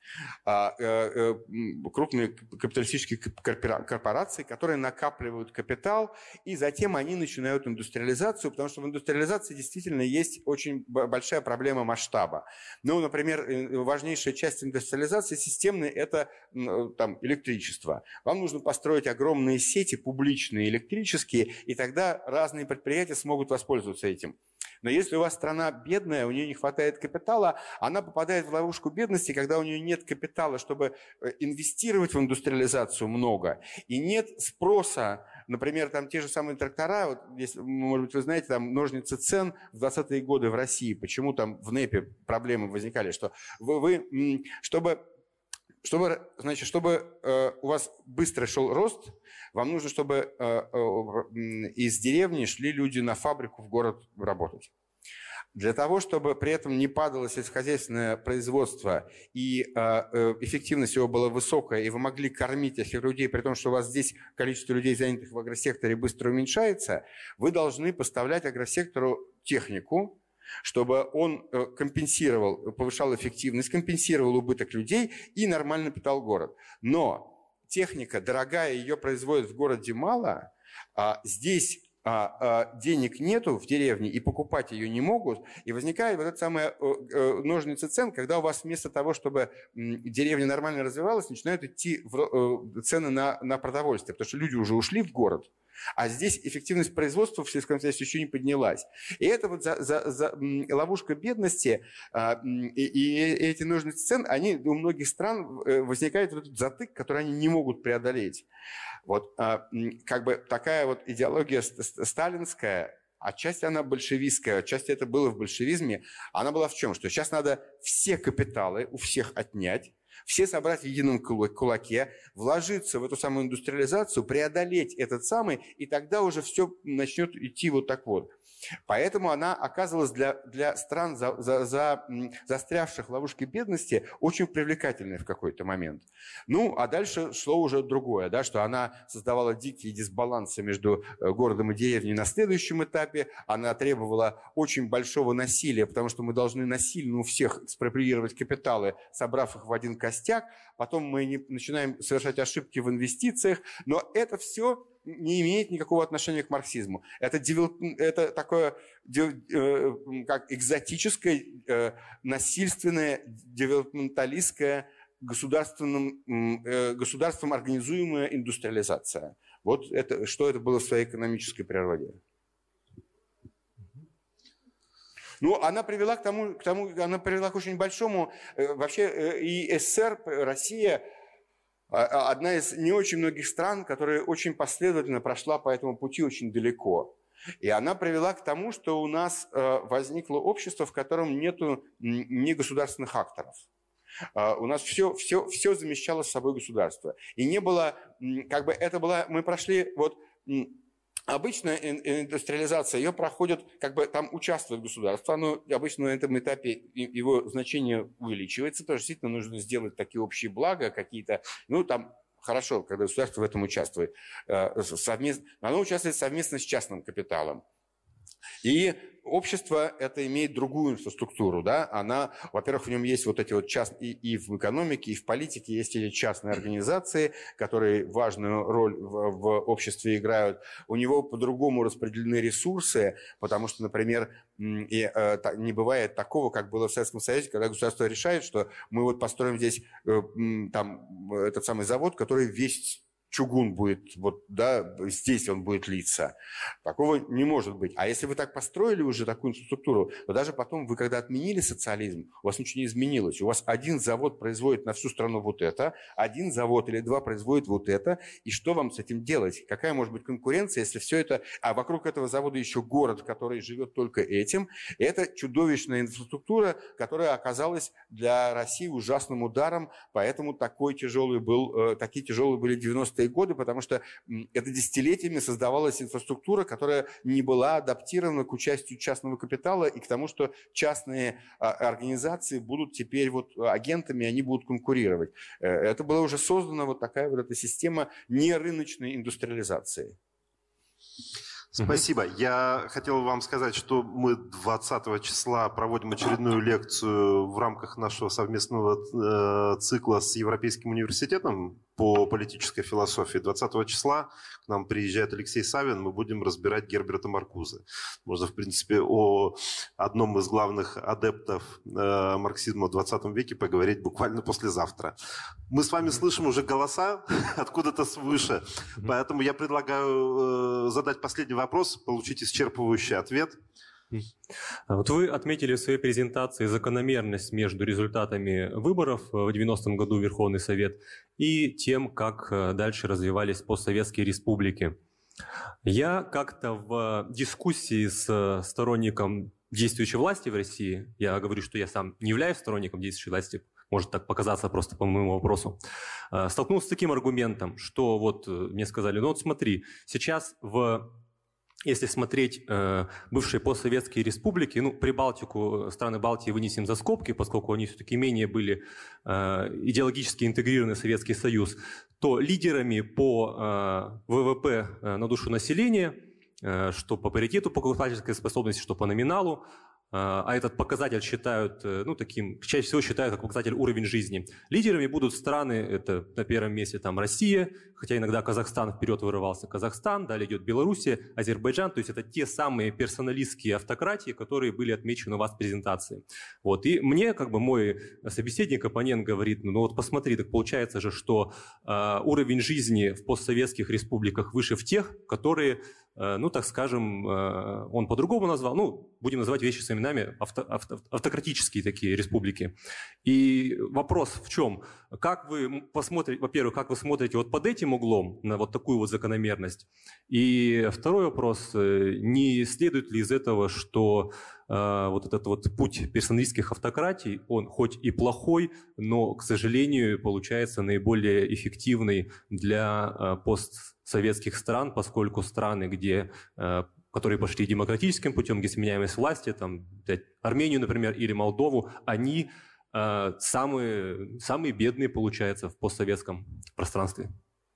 Крупные капиталистические корпорации, которые накапливают капитал, и затем они начинают индустриализацию, потому что в индустриализации действительно есть очень большая проблема масштаба. Ну, например, важнейшая часть индустриализации системной – это там, электричество. Вам нужно построить огромные сети, публичные, электрические, и тогда разные предприятия смогут воспользоваться этим. Но если у вас страна бедная, у нее не хватает капитала, она попадает в ловушку бедности, когда у нее нет капитала, чтобы инвестировать в индустриализацию много, и нет спроса. Например, там те же самые трактора, вот, если, может быть, вы знаете, там ножницы цен в двадцатые годы в России, почему там в НЭПе проблемы возникали, что вы, вы чтобы... Чтобы, значит, чтобы э, у вас быстро шел рост, вам нужно, чтобы э, э, из деревни шли люди на фабрику в город работать. Для того, чтобы при этом не падало сельскохозяйственное производство и э, э, эффективность его была высокая, и вы могли кормить этих людей, при том, что у вас здесь количество людей, занятых в агросекторе, быстро уменьшается, вы должны поставлять агросектору технику, чтобы он компенсировал, повышал эффективность, компенсировал убыток людей и нормально питал город. Но техника дорогая, ее производят в городе мало, а здесь а, а, денег нету в деревне и покупать ее не могут, и возникает вот эта самая ножницы цен, когда у вас вместо того, чтобы деревня нормально развивалась, начинают идти в цены на, на продовольствие, потому что люди уже ушли в город. А здесь эффективность производства в сельском хозяйстве еще не поднялась. И это вот за, за, за ловушка бедности а, и, и эти ножницы цен, они у многих стран возникает вот этот затык, который они не могут преодолеть. Вот а, как бы такая вот идеология сталинская, отчасти она большевистская, отчасти это было в большевизме, она была в чем? Что сейчас надо все капиталы у всех отнять, все собрать в едином кулаке, вложиться в эту самую индустриализацию, преодолеть этот самый, и тогда уже все начнет идти вот так вот. Поэтому она оказывалась для, для стран, за, за, за, застрявших в ловушке бедности, очень привлекательной в какой-то момент. Ну, а дальше шло уже другое, да, что она создавала дикие дисбалансы между городом и деревней на следующем этапе, она требовала очень большого насилия, потому что мы должны насильно у всех экспроприировать капиталы, собрав их в один костяк, потом мы не, начинаем совершать ошибки в инвестициях, но это все не имеет никакого отношения к марксизму. Это, это такое как экзотическое, насильственное, девелопменталистское, государственным, государством организуемая индустриализация. Вот это, что это было в своей экономической природе. Ну, она привела к тому, к тому, она привела к очень большому, вообще и СССР, Россия, одна из не очень многих стран, которая очень последовательно прошла по этому пути очень далеко. И она привела к тому, что у нас возникло общество, в котором нету негосударственных акторов. У нас все, все, все замещало с собой государство. И не было, как бы это было, мы прошли вот... Обычная индустриализация, ее проходит, как бы там участвует государство, оно обычно на этом этапе его значение увеличивается, потому что действительно нужно сделать такие общие блага какие-то, ну там хорошо, когда государство в этом участвует, совместно, оно участвует совместно с частным капиталом. И общество это имеет другую инфраструктуру, да, она, во-первых, в нем есть вот эти вот частные, и, и в экономике, и в политике есть эти частные организации, которые важную роль в, в обществе играют. У него по-другому распределены ресурсы, потому что, например, и, э, не бывает такого, как было в Советском Союзе, когда государство решает, что мы вот построим здесь э, там этот самый завод, который весь чугун будет, вот, да, здесь он будет литься. Такого не может быть. А если вы так построили уже такую инфраструктуру, то даже потом вы, когда отменили социализм, у вас ничего не изменилось. У вас один завод производит на всю страну вот это, один завод или два производит вот это. И что вам с этим делать? Какая может быть конкуренция, если все это... А вокруг этого завода еще город, который живет только этим. Это чудовищная инфраструктура, которая оказалась для России ужасным ударом, поэтому такой тяжелый был, такие тяжелые были девяностые годы, потому что это десятилетиями создавалась инфраструктура, которая не была адаптирована к участию частного капитала и к тому, что частные организации будут теперь вот агентами, они будут конкурировать. Это была уже создана вот такая вот эта система нерыночной индустриализации. Спасибо. Я хотел вам сказать, что мы двадцатого числа проводим очередную лекцию в рамках нашего совместного э, цикла с Европейским университетом по политической философии. двадцатого числа к нам приезжает Алексей Савин, мы будем разбирать Герберта Маркузе. Можно, в принципе, о одном из главных адептов э, марксизма в двадцатом веке поговорить буквально послезавтра. Мы с вами слышим уже голоса откуда-то свыше, поэтому я предлагаю э, задать последний вопрос, получить исчерпывающий ответ. Вот вы отметили в своей презентации закономерность между результатами выборов в девяностом году в Верховный Совет и тем, как дальше развивались постсоветские республики. Я как-то в дискуссии с сторонником действующей власти в России, я говорю, что я сам не являюсь сторонником действующей власти, может так показаться просто по моему вопросу, столкнулся с таким аргументом, что вот мне сказали, ну вот смотри, сейчас в... Если смотреть э, бывшие постсоветские республики, ну, Прибалтику, страны Балтии вынесем за скобки, поскольку они все-таки менее были э, идеологически интегрированы в Советский Союз, то лидерами по э, ВВП на душу населения, э, что по паритету покупательской способности, что по номиналу, а этот показатель считают, ну, таким, чаще всего считают как показатель уровень жизни. Лидерами будут страны, это на первом месте там Россия, хотя иногда Казахстан вперед вырывался, Казахстан, далее идет Белоруссия, Азербайджан, то есть это те самые персоналистские автократии, которые были отмечены у вас в презентации. Вот. И мне, как бы, мой собеседник, оппонент говорит, ну вот посмотри, так получается же, что э, уровень жизни в постсоветских республиках выше в тех, которые, э, ну, так скажем, э, он по-другому назвал, ну, будем называть вещи своими именами, авто, авто, автократические такие республики. И вопрос в чем? Как вы посмотрите, во-первых, как вы смотрите вот под этим углом на вот такую вот закономерность? И второй вопрос, не следует ли из этого, что э, вот этот вот путь персоналистских автократий, он хоть и плохой, но, к сожалению, получается наиболее эффективный для э, постсоветских стран, поскольку страны, где э, которые пошли демократическим путем, где сменяемость власти, там, Армению, например, или Молдову, они э, самые, самые бедные, получается, в постсоветском пространстве.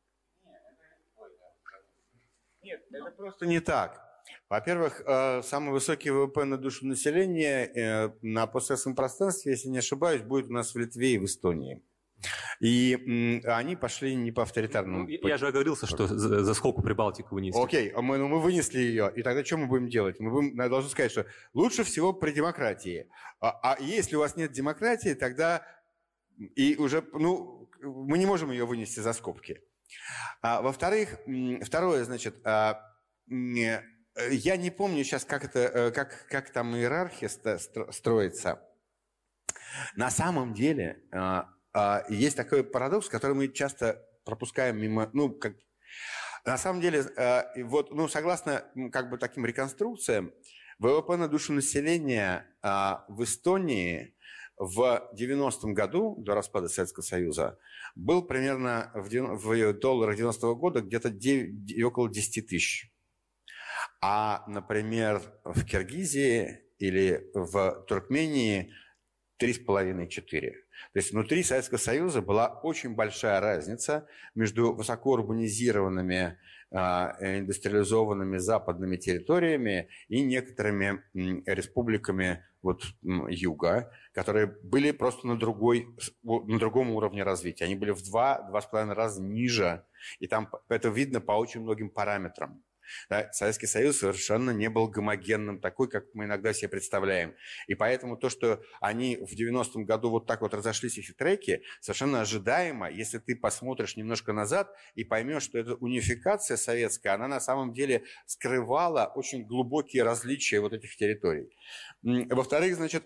Нет, это просто не так. Во-первых, э, самый высокий ВВП на душу населения э, на постсоветском пространстве, если не ошибаюсь, будет у нас в Литве и в Эстонии. И м, они пошли не по авторитарному Ну, пути. я же оговорился, что за, за сколько Прибалтику вынесли. Окей, а мы, ну, мы вынесли ее, и тогда что мы будем делать? Мы будем, я должен сказать, что лучше всего при демократии. А, а если у вас нет демократии, тогда и уже, ну, мы не можем ее вынести за скобки. А, во-вторых, м, второе, значит, а, м, я не помню сейчас, как это, как, как там иерархия ст- строится. На самом деле а, а, есть такой парадокс, который мы часто пропускаем мимо, ну, как... На самом деле, э, вот, ну, согласно как бы таким реконструкциям, ВВП на душу населения э, в Эстонии в девяностом году, до распада Советского Союза, был примерно в, в долларах девяностого года где-то девять, около десять тысяч. А, например, в Киргизии или в Туркмении три с половиной - четыре. То есть внутри Советского Союза была очень большая разница между высокоурбанизированными, индустриализованными западными территориями и некоторыми республиками вот, юга, которые были просто на, другой, на другом уровне развития. Они были в два - два с половиной раза ниже, и там это видно по очень многим параметрам. Да, Советский Союз совершенно не был гомогенным, такой, как мы иногда себе представляем. И поэтому то, что они в девяностом году вот так вот разошлись, эти треки, совершенно ожидаемо, если ты посмотришь немножко назад и поймешь, что эта унификация советская, она на самом деле скрывала очень глубокие различия вот этих территорий. Во-вторых, значит...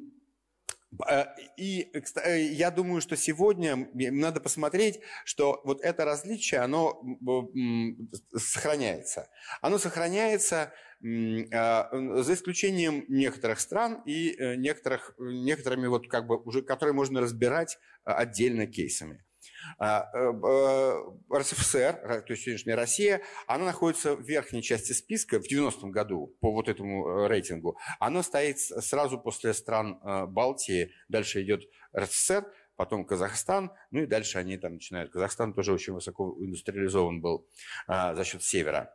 И я думаю, что сегодня надо посмотреть, что вот это различие, оно сохраняется. Оно сохраняется за исключением некоторых стран и некоторых, некоторыми, вот как бы уже, которые можно разбирать отдельно кейсами. РСФСР, то есть сегодняшняя Россия, она находится в верхней части списка в девяностом году по вот этому рейтингу. Она стоит сразу после стран Балтии, дальше идет РСФСР, потом Казахстан, ну и дальше они там начинают. Казахстан тоже очень высоко индустриализован был за счет севера.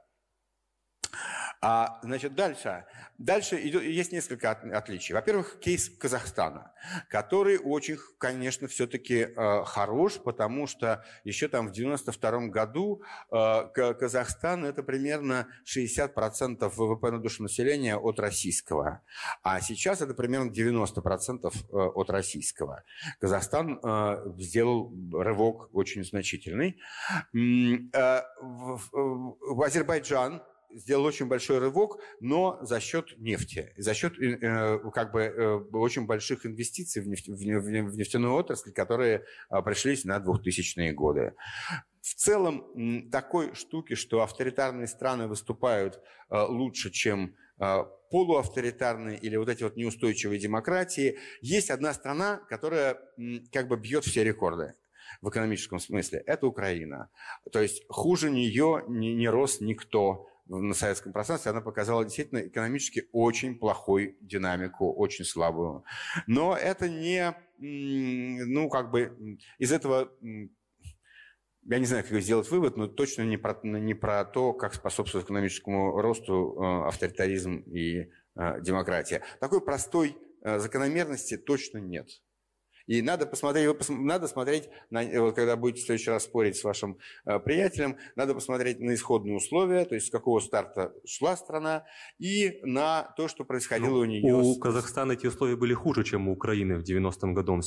А, значит, дальше, дальше идет, есть несколько от, отличий. Во-первых, кейс Казахстана, который очень, конечно, все-таки э, хорош, потому что еще там в девяносто втором году э, Казахстан это примерно шестьдесят процентов ВВП на душу населения от российского, а сейчас это примерно девяносто процентов от российского. Казахстан э, сделал рывок очень значительный. Э, в, в, в Азербайджан сделал очень большой рывок, но за счет нефти, за счет э, как бы э, очень больших инвестиций в, нефть, в нефтяную отрасль, которые э, пришлись на двухтысячные годы. В целом такой штуки, что авторитарные страны выступают э, лучше, чем э, полуавторитарные или вот эти вот неустойчивые демократии, есть одна страна, которая э, как бы бьет все рекорды в экономическом смысле. Это Украина. То есть хуже нее не, не рос никто на советском пространстве. Она показала действительно экономически очень плохую динамику, очень слабую. Но это не, ну, как бы из этого, я не знаю, как сделать вывод, но точно не про, не про то, как способствует экономическому росту авторитаризм и демократия. Такой простой закономерности точно нет. И надо посмотреть, надо смотреть, на, вот когда будете в следующий раз спорить с вашим э, приятелем, надо посмотреть на исходные условия, то есть с какого старта шла страна, и на то, что происходило ну, у нее. У с... Казахстана эти условия были хуже, чем у Украины в девяностом году.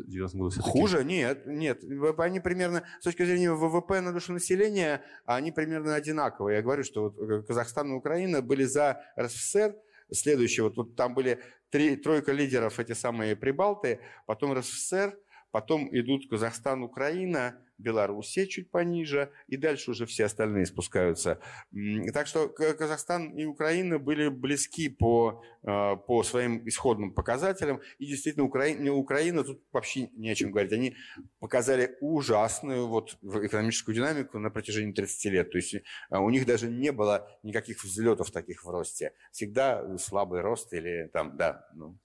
Хуже? Нет, нет. Они примерно, с точки зрения ВВП на душу населения, они примерно одинаковые. Я говорю, что вот Казахстан и Украина были за РСФСР. Следующее, вот, вот там были три, тройка лидеров, эти самые прибалты, потом РСФСР, потом идут Казахстан, Украина, Белоруссия чуть пониже, и дальше уже все остальные спускаются. Так что Казахстан и Украина были близки по, по своим исходным показателям, и действительно Украина, Украина тут вообще не о чем говорить. Они показали ужасную вот экономическую динамику на протяжении тридцати лет. То есть у них даже не было никаких взлетов таких в росте. Всегда слабый рост или там, да. Ну.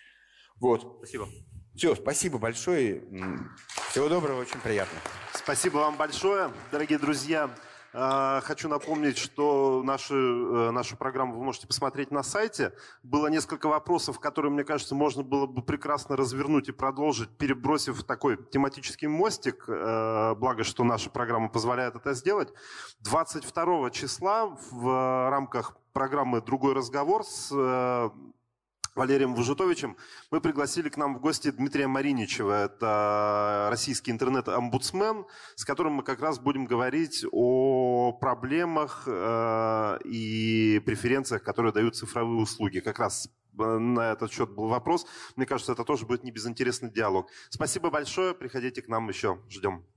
Вот. Спасибо. Все, спасибо большое. Всего доброго, очень приятно. Спасибо вам большое, дорогие друзья. Хочу напомнить, что нашу, нашу программу вы можете посмотреть на сайте. Было несколько вопросов, которые, мне кажется, можно было бы прекрасно развернуть и продолжить, перебросив такой тематический мостик. Благо, что наша программа позволяет это сделать. двадцать второго числа в рамках программы «Другой разговор» с Валерием Выжитовичем мы пригласили к нам в гости Дмитрия Мариничева. Это российский интернет-омбудсмен, с которым мы как раз будем говорить о проблемах э, и преференциях, которые дают цифровые услуги. Как раз на этот счет был вопрос. Мне кажется, это тоже будет не безинтересный диалог. Спасибо большое. Приходите к нам еще. Ждем.